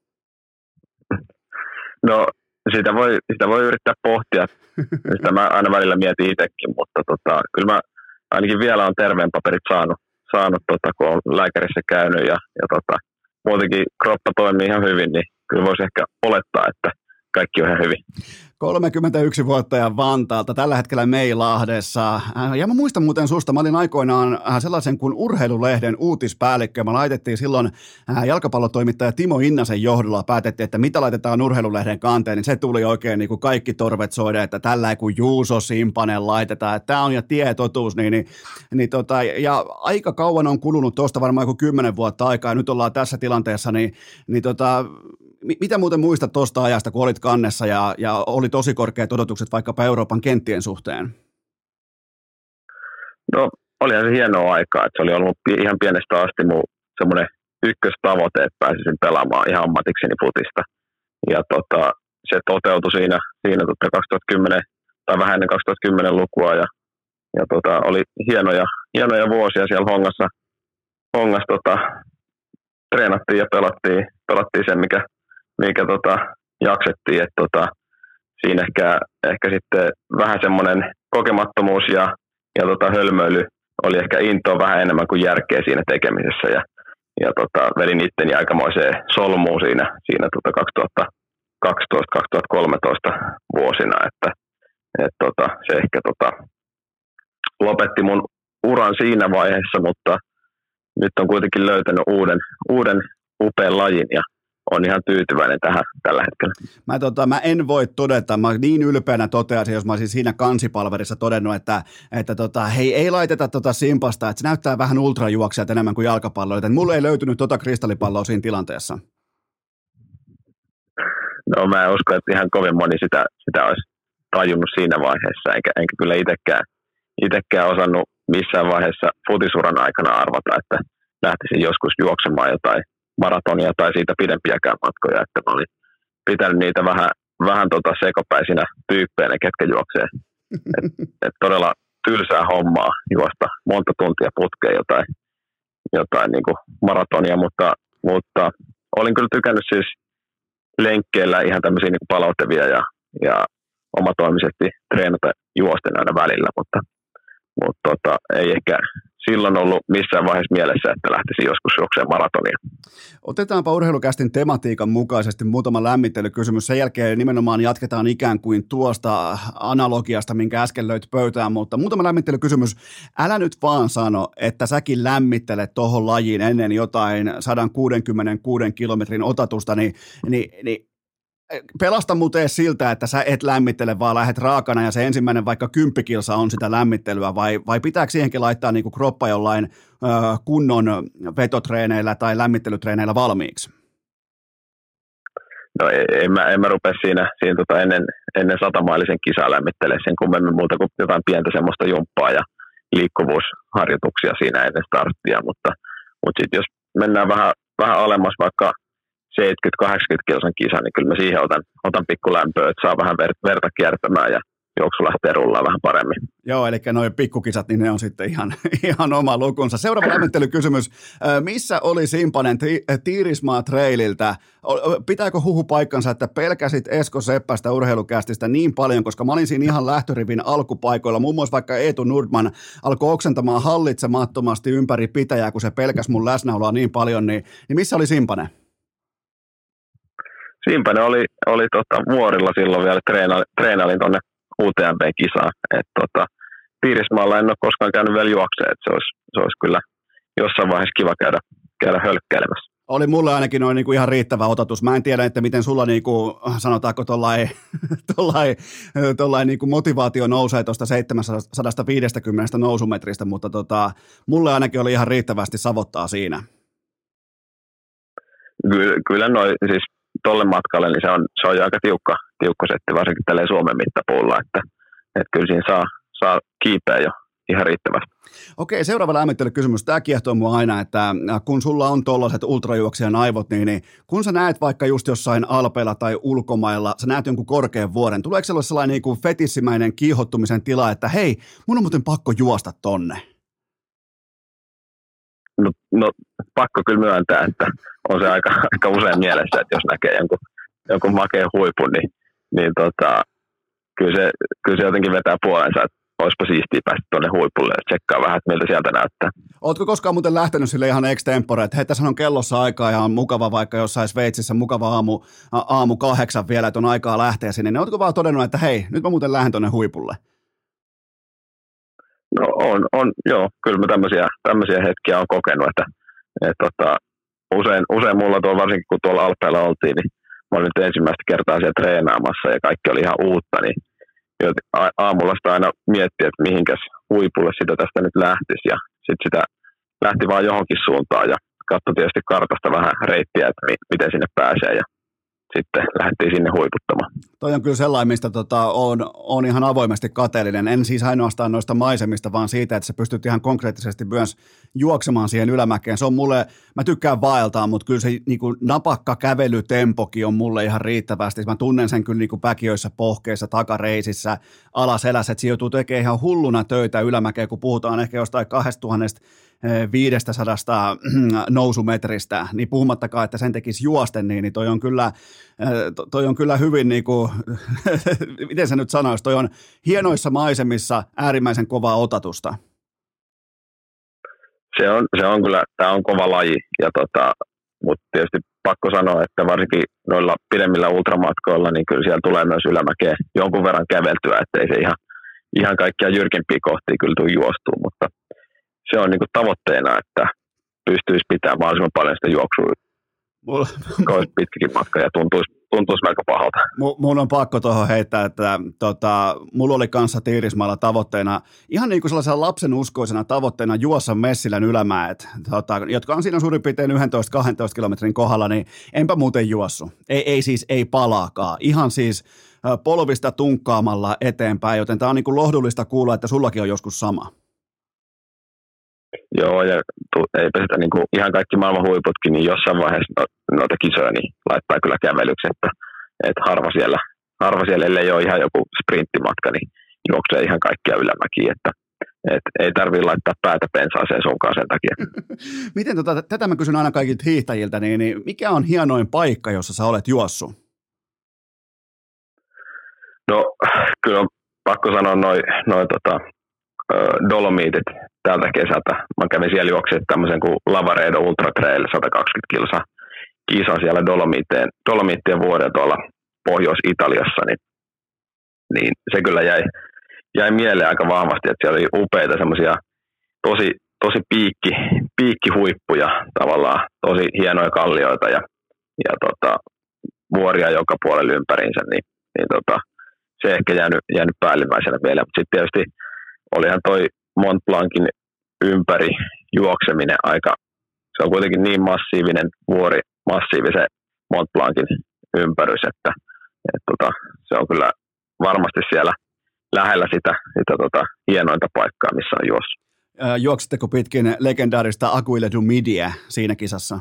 No, sitä voi yrittää pohtia. Sitä mä aina välillä mietin itsekin, mutta kyllä mä ainakin vielä on terveen paperit saanut kun on lääkärissä käynyt ja muutenkin kroppa toimii ihan hyvin, niin kyllä voisi ehkä olettaa, että kaikki on ihan hyvin. 31 vuotta ja Vantaalta, tällä hetkellä Meilahdessa. Ja mä muistan muuten susta, mä olin aikoinaan sellaisen kuin Urheilulehden uutispäällikkö. Mä laitettiin silloin jalkapallotoimittaja Timo Innasen johdolla, päätettiin, että mitä laitetaan Urheilulehden kanteen, niin se tuli oikein niin kuin kaikki torvet soida, että tällä kuin Juuso Simpanen laitetaan, että tämä on jo tietotuus. Ja aika kauan on kulunut tuosta varmaan kuin 10 vuotta aikaa, ja nyt ollaan tässä tilanteessa, mitä muuten muistat tuosta ajasta, kun olit kannessa ja oli tosi korkeat odotukset vaikkapa Euroopan kenttien suhteen? No, olihan se hienoa aikaa, että se oli ollut ihan pienestä asti mun semmoinen ykköstavoite, että pääsisin pelaamaan ihan ammatikseni futista. Ja se toteutui siinä 2010 tai vähän ennen 2010 lukua ja oli hienoja vuosia siellä hongassa treenattiin ja pelattiin sen, mikä jaksettiin, että siinä ehkä sitten vähän semmoinen kokemattomuus ja hölmöily oli ehkä intoa vähän enemmän kuin järkeä siinä tekemisessä ja vedin itteni aikamoiseen solmuun siinä 2012-2013 vuosina, että se ehkä lopetti mun uran siinä vaiheessa, mutta nyt on kuitenkin löytänyt uuden upean lajin ja on ihan tyytyväinen tähän tällä hetkellä. Mä en voi todeta, mä niin ylpeänä toteaisin, jos mä olisin siinä kansipalverissa todennut, että hei, ei laiteta simpasta, että se näyttää vähän ultrajuoksijat enemmän kuin jalkapalloa, mulle ei löytynyt kristallipalloa siinä tilanteessa. No mä en usko, että ihan kovin moni sitä olisi tajunnut siinä vaiheessa, enkä kyllä itsekään osannut missään vaiheessa futisuran aikana arvata, että lähtisin joskus juoksemaan jotain maratonia tai siitä pidempiäkään matkoja, että mä olin pitänyt niitä vähän sekopäisinä tyyppeinä, ketkä juoksee. Et todella tylsää hommaa juosta monta tuntia putkeen jotain niin kuin maratonia, mutta olin kyllä tykännyt siis lenkkeillä ihan tämmöisiä niin kuin palauttavia ja omatoimisesti treenata juosten aina välillä, mutta ei ehkä silloin ollut missään vaiheessa mielessä, että lähtisi joskus juokseen maratonia. Otetaanpa Urheilukästin tematiikan mukaisesti muutama lämmittelykysymys. Sen jälkeen nimenomaan jatketaan ikään kuin tuosta analogiasta, minkä äsken löyt pöytään, mutta muutama lämmittelykysymys. Älä nyt vaan sano, että säkin lämmittelet tohon lajiin ennen jotain 166 kilometrin otatusta, niin pelasta muuten siltä, että sä et lämmittele, vaan lähdet raakana ja se ensimmäinen vaikka 10 kilsa on sitä lämmittelyä, vai pitääkö siihenkin laittaa niin kuin kroppa jollain kunnon vetotreeneillä tai lämmittelytreeneillä valmiiksi? No en mä rupea siinä ennen 100-mailisen kisaa lämmittelee sen kummemmin muuta kuin jotain pientä semmoista jumppaa ja liikkuvuusharjoituksia siinä ennen starttia, mutta sitten jos mennään vähän alemmas vaikka 70-80 kilsan kisa, niin kyllä mä siihen otan pikku lämpöä, että saa vähän verta kiertämään ja juoksu lähtee rullaan vähän paremmin. Joo, eli nuo pikkukisat, niin ne on sitten ihan oma lukunsa. Seuraava lämmittelykysymys. Missä oli Simpanen Tiirismaa Traililtä? Pitääkö huhu paikkansa, että pelkäsit Esko Seppästä Urheilukästistä niin paljon, koska mä olin siinä ihan lähtörivin alkupaikoilla. Muun muassa vaikka Eetu Nordman alkoi oksentamaan hallitsemattomasti ympäri pitäjää, kun se pelkäsi mun läsnäoloa niin paljon, niin missä oli Simpanen? Simpanen oli vuorilla silloin vielä, treenailin tuonne UTMB-kisaan. Tiirismaalla en ole koskaan käynyt vielä juokseen, että se olisi kyllä jossain vaiheessa kiva käydä hölkkeilemässä. Oli mulle ainakin noin niinku ihan riittävä otatus. Mä en tiedä, että miten sulla niinku, sanotaanko tollain niinku motivaatio nousee tuosta 750 nousumetristä, mutta mulle ainakin oli ihan riittävästi savottaa siinä. Kyllä siis tolle matkalle, niin se on jo aika tiukka setti, varsinkin tälleen Suomen mittapuulla, että kyllä siinä saa kiipeä jo ihan riittävästi. Okei, seuraava lämmittelykysymys. Tämä kiehtoo mua aina, että kun sulla on tollaiset ultrajuoksijan aivot, niin kun sä näet vaikka just jossain Alpeilla tai ulkomailla, sä näet jonkun korkean vuoren, tuleeko sellainen niin kuin fetissimäinen kiihottumisen tila, että hei, mun on muuten pakko juosta tonne? No pakko kyllä myöntää, että on se aika usein mielessä, että jos näkee jonkun makeen huipun, niin kyllä se jotenkin vetää puolensa, että olisipa siistiä päästä tuonne huipulle ja tsekkaa vähän, että miltä sieltä näyttää. Ootko koskaan muuten lähtenyt sille ihan extempore, että hei, tässä on kellossa aikaa ja on mukava vaikka jossain Sveitsissä, mukava aamu 8 vielä, että on aikaa lähteä sinne, niin ootko vaan todennut, että hei, nyt mä muuten lähden tuonne huipulle? No joo, kyllä mä tämmöisiä hetkiä on kokenut, että usein mulla tuolla, varsinkin kun tuolla Alpeilla oltiin, niin mä olin nyt ensimmäistä kertaa siellä treenaamassa ja kaikki oli ihan uutta, niin aamulla sitä aina miettiä, että mihinkäs huipulle sitä tästä nyt lähtisi ja sitten sitä lähti vaan johonkin suuntaan ja katsoi tietysti kartasta vähän reittiä, että miten sinne pääsee ja sitten lähdettiin sinne huiputtamaan. Toi on kyllä sellainen, mistä on ihan avoimesti kateellinen. En siis ainoastaan noista maisemista, vaan siitä, että sä pystyt ihan konkreettisesti myös juoksemaan siihen ylämäkeen. Se on mulle, mä tykkään vaeltaa, mutta kyllä se niin kuin napakka kävelytempokin on mulle ihan riittävästi. Mä tunnen sen kyllä niin kuin päkiöissä, pohkeissa, takareisissä, alaselässä, että siinä joutuu tekemään ihan hulluna töitä ylämäkeen, kun puhutaan ehkä jostain 2500 nousumetristä, niin puhumattakaan, että sen tekisi juosten, niin toi on kyllä hyvin niin kuin, miten sä nyt sanois, toi on hienoissa maisemissa äärimmäisen kovaa otatusta. Se on kyllä, tämä on kova laji, mutta tietysti pakko sanoa, että varsinkin noilla pidemmillä ultramatkoilla, niin kyllä siellä tulee myös ylämäkeä jonkun verran käveltyä, ettei se ihan kaikkia jyrkimpiä kohtia kyllä tule juostua, mutta se on niin kuin tavoitteena, että pystyisi pitämään mahdollisimman paljon sitä juoksua pitkäkin matka ja tuntuisi melko pahalta. Mun on pakko tuohon heittää, että mulla oli kanssa Tiirismaalla tavoitteena, ihan niin kuin sellaisena lapsen uskoisena tavoitteena juossa Messilän ylämäet, jotka on siinä suurin piirtein 11-12 kilometrin kohdalla, niin enpä muuten juossu. Ei palaakaan. Ihan siis polvista tunkkaamalla eteenpäin, joten tämä on niin kuin lohdullista kuulla, että sullakin on joskus sama. Joo, ja eipä sitä niin kuin ihan kaikki maailman huiputkin, niin jossain vaiheessa noita kisoja niin laittaa kyllä kävelyksi, että harva siellä, ellei ole ihan joku sprinttimatka, niin juoksee ihan kaikkia ylämäkiä, että ei tarvitse laittaa päätä pensaaseen sunkaan sen takia. Miten tätä mä kysyn aina kaikilta hiihtäjiltä, niin mikä on hienoin paikka, jossa sä olet juossut? No, kyllä on pakko sanoa noi Dolomiitit tältä kesältä. Mä kävin siellä juoksemaan tämmöisen kuin Lavaredo Ultra Trail 120 kilsaa kisan siellä Dolomiittien vuoden tuolla Pohjois-Italiassa, niin se kyllä jäi mieleen aika vahvasti, että siellä oli upeita semmoisia tosi piikkihuippuja tavallaan, tosi hienoja kallioita ja vuoria joka puolella ympäriinsä, niin se ehkä jäänyt päällimmäisenä vielä, mutta sitten tietysti olihan toi Mont Blancin ympäri juokseminen se on kuitenkin niin massiivinen vuori, massiivisen Mont Blancin ympärys, että se on kyllä varmasti siellä lähellä sitä hienointa paikkaa, missä on juossut. Juoksitteko pitkin legendaarista Aguila du Midia siinä kisassa?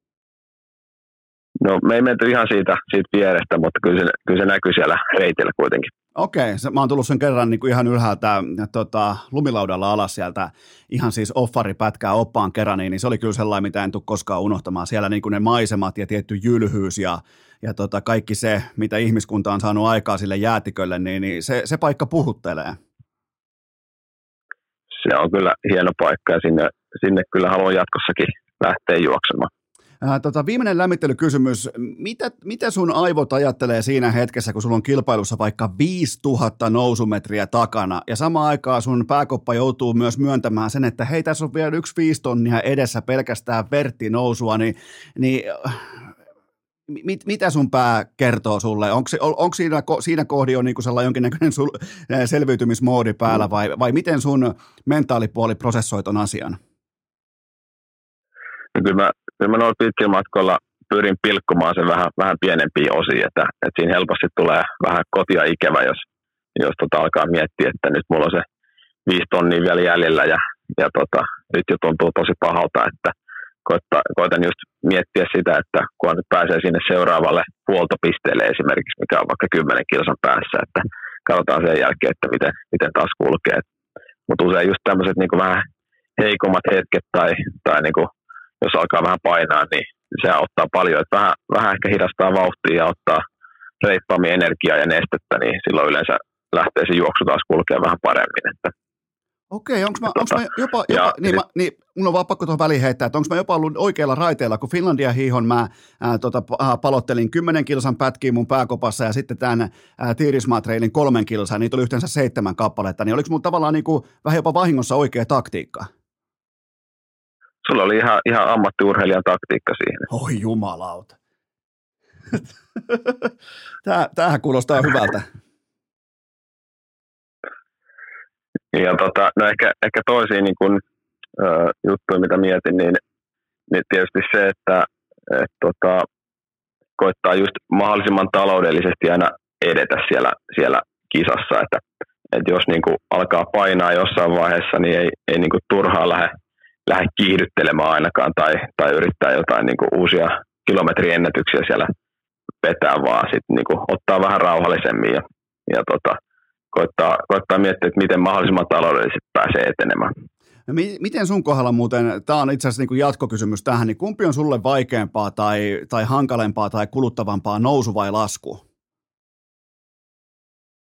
No me ei menty ihan siitä vierestä, mutta kyllä se näkyy siellä reitillä kuitenkin. Okei, mä oon tullut sen kerran niin kuin ihan ylhäältä lumilaudalla alas sieltä, ihan siis offaripätkää oppaan kerran, niin se oli kyllä sellainen, mitä en tule koskaan unohtamaan. Siellä niin kuin ne maisemat ja tietty jylhyys ja kaikki se, mitä ihmiskunta on saanut aikaa sille jäätikölle, niin se paikka puhuttelee. Se on kyllä hieno paikka ja sinne kyllä haluan jatkossakin lähteä juoksemaan. Viimeinen lämmittelykysymys. Mitä sun aivot ajattelee siinä hetkessä, kun sulla on kilpailussa vaikka 5000 nousumetriä takana ja samaan aikaan sun pääkoppa joutuu myös myöntämään sen, että hei, tässä on vielä 1 5 tonnia edessä pelkästään verttinousua, niin mitä sun pää kertoo sulle? Onko siinä kohdin on niinku sellainen jonkinnäköinen selviytymismoodi päällä vai miten sun mentaalipuoli prosessoi ton asian? No kyllä mä noilla pitkillä matkoilla pyrin pilkkomaan sen vähän pienempiä osia, että siinä helposti tulee vähän kotia ikävä, jos alkaa miettiä, että nyt mulla on se 5 tonnia vielä jäljellä ja nyt jo tuntuu tosi pahalta, että koitan just miettiä sitä, että kun nyt pääsee sinne seuraavalle huoltopisteelle esimerkiksi, mikä on vaikka 10 kilsan päässä, että katsotaan sen jälkeen, että miten taas kulkee. Mutta usein just tämmöiset niin vähän heikommat hetket tai niin kuin jos alkaa vähän painaa, niin se ottaa paljon, että vähän ehkä hidastaa vauhtia ja ottaa reippaammin energiaa ja nestettä, niin silloin yleensä lähtee se juoksu taas kulkea vähän paremmin. Että okei, onko mä jopa mun on vaan pakko tuohon väliin heittää, että onko mä jopa ollut oikealla raiteella, kun Finlandia hiihon mä palottelin 10 kilsan pätkiä mun pääkopassa ja sitten tämän Tiirismaa-treilin 3 kilsaa, niitä oli yhteensä 7 kappaletta, niin oliko mun tavallaan niin kuin vähän jopa vahingossa oikea taktiikka? Sulla oli ihan ammattiurheilijan taktiikka siihen. Oi jumalauta. Tämähän kuulostaa hyvältä. Ja no ehkä toisia niin kun, juttuja, mitä mietin, niin tietysti se, että koittaa just mahdollisimman taloudellisesti aina edetä siellä kisassa, että jos niin kun alkaa painaa jossain vaiheessa, niin ei niin kun turhaan lähde kiihdyttelemään ainakaan tai yrittää jotain niin kuin uusia kilometriennätyksiä siellä vetää, vaan sitten niin kuin ottaa vähän rauhallisemmin ja koittaa miettiä, että miten mahdollisimman taloudellisesti pääsee etenemään. No miten sun kohdalla muuten, tämä on itse asiassa niin kuin jatkokysymys tähän, niin kumpi on sulle vaikeampaa tai hankalempaa tai kuluttavampaa, nousu vai lasku?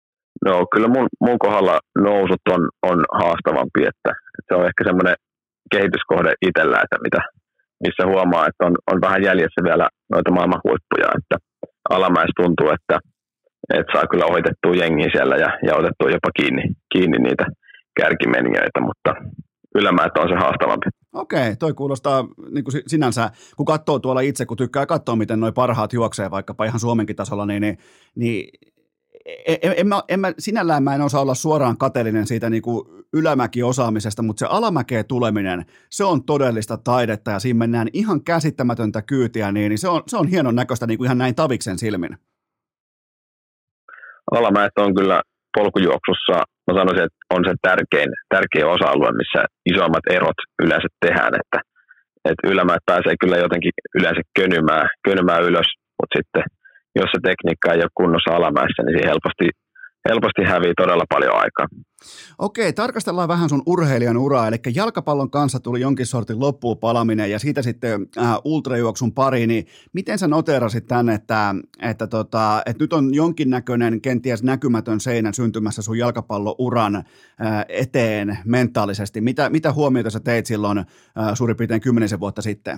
No kyllä mun kohdalla nousut on haastavampi, että se on ehkä semmoinen kehityskohde itsellä, että missä huomaa, että on vähän jäljessä vielä noita maailman huippuja, että alamäessä tuntuu, että saa kyllä ohitettua jengiä siellä ja otettua jopa kiinni niitä kärkimenijöitä, mutta ylämäät on se haastavampi. Okei, toi kuulostaa niin kuin sinänsä, kun katsoo tuolla itse, kun tykkää katsoa, miten noi parhaat juoksee vaikkapa ihan Suomenkin tasolla, niin sinällään mä en osaa olla suoraan kateellinen siitä niin kuin ylämäkiosaamisesta, mutta se alamäkeen tuleminen, se on todellista taidetta ja siinä mennään ihan käsittämätöntä kyytiä, niin se on hienon näköistä niin kuin ihan näin taviksen silmin. Alamäet on kyllä polkujuoksussa, mä sanoisin, että on se tärkein osa-alue, missä isoimmat erot yleensä tehdään, että ylämäät pääsee kyllä jotenkin yleensä könymään ylös, mutta sitten jos se tekniikka ei ole kunnossa alamäessä, niin se helposti hävii todella paljon aikaa. Okei, tarkastellaan vähän sun urheilijan uraa, eli jalkapallon kanssa tuli jonkin sortin loppuun palaminen ja siitä sitten ultrajuoksun pari, niin miten sä noteerasit tämän, että nyt on jonkinnäköinen kenties näkymätön seinä syntymässä sun jalkapallouran eteen mentaalisesti? Mitä huomioita sä teit silloin suurin piirtein 10 vuotta sitten?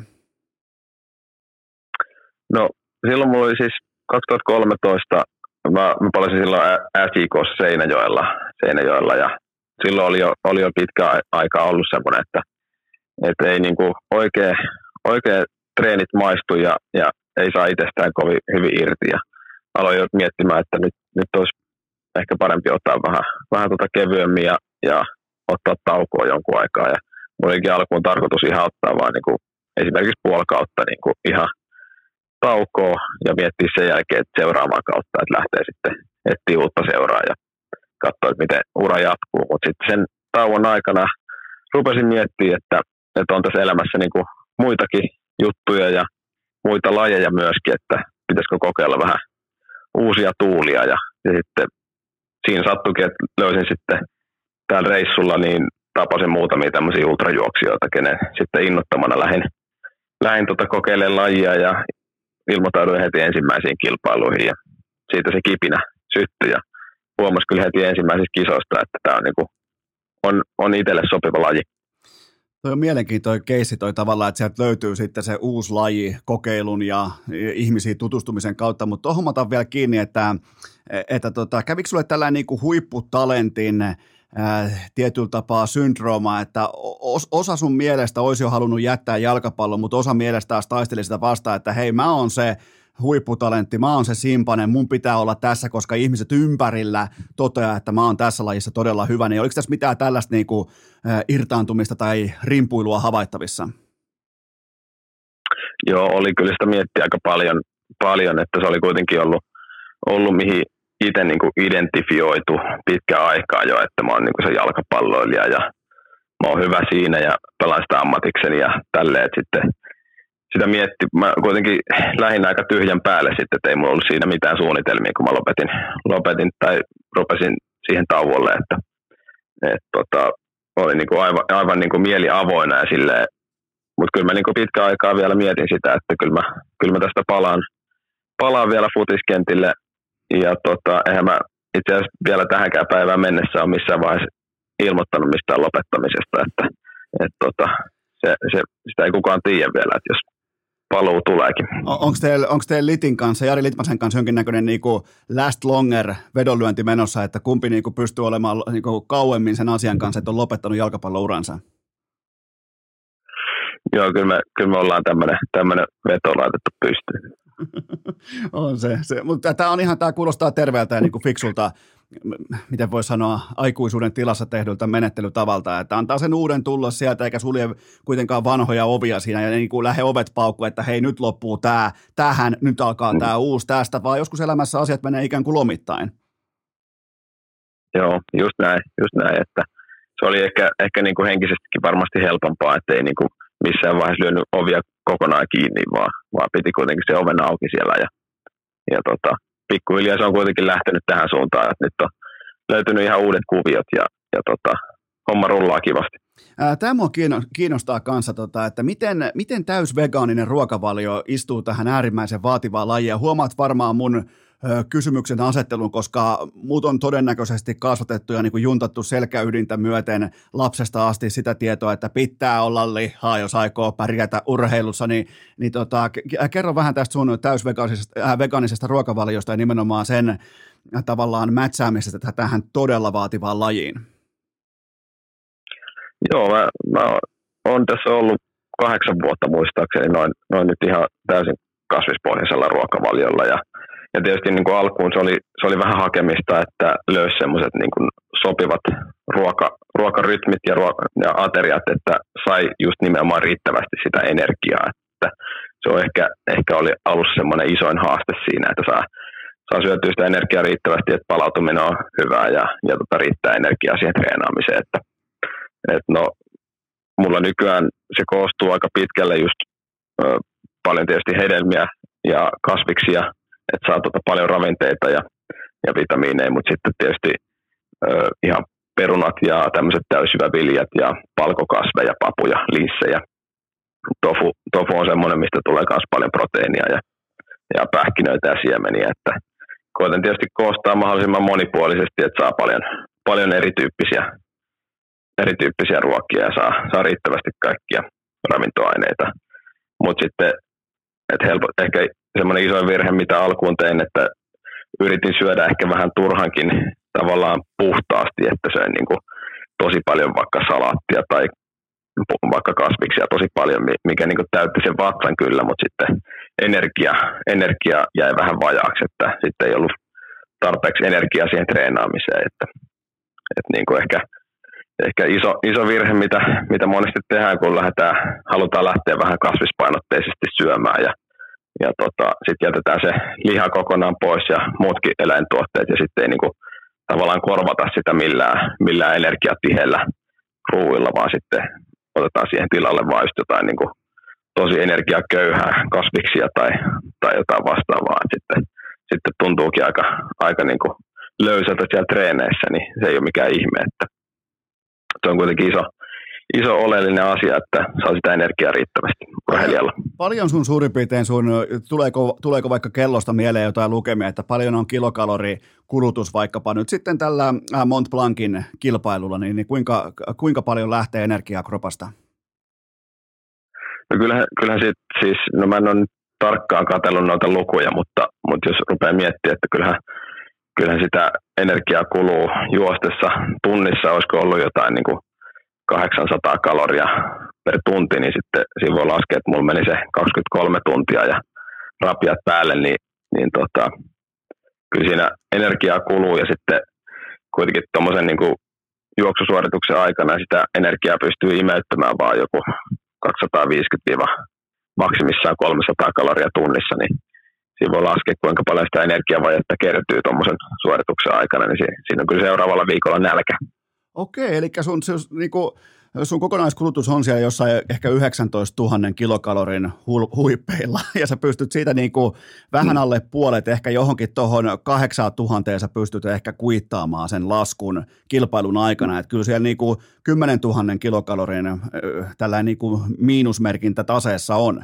No silloin mulla oli siis 2013 Mä palasin silloin SJK:ssa Seinäjoella ja silloin oli jo pitkä aika ollut semmoinen, että ei niinku oikein treenit maistu ja ei saa itsestään kovin hyvin irti ja aloin jo miettimään, että nyt olisi ehkä parempi ottaa vähän kevyemmin ja ottaa taukoa jonkun aikaa ja mulla olikin alkuun tarkoitus ihan ottaa vaan niinku esimerkiksi puoli kautta niinku ihan taukoa ja miettiä sen jälkeen, että seuraavaa kautta, että lähtee sitten etsiä uutta seuraa ja katsoa, että miten ura jatkuu. Mutta sitten sen tauon aikana rupesin miettimään, että on tässä elämässä niin kuin muitakin juttuja ja muita lajeja myöskin, että pitäisikö kokeilla vähän uusia tuulia. Ja sitten siinä sattuikin, että löysin sitten täällä reissulla, niin tapasin muutamia tämmöisiä ultrajuoksijoita, kenen sitten innottamana lähdin kokeilemaan lajia ja ilmoittauduin heti ensimmäisiin kilpailuihin ja siitä se kipinä syttyi ja huomasi kyllä heti ensimmäisistä kisoista, että tämä on itselle sopiva laji. Toi on mielenkiintoinen keissi toi tavallaan, että sieltä löytyy sitten se uusi laji kokeilun ja ihmisiin tutustumisen kautta, mutta tuohon mä otan vielä kiinni, että kävikö sulle tällainen niin kuin huipputalentin tietyllä tapaa syndrooma, että osa sun mielestä olisi jo halunnut jättää jalkapallon, mutta osa mielestä taas taisteli sitä vastaan, että hei, mä oon se huipputalentti, mä oon se simpanen, mun pitää olla tässä, koska ihmiset ympärillä toteaa, että mä oon tässä lajissa todella hyvä, niin oliko tässä mitään tällaista niin kuin irtaantumista tai rimpuilua havaittavissa? Joo, oli kyllä sitä miettiä aika paljon, että se oli kuitenkin ollut mihin itse niin kuin identifioitu pitkään aikaa jo, että mä oon niin kuin se jalkapalloilija ja mä oon hyvä siinä ja pelaan sitä ammatikseni ja tälleen, että sitten sitä mä kuitenkin lähdin aika tyhjän päälle sitten, että ei mulla ollut siinä mitään suunnitelmia, kun mä lopetin tai rupesin siihen tauolle, että oli niin kuin aivan niin kuin mieli avoinna ja silleen, mutta kyllä mä niin kuin pitkään aikaa vielä mietin sitä, että kyllä mä tästä palaan vielä futiskentille. Ja eihän mä itse asiassa vielä tähänkään päivään mennessä ole missään vaiheessa ilmoittanut mistään lopettamisesta, että sitä ei kukaan tiedä vielä, että jos paluu tuleekin. Onko teillä Litin kanssa, Jari Litmasen kanssa jonkinnäköinen niinku last longer vedonlyönti menossa, että kumpi niinku pystyy olemaan niinku kauemmin sen asian kanssa, että on lopettanut jalkapallouransa? Joo, kyllä me ollaan tämmöinen veto laitettu pystyyn. On se. Mutta tämä kuulostaa terveeltä ja niin kuin fiksulta, miten voi sanoa, aikuisuuden tilassa tehdyltä menettelytavalta, että antaa sen uuden tulla sieltä eikä sulje kuitenkaan vanhoja ovia siinä ja niin kuin lähde ovet paukkuun, että hei nyt loppuu tähän, nyt alkaa tämä uusi tästä, vaan joskus elämässä asiat menee ikään kuin lomittain. Joo, just näin, että se oli ehkä niin kuin henkisestikin varmasti helpompaa, ettei niin kuin missään vaiheessa lyönyt ovia kokonaan kiinni, vaan piti kuitenkin se oven auki siellä ja pikkuhiljaa se on kuitenkin lähtenyt tähän suuntaan, että nyt on löytynyt ihan uudet kuviot ja homma rullaa kivasti. Tämä minua kiinnostaa kanssa, että miten täysvegaaninen ruokavalio istuu tähän äärimmäisen vaativaan lajiin. Huomaat varmaan mun kysymyksen asettelun, koska mut on todennäköisesti kasvatettu ja niin kuin juntattu selkäydintä myöten lapsesta asti sitä tietoa, että pitää olla lihaa, jos aikoo pärjätä urheilussa, niin kerro vähän tästä sun täysvegaanisesta ruokavaliosta ja nimenomaan sen tavallaan mätsäämisestä tähän todella vaativaan lajiin. Joo, mä oon tässä ollut 8 vuotta muistaakseni noin nyt ihan täysin kasvispohjaisella ruokavaliolla ja tietysti niin kuin alkuun se oli vähän hakemista, että löysi semmoiset niin kuin sopivat ruokarytmit ja ateriat, että sai just nimenomaan riittävästi sitä energiaa, että se on ehkä oli alussa semmoinen isoin haaste siinä, että saa syötyä sitä energiaa riittävästi, että palautuminen on hyvää ja riittää energiaa siihen treenaamiseen, että no mulla nykyään se koostuu aika pitkälle just paljon tietysti hedelmiä ja kasviksia, että saa paljon ravinteita ja vitamiineja, mutta sitten tietysti ihan perunat ja tämmöiset täysjyväviljat ja palkokasveja, papuja, linssejä. Tofu on semmoinen, mistä tulee myös paljon proteiinia ja pähkinöitä ja siemeniä, että koitan tietysti koostaa mahdollisimman monipuolisesti, että saa paljon erityyppisiä ruokia ja saa riittävästi kaikkia ravintoaineita. Mutta sitten ehkä semmoinen iso virhe, mitä alkuun tein, että yritin syödä ehkä vähän turhankin tavallaan puhtaasti, että söin niin kuin tosi paljon vaikka salaattia tai vaikka kasviksia tosi paljon, mikä niin kuin täytti sen vatsan kyllä, mutta sitten energia jäi vähän vajaaksi, että sitten ei ollut tarpeeksi energiaa siihen treenaamiseen, että niin kuin ehkä iso virhe, mitä monesti tehdään, kun halutaan lähteä vähän kasvispainotteisesti syömään ja sitten jätetään se liha kokonaan pois ja muutkin eläintuotteet ja sitten ei niinku tavallaan korvata sitä millään energiatiheellä ruuilla, vaan sitten otetaan siihen tilalle vaan just jotain niinku tosi energiaköyhää kasviksia tai jotain vastaavaa. Sitten tuntuukin aika niinku löysältä siellä treeneissä, niin se ei ole mikään ihme, että se on kuitenkin iso oleellinen asia, että saa sitä energiaa riittävästi urheilijalla. Paljon sun suurin piirtein tuleeko vaikka kellosta mieleen jotain lukemia, että paljon on kilokalorikulutus vaikkapa nyt sitten tällä Mont Blancin kilpailulla, niin kuinka paljon lähtee energiaa kropasta? No kyllähän siis, no mä en ole tarkkaan katsellut noita lukuja, mutta jos rupeaa miettimään, että kyllähän sitä energiaa kuluu juostessa tunnissa, olisiko ollut jotain niin kuin 800 kaloria per tunti, niin sitten siinä voi laskea, että mulla meni se 23 tuntia ja rapiat päälle, niin kyllä siinä energiaa kuluu ja sitten kuitenkin tuommoisen niin kuin juoksusuorituksen aikana sitä energiaa pystyy imeyttämään vaan joku 250 maksimissaan 300 kaloria tunnissa, niin siinä voi laskea, kuinka paljon sitä energiavajetta kertyy tuommoisen suorituksen aikana, niin siinä on kyllä seuraavalla viikolla nälkä. Okei, eli sun kokonaiskulutus on siellä jossain ehkä 19 000 kilokalorin huippeilla, ja sä pystyt siitä vähän alle puolet, ehkä johonkin tuohon 8 000 sä pystyt ehkä kuittaamaan sen laskun kilpailun aikana, että kyllä siellä 10 000 kilokalorin tällainen miinusmerkintä taseessa on.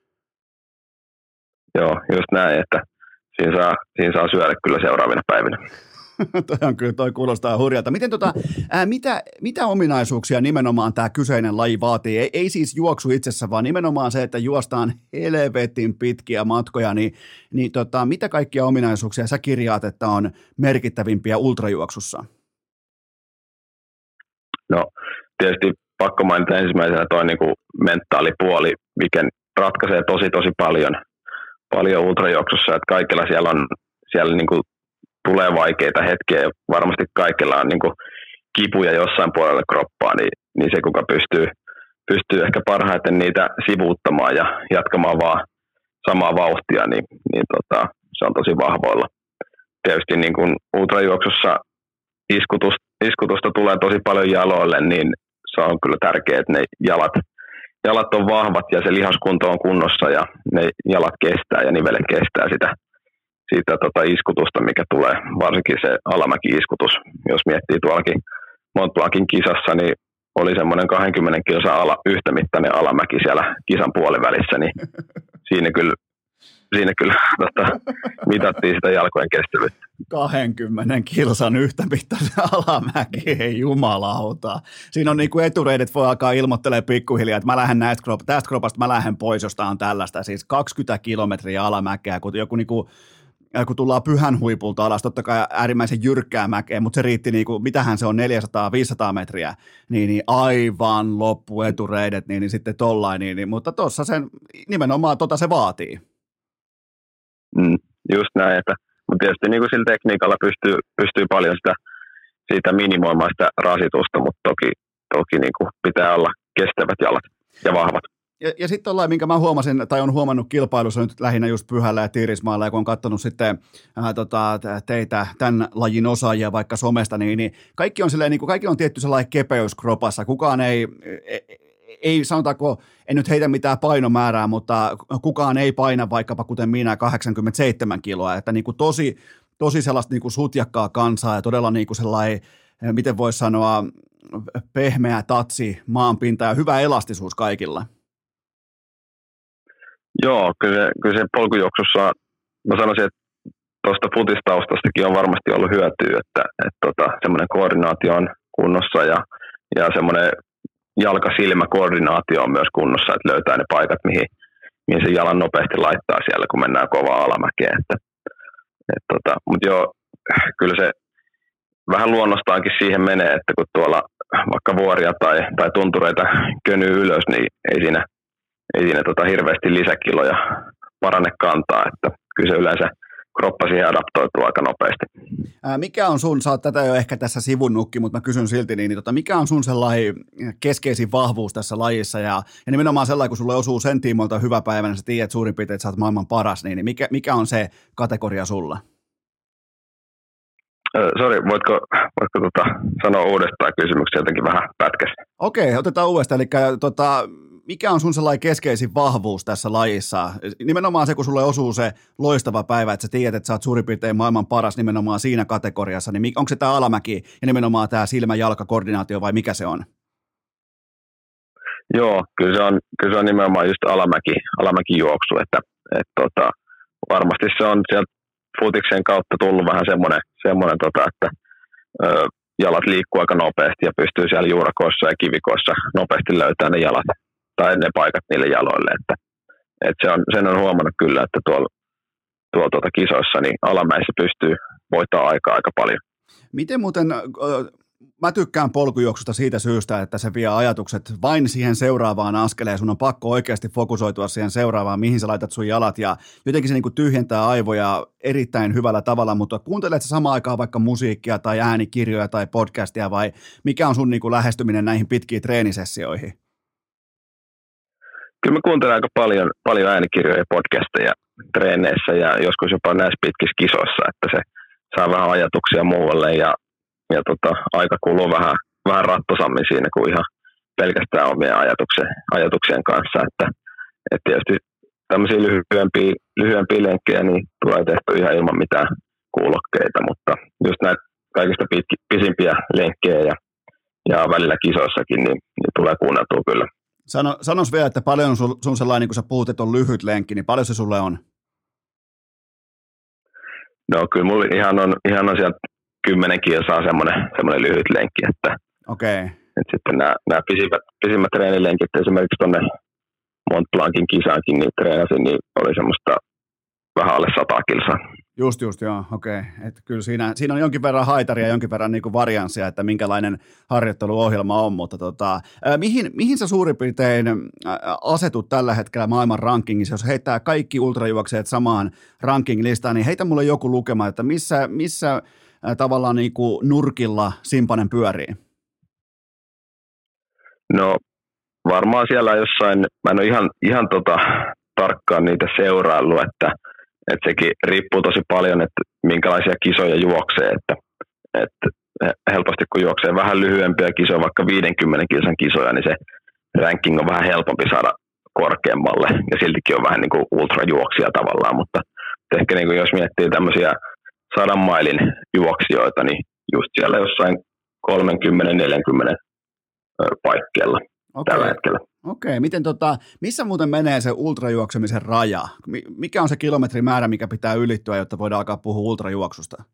Joo, just näin, että siinä saa syödä kyllä seuraavina päivinä. Toi kuulostaa hurjalta. Miten mitä ominaisuuksia nimenomaan tämä kyseinen laji vaatii? Ei siis juoksu itsessä, vaan nimenomaan se, että juostaan helvetin pitkiä matkoja, niin mitä kaikkia ominaisuuksia sä kirjaat, että on merkittävimpiä ultrajuoksussa? No tietysti pakko mainita ensimmäisenä toi niinku mentaalipuoli, mikä ratkaisee tosi paljon ultrajuoksussa, että kaikilla siellä niinku tulee vaikeita hetkiä, varmasti kaikilla on niin kuin kipuja jossain puolella kroppaa, niin se kuka pystyy ehkä parhaiten niitä sivuuttamaan ja jatkamaan vaan samaa vauhtia, niin se on tosi vahvoilla. Tietysti niin kuin ultrajuoksussa iskutusta tulee tosi paljon jaloille, niin se on kyllä tärkeää, että ne jalat on vahvat ja se lihaskunto on kunnossa ja ne jalat kestää ja nivelet kestää sitä iskutusta, mikä tulee, varsinkin se alamäki-iskutus. Jos miettii tuollakin Mont Blancin kisassa, niin oli semmoinen 20 kilsan yhtämittainen alamäki siellä kisan puolivälissä, niin siinä kyllä mitattiin sitä jalkojen kestävyyttä. 20 kilsan yhtä mittaisen alamäki, ei jumalauta. Siinä on niinku etureidet voi alkaa ilmoittelemaan pikkuhiljaa, että mä lähden tästä kropasta mä lähden pois, josta on tällaista. Siis 20 kilometriä alamäkeä, kun joku niinku, kun tullaan Pyhän huipulta alas, totta kai äärimmäisen jyrkkää mäkeä, mutta se riitti, niinku, mitähän se on, 400-500 metriä, niin aivan loppuetureidet, niin sitten tollain, mutta tuossa sen nimenomaan se vaatii. Just näin, mutta tietysti niin kuin sillä tekniikalla pystyy paljon siitä minimoimaan sitä rasitusta, mutta toki niin kuin pitää olla kestävät jalat ja vahvat. Ja sitten tollain, minkä mä huomasin, tai on huomannut kilpailussa nyt lähinnä just Pyhällä ja Tiirismaalla, ja kun on katsonut sitten teitä, tämän lajin osaajia vaikka somesta, niin kaikki on silleen, niin kuin kaikki on tietty sellainen kepeys kropassa. Kukaan ei sanotaanko, en nyt heitä mitään painomäärää, mutta kukaan ei paina vaikkapa kuten minä 87 kiloa, että niin kuin tosi sellaista niin kuin sutjakkaa kansaa ja todella niin kuin sellainen, miten voisi sanoa, pehmeä tatsi, maanpinta ja hyvä elastisuus kaikilla. Joo, kyllä se polkujuoksussa, mä sanoisin, että tuosta futistaustastakin on varmasti ollut hyötyä, että semmoinen koordinaatio on kunnossa ja semmoinen jalka-silmä-koordinaatio on myös kunnossa, että löytää ne paikat, mihin se jalan nopeasti laittaa siellä, kun mennään kovaa alamäkeen. Mutta joo, kyllä se vähän luonnostaankin siihen menee, että kun tuolla vaikka vuoria tai tuntureita könyy ylös, niin ei siinä hirveästi lisäkiloja parane kantaa, että kyllä se yleensä kroppa siihen adaptoituu aika nopeasti. Mikä on sä oot tätä jo ehkä tässä sivunnutkin, mutta mä kysyn silti, mikä on sun sellainen keskeisin vahvuus tässä lajissa ja nimenomaan sellainen, kun sulle osuu sen tiimoilta hyvä päivä, niin sä tiedät suurin piirtein, että sä oot maailman paras, niin mikä on se kategoria sulla? Sori, voitko sanoa uudestaan kysymyksen jotenkin vähän pätkässä? Okei, otetaan uudestaan, eli mikä on sun sellainen keskeisin vahvuus tässä lajissa? Nimenomaan se, kun sulle osuu se loistava päivä, että sä tiedät, että sä oot suurin piirtein maailman paras nimenomaan siinä kategoriassa, niin onko se tämä alamäki ja nimenomaan tämä silmä-jalka-koordinaatio vai mikä se on? Joo, kyllä se on nimenomaan just alamäkijuoksu, että varmasti se on sieltä futiksen kautta tullut vähän semmoinen että jalat liikkuu aika nopeasti ja pystyy siellä juurakoissa ja kivikoissa nopeasti löytämään ne jalat tai ne paikat niille jaloille, että sen on huomannut kyllä, että tuolla kisoissa niin alamäissä pystyy voittamaan aika paljon. Miten muuten, mä tykkään polkujuoksusta siitä syystä, että se vie ajatukset vain siihen seuraavaan askeleen, sun on pakko oikeasti fokusoitua siihen seuraavaan, mihin sä laitat sun jalat ja jotenkin se niin kuin tyhjentää aivoja erittäin hyvällä tavalla, mutta kuuntelet sä samaan aikaan vaikka musiikkia tai äänikirjoja tai podcastia vai mikä on sun niin kuin lähestyminen näihin pitkiin treenisessioihin? Kyllä mä kuuntelen aika paljon äänikirjoja ja podcasteja treeneissä ja joskus jopa näissä pitkissä kisoissa, että se saa vähän ajatuksia muualle ja aika kuluu vähän rattosammin siinä kuin ihan pelkästään omien ajatuksien kanssa, että tietysti tämmöisiä lyhyempiä lenkkejä niin tulee tehty ihan ilman mitään kuulokkeita, mutta just näitä kaikista pisimpiä lenkkejä ja välillä kisoissakin niin tulee kuunneltua kyllä. Sanois vielä, että paljon on sun sellainen, kun sä puhut, että on lyhyt lenkki, niin paljon se sulle on? No kyllä mulla ihan on sieltä 10 kilsaa semmoinen lyhyt lenkki, että okay. Sitten nämä pisimmät treenilenkit, esimerkiksi tuonne Mont Blancin kisaankin, niin treenasin, niin oli semmoista vähän alle 100 kilsaa. Just, joo, okei. Että kyllä siinä on jonkin verran haitaria ja jonkin verran niin kuin varianssia, että minkälainen harjoitteluohjelma on, mutta mihin sä suurin piirtein asetut tällä hetkellä maailman rankingissa, jos heittää kaikki ultrajuokseet samaan ranking-listaan, niin heitä mulle joku lukema, että missä tavallaan niin kuin nurkilla Simpanen pyörii? No varmaan siellä jossain, mä en ole ihan tarkkaan niitä seuraillut, että sekin riippuu tosi paljon, että minkälaisia kisoja juoksee, että helposti kun juoksee vähän lyhyempiä kisoja, vaikka 50 kilsan kisoja, niin se ranking on vähän helpompi saada korkeammalle ja siltikin on vähän niin kuin ultrajuoksia tavallaan, mutta ehkä niin kuin jos miettii tämmöisiä 100 mailin juoksijoita, niin just siellä jossain 30-40 paikkeilla. tällä hetkellä. Okei, miten missä muuten menee se ultrajuoksemisen raja? Mikä on se kilometrimäärä, mikä pitää ylittyä, jotta voidaan alkaa puhua ultrajuoksusta?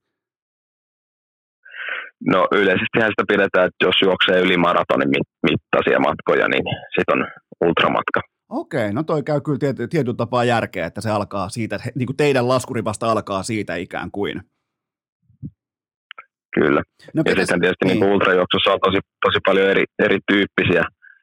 No yleisestihän sitä pidetään, että jos juoksee yli maratonin mittaisia matkoja, niin sit on ultramatka. Okei, no toi käy kyllä tietyllä tapaa järkeä, että se alkaa siitä, että niin kuin teidän laskuri vasta alkaa siitä ikään kuin. Kyllä. No, ja sitten tietysti niin ultrajuoksussa on tosi paljon erityyppisiä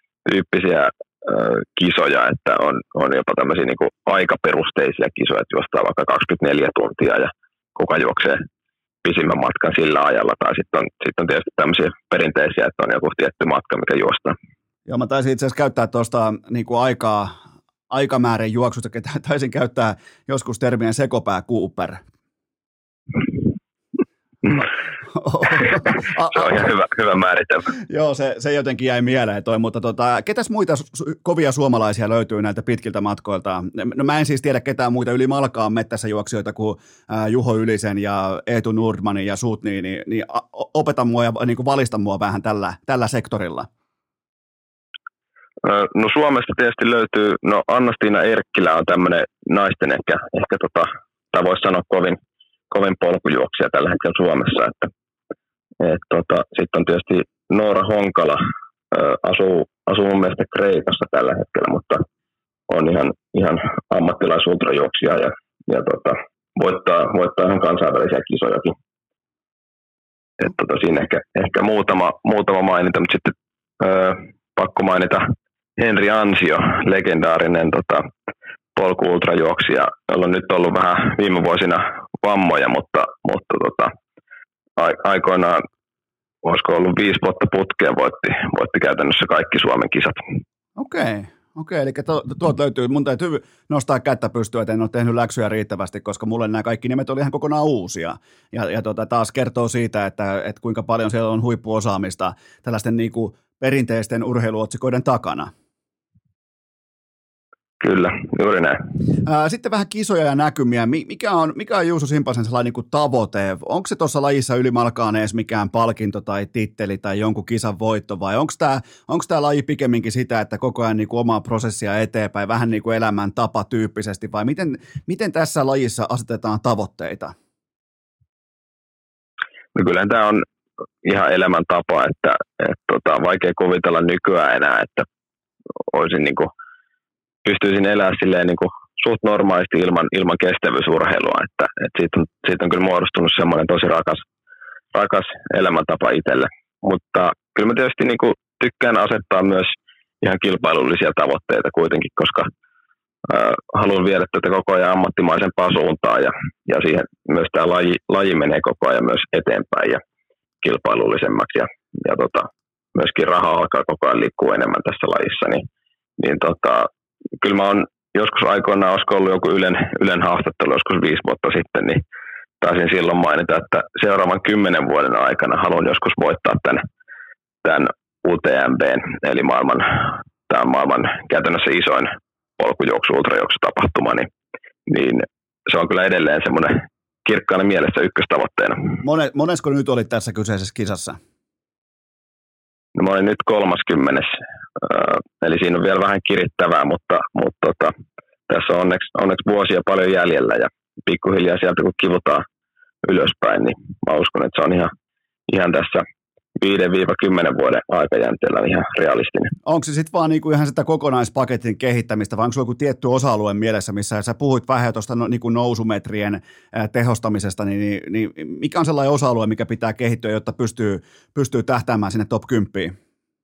kisoja, että on jopa tämmöisiä niin kuin aikaperusteisia kisoja, että juostaan vaikka 24 tuntia ja kuka juoksee pisimmän matkan sillä ajalla, tai sitten on tietysti tämmöisiä perinteisiä, että on joku tietty matka, mikä juostaan. Joo, mä taisin itse asiassa käyttää tuosta niin kuin aikamäärän juoksusta, taisin käyttää joskus termien sekopää Cooper. Se on ihan hyvä määritelmä. Joo, se jotenkin jäi mieleen toi, mutta ketäs muita kovia suomalaisia löytyy näiltä pitkiltä matkoilta? No mä en siis tiedä ketään muita yli Malkaan mettässä juoksijoita kuin Juho Ylisen ja Eetu Nordmanin ja sut, niin opeta mua ja niin kuin valista mua vähän tällä sektorilla. No Suomesta tietysti löytyy, no Anna-Stiina Erkkilä on tämmöinen naisten ehkä tai voisi sanoa kovin polkujuoksija tällä hetkellä Suomessa, että sitten on tietysti Noora Honkala, asuu mun mielestä Kreikassa tällä hetkellä, mutta on ihan ammattilaisultrajuoksija ja voittaa ihan kansainvälisiä kisojakin. Siinä ehkä muutama mainita, mutta sitten pakko mainita Henri Ansio, legendaarinen polku-ultrajuoksija, jolla on nyt ollut vähän viime vuosina vammoja, mutta aikoinaan, olisiko ollut 5 vuotta putkeen, voitti käytännössä kaikki Suomen kisat. Okei, eli tuolta löytyy, mun täytyy nostaa kättä pystyä, että en ole tehnyt läksyjä riittävästi, koska mulle nämä kaikki nimet oli ihan kokonaan uusia. Ja taas kertoo siitä, että kuinka paljon siellä on huippuosaamista tällaisten niin kuin perinteisten urheiluotsikoiden takana. Kyllä, juuri näin. Sitten vähän kisoja ja näkymiä. Mikä on Juuso Simpasen sellainen niin kuin tavoite? Onko se tuossa lajissa ylimalkaan edes mikään palkinto tai titteli tai jonkun kisan voitto vai onko tämä laji pikemminkin sitä, että koko ajan niin kuin omaa prosessia eteenpäin, vähän niin kuin elämäntapa tyyppisesti vai miten tässä lajissa asetetaan tavoitteita? No kyllähän tämä on ihan elämäntapa, että vaikea kuvitella nykyään enää, että olisin niin kuin pystyisin elämään silleen niin kuin suht normaalisti ilman kestävyysurheilua, että siitä on kyllä muodostunut semmoinen tosi rakas elämäntapa itselle. Mutta kyllä mä tietysti niin kuin tykkään asettaa myös ihan kilpailullisia tavoitteita kuitenkin, koska haluan viedä tätä koko ajan ammattimaisempaa suuntaan ja siihen myös tämä laji menee koko ajan myös eteenpäin ja kilpailullisemmaksi ja myöskin raha alkaa koko ajan liikkua enemmän tässä lajissa, niin kyllä mä oon joskus aikoinaan, olisiko ollut joku Ylen haastattelu joskus 5 vuotta sitten, niin taisin silloin mainita, että seuraavan 10 vuoden aikana haluan joskus voittaa tämän UTMB:n, eli maailman käytännössä isoin polkujuoksu-ultrajuoksutapahtuma, niin se on kyllä edelleen semmoinen kirkkaana mielessä ykköstavoitteena. Monesko nyt olit tässä kyseisessä kisassa? No, mä olin nyt 30. Eli siinä on vielä vähän kirittävää, mutta tässä on onneksi vuosia paljon jäljellä ja pikkuhiljaa sieltä kun kivutaan ylöspäin, niin mä uskon, että se on ihan tässä 5-10 vuoden aikajänteellä ihan realistinen. Onko se sitten vaan niinku ihan sitä kokonaispaketin kehittämistä, vai onko se joku tietty osa-alue mielessä, missä sä puhuit vähän tuosta niinku nousumetrien tehostamisesta, niin mikä on sellainen osa-alue, mikä pitää kehittyä, jotta pystyy tähtäämään sinne top 10?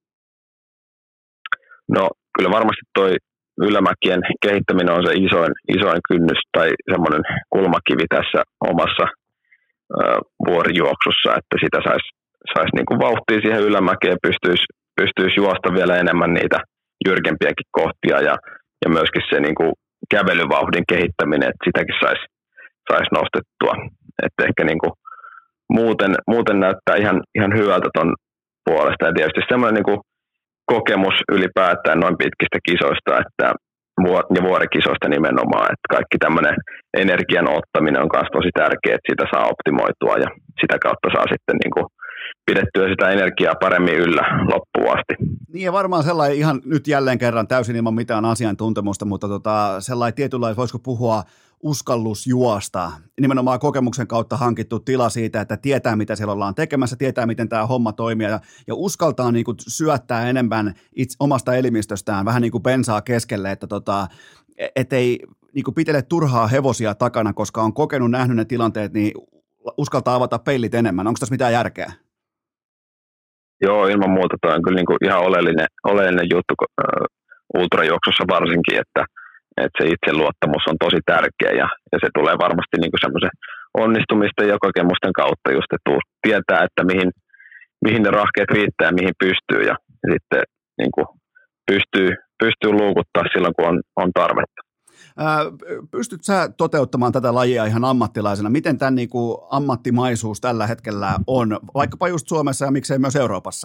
No kyllä varmasti toi ylämäkien kehittäminen on se isoin kynnys tai semmoinen kulmakivi tässä omassa vuorijuoksussa, että sitä saisi niin kuin vauhtia siihen ylämäkeen ja pystyisi juosta vielä enemmän niitä jyrkempiäkin kohtia ja myöskin se niin kuin kävelyvauhdin kehittäminen, että sitäkin saisi nostettua. Että ehkä niin kuin muuten näyttää ihan hyvältä ton puolesta ja tietysti semmoinen niin kuin kokemus ylipäätään noin pitkistä kisoista ja vuorikisoista nimenomaan, että kaikki tämmöinen energian ottaminen on myös tosi tärkeää, että sitä saa optimoitua ja sitä kautta saa sitten niin kuin pidettyä sitä energiaa paremmin yllä loppuun asti. Niin ja varmaan sellainen ihan nyt jälleen kerran täysin ilman mitään asiantuntemusta, mutta sellainen tietynlainen, voisiko puhua uskallus juosta, nimenomaan kokemuksen kautta hankittu tila siitä, että tietää mitä siellä ollaan tekemässä, tietää miten tämä homma toimii ja uskaltaa niin kuin syöttää enemmän omasta elimistöstään vähän niin kuin bensaa keskelle, että ettei niin kuin pitele turhaa hevosia takana, koska on kokenut, nähnyt ne tilanteet, niin uskaltaa avata peilit enemmän. Onko tässä mitään järkeä? Joo, ilman muuta toi on kyllä niin kuin ihan oleellinen juttu ultrajuoksussa varsinkin, että se itseluottamus on tosi tärkeä ja se tulee varmasti niin kuin semmoisen onnistumisten ja kokemusten kautta just, että tietää, että mihin ne rahkeet riittää ja mihin pystyy ja sitten niin kuin pystyy luukuttaa silloin, kun on tarvetta. Pystyt sä toteuttamaan tätä lajia ihan ammattilaisena? Miten tämän niin kuin ammattimaisuus tällä hetkellä on, vaikkapa just Suomessa ja miksei myös Euroopassa?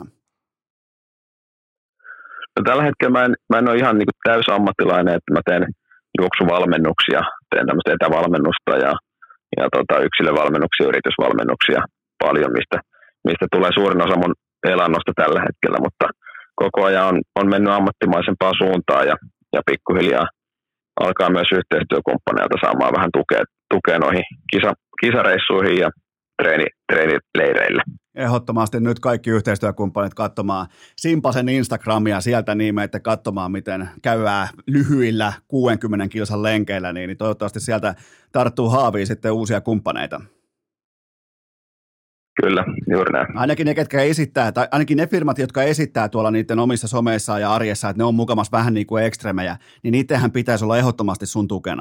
No, tällä hetkellä mä en ole ihan niin kuin täysammattilainen, että mä teen juoksuvalmennuksia, teen tämmöistä etävalmennusta ja yksilövalmennuksia, yritysvalmennuksia paljon, mistä tulee suurin osa mun elannosta tällä hetkellä, mutta koko ajan on mennyt ammattimaisempaan suuntaan ja pikkuhiljaa alkaa myös yhteistyökumppaneilta saamaan vähän tukea noihin kisareissuihin ja treenileireille. Ehdottomasti nyt kaikki yhteistyökumppanit katsomaan Simpasen Instagramia sieltä niin menette katsomaan, miten käydään lyhyillä 60 kilsan lenkeillä, niin toivottavasti sieltä tarttuu haaviin sitten uusia kumppaneita. Kyllä, juuri näin. Ainakin ne, ketkä esittää, tai ainakin ne firmat, jotka esittää tuolla niiden omissa someissaan ja arjessa, että ne on mukamas vähän niin kuin ekstremejä, niin niidenhän pitäisi olla ehdottomasti sun tukena.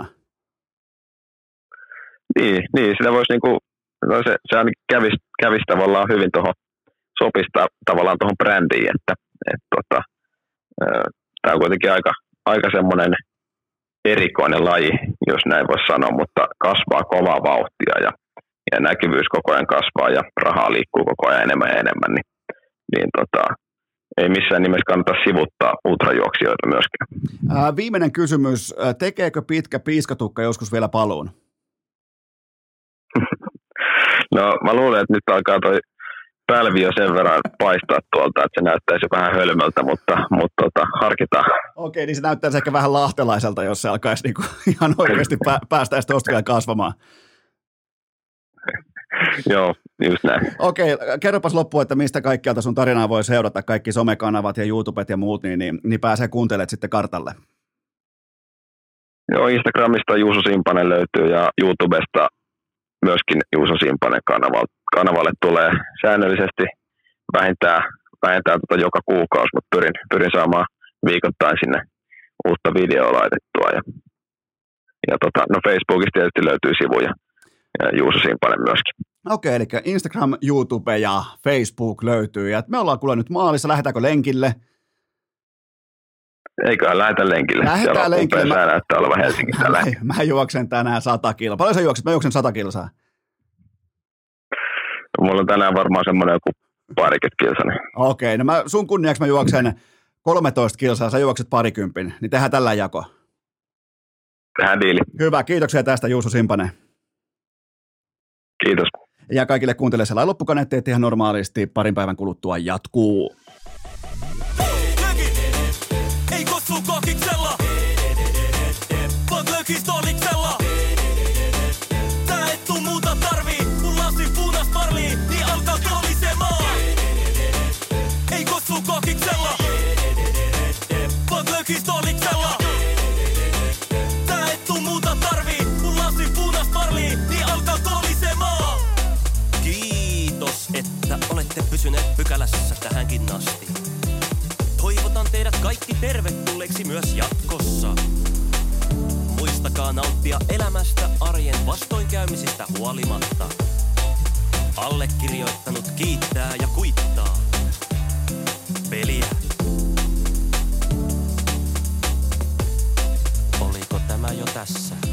Niin sitä voisi niinku, no se ainakin kävisi tavallaan hyvin sopista tavallaan tuohon brändiin, että tämä on kuitenkin aika semmoinen erikoinen laji, jos näin voisi sanoa, mutta kasvaa kovaa vauhtia ja näkyvyys koko ajan kasvaa ja rahaa liikkuu koko ajan enemmän ja enemmän, niin ei missään nimessä kannata sivuttaa ultrajuoksijoita myöskään. Viimeinen kysymys, tekeekö pitkä piiskatukka joskus vielä paluun? No mä luulen, että nyt alkaa toi pälvi jo sen verran paistaa tuolta, että se näyttäisi vähän hölmöltä, mutta harkitaan. Okei, niin se näyttäisi ehkä vähän lahtelaiselta, jos se alkaisi niinku ihan oikeasti päästäisi tuosta vielä kasvamaan. Joo, just näin. Okei, kerropas loppuun, että mistä kaikkialta sun tarinaa voi seurata, kaikki somekanavat ja YouTubet ja muut, niin pääsee kuuntelemaan sitten kartalle. Joo, Instagramista Juuso Simpanen löytyy ja YouTubesta myöskin Juuso Simpanen kanavalle tulee säännöllisesti vähintään joka kuukausi, mutta pyrin saamaan viikoittain sinne uutta videoa laitettua. No Facebookista tietysti löytyy sivuja. Ja Juuso Simpanen myöskin. Okei, eli Instagram, YouTube ja Facebook löytyy. Ja me ollaan kuule nyt maalissa. Lähdetäänkö lenkille? Eiköhän lähdetä lenkille. Lähdetään lenkille. Sää näyttää olevan Helsingissä tällä. Mä juoksen tänään 100 kilsaa. Paljon sä juokset? Mä juoksen 100 kilsaa. Mulla on tänään varmaan semmoinen joku parikymmentä kilsainen. Okei, no sun kunniaksi mä juoksen 13 kilsaa. Sä juokset parikympin. Niin tehdään tällä jako. Tehdään diili. Hyvä, kiitoksia tästä Juuso Simpanen. Kiitos. Ja kaikille kuuntelijoille sellainen loppukaneetteet ihan normaalisti parin päivän kuluttua jatkuu. Ei kossu kokiksella, vaan lökistoliksella. Tää et tuu muuta tarvii, kun lasin punas parlii, niin alkaa kolisemaan. Ei kossu kokiksella, vaan lökistoliksella. Tää et tuu muuta tarvii, kun lasin punas parlii, niin alkaa kolisemaan. Kiitos, että olette pysyneet pykälässä tähänkin asti. Toivotan teidät kaikki tervetulleeksi myös jatkossa. Muistakaa nauttia elämästä arjen vastoinkäymisistä huolimatta. Allekirjoittanut kiittää ja kuittaa. Peliä. Oliko tämä jo tässä?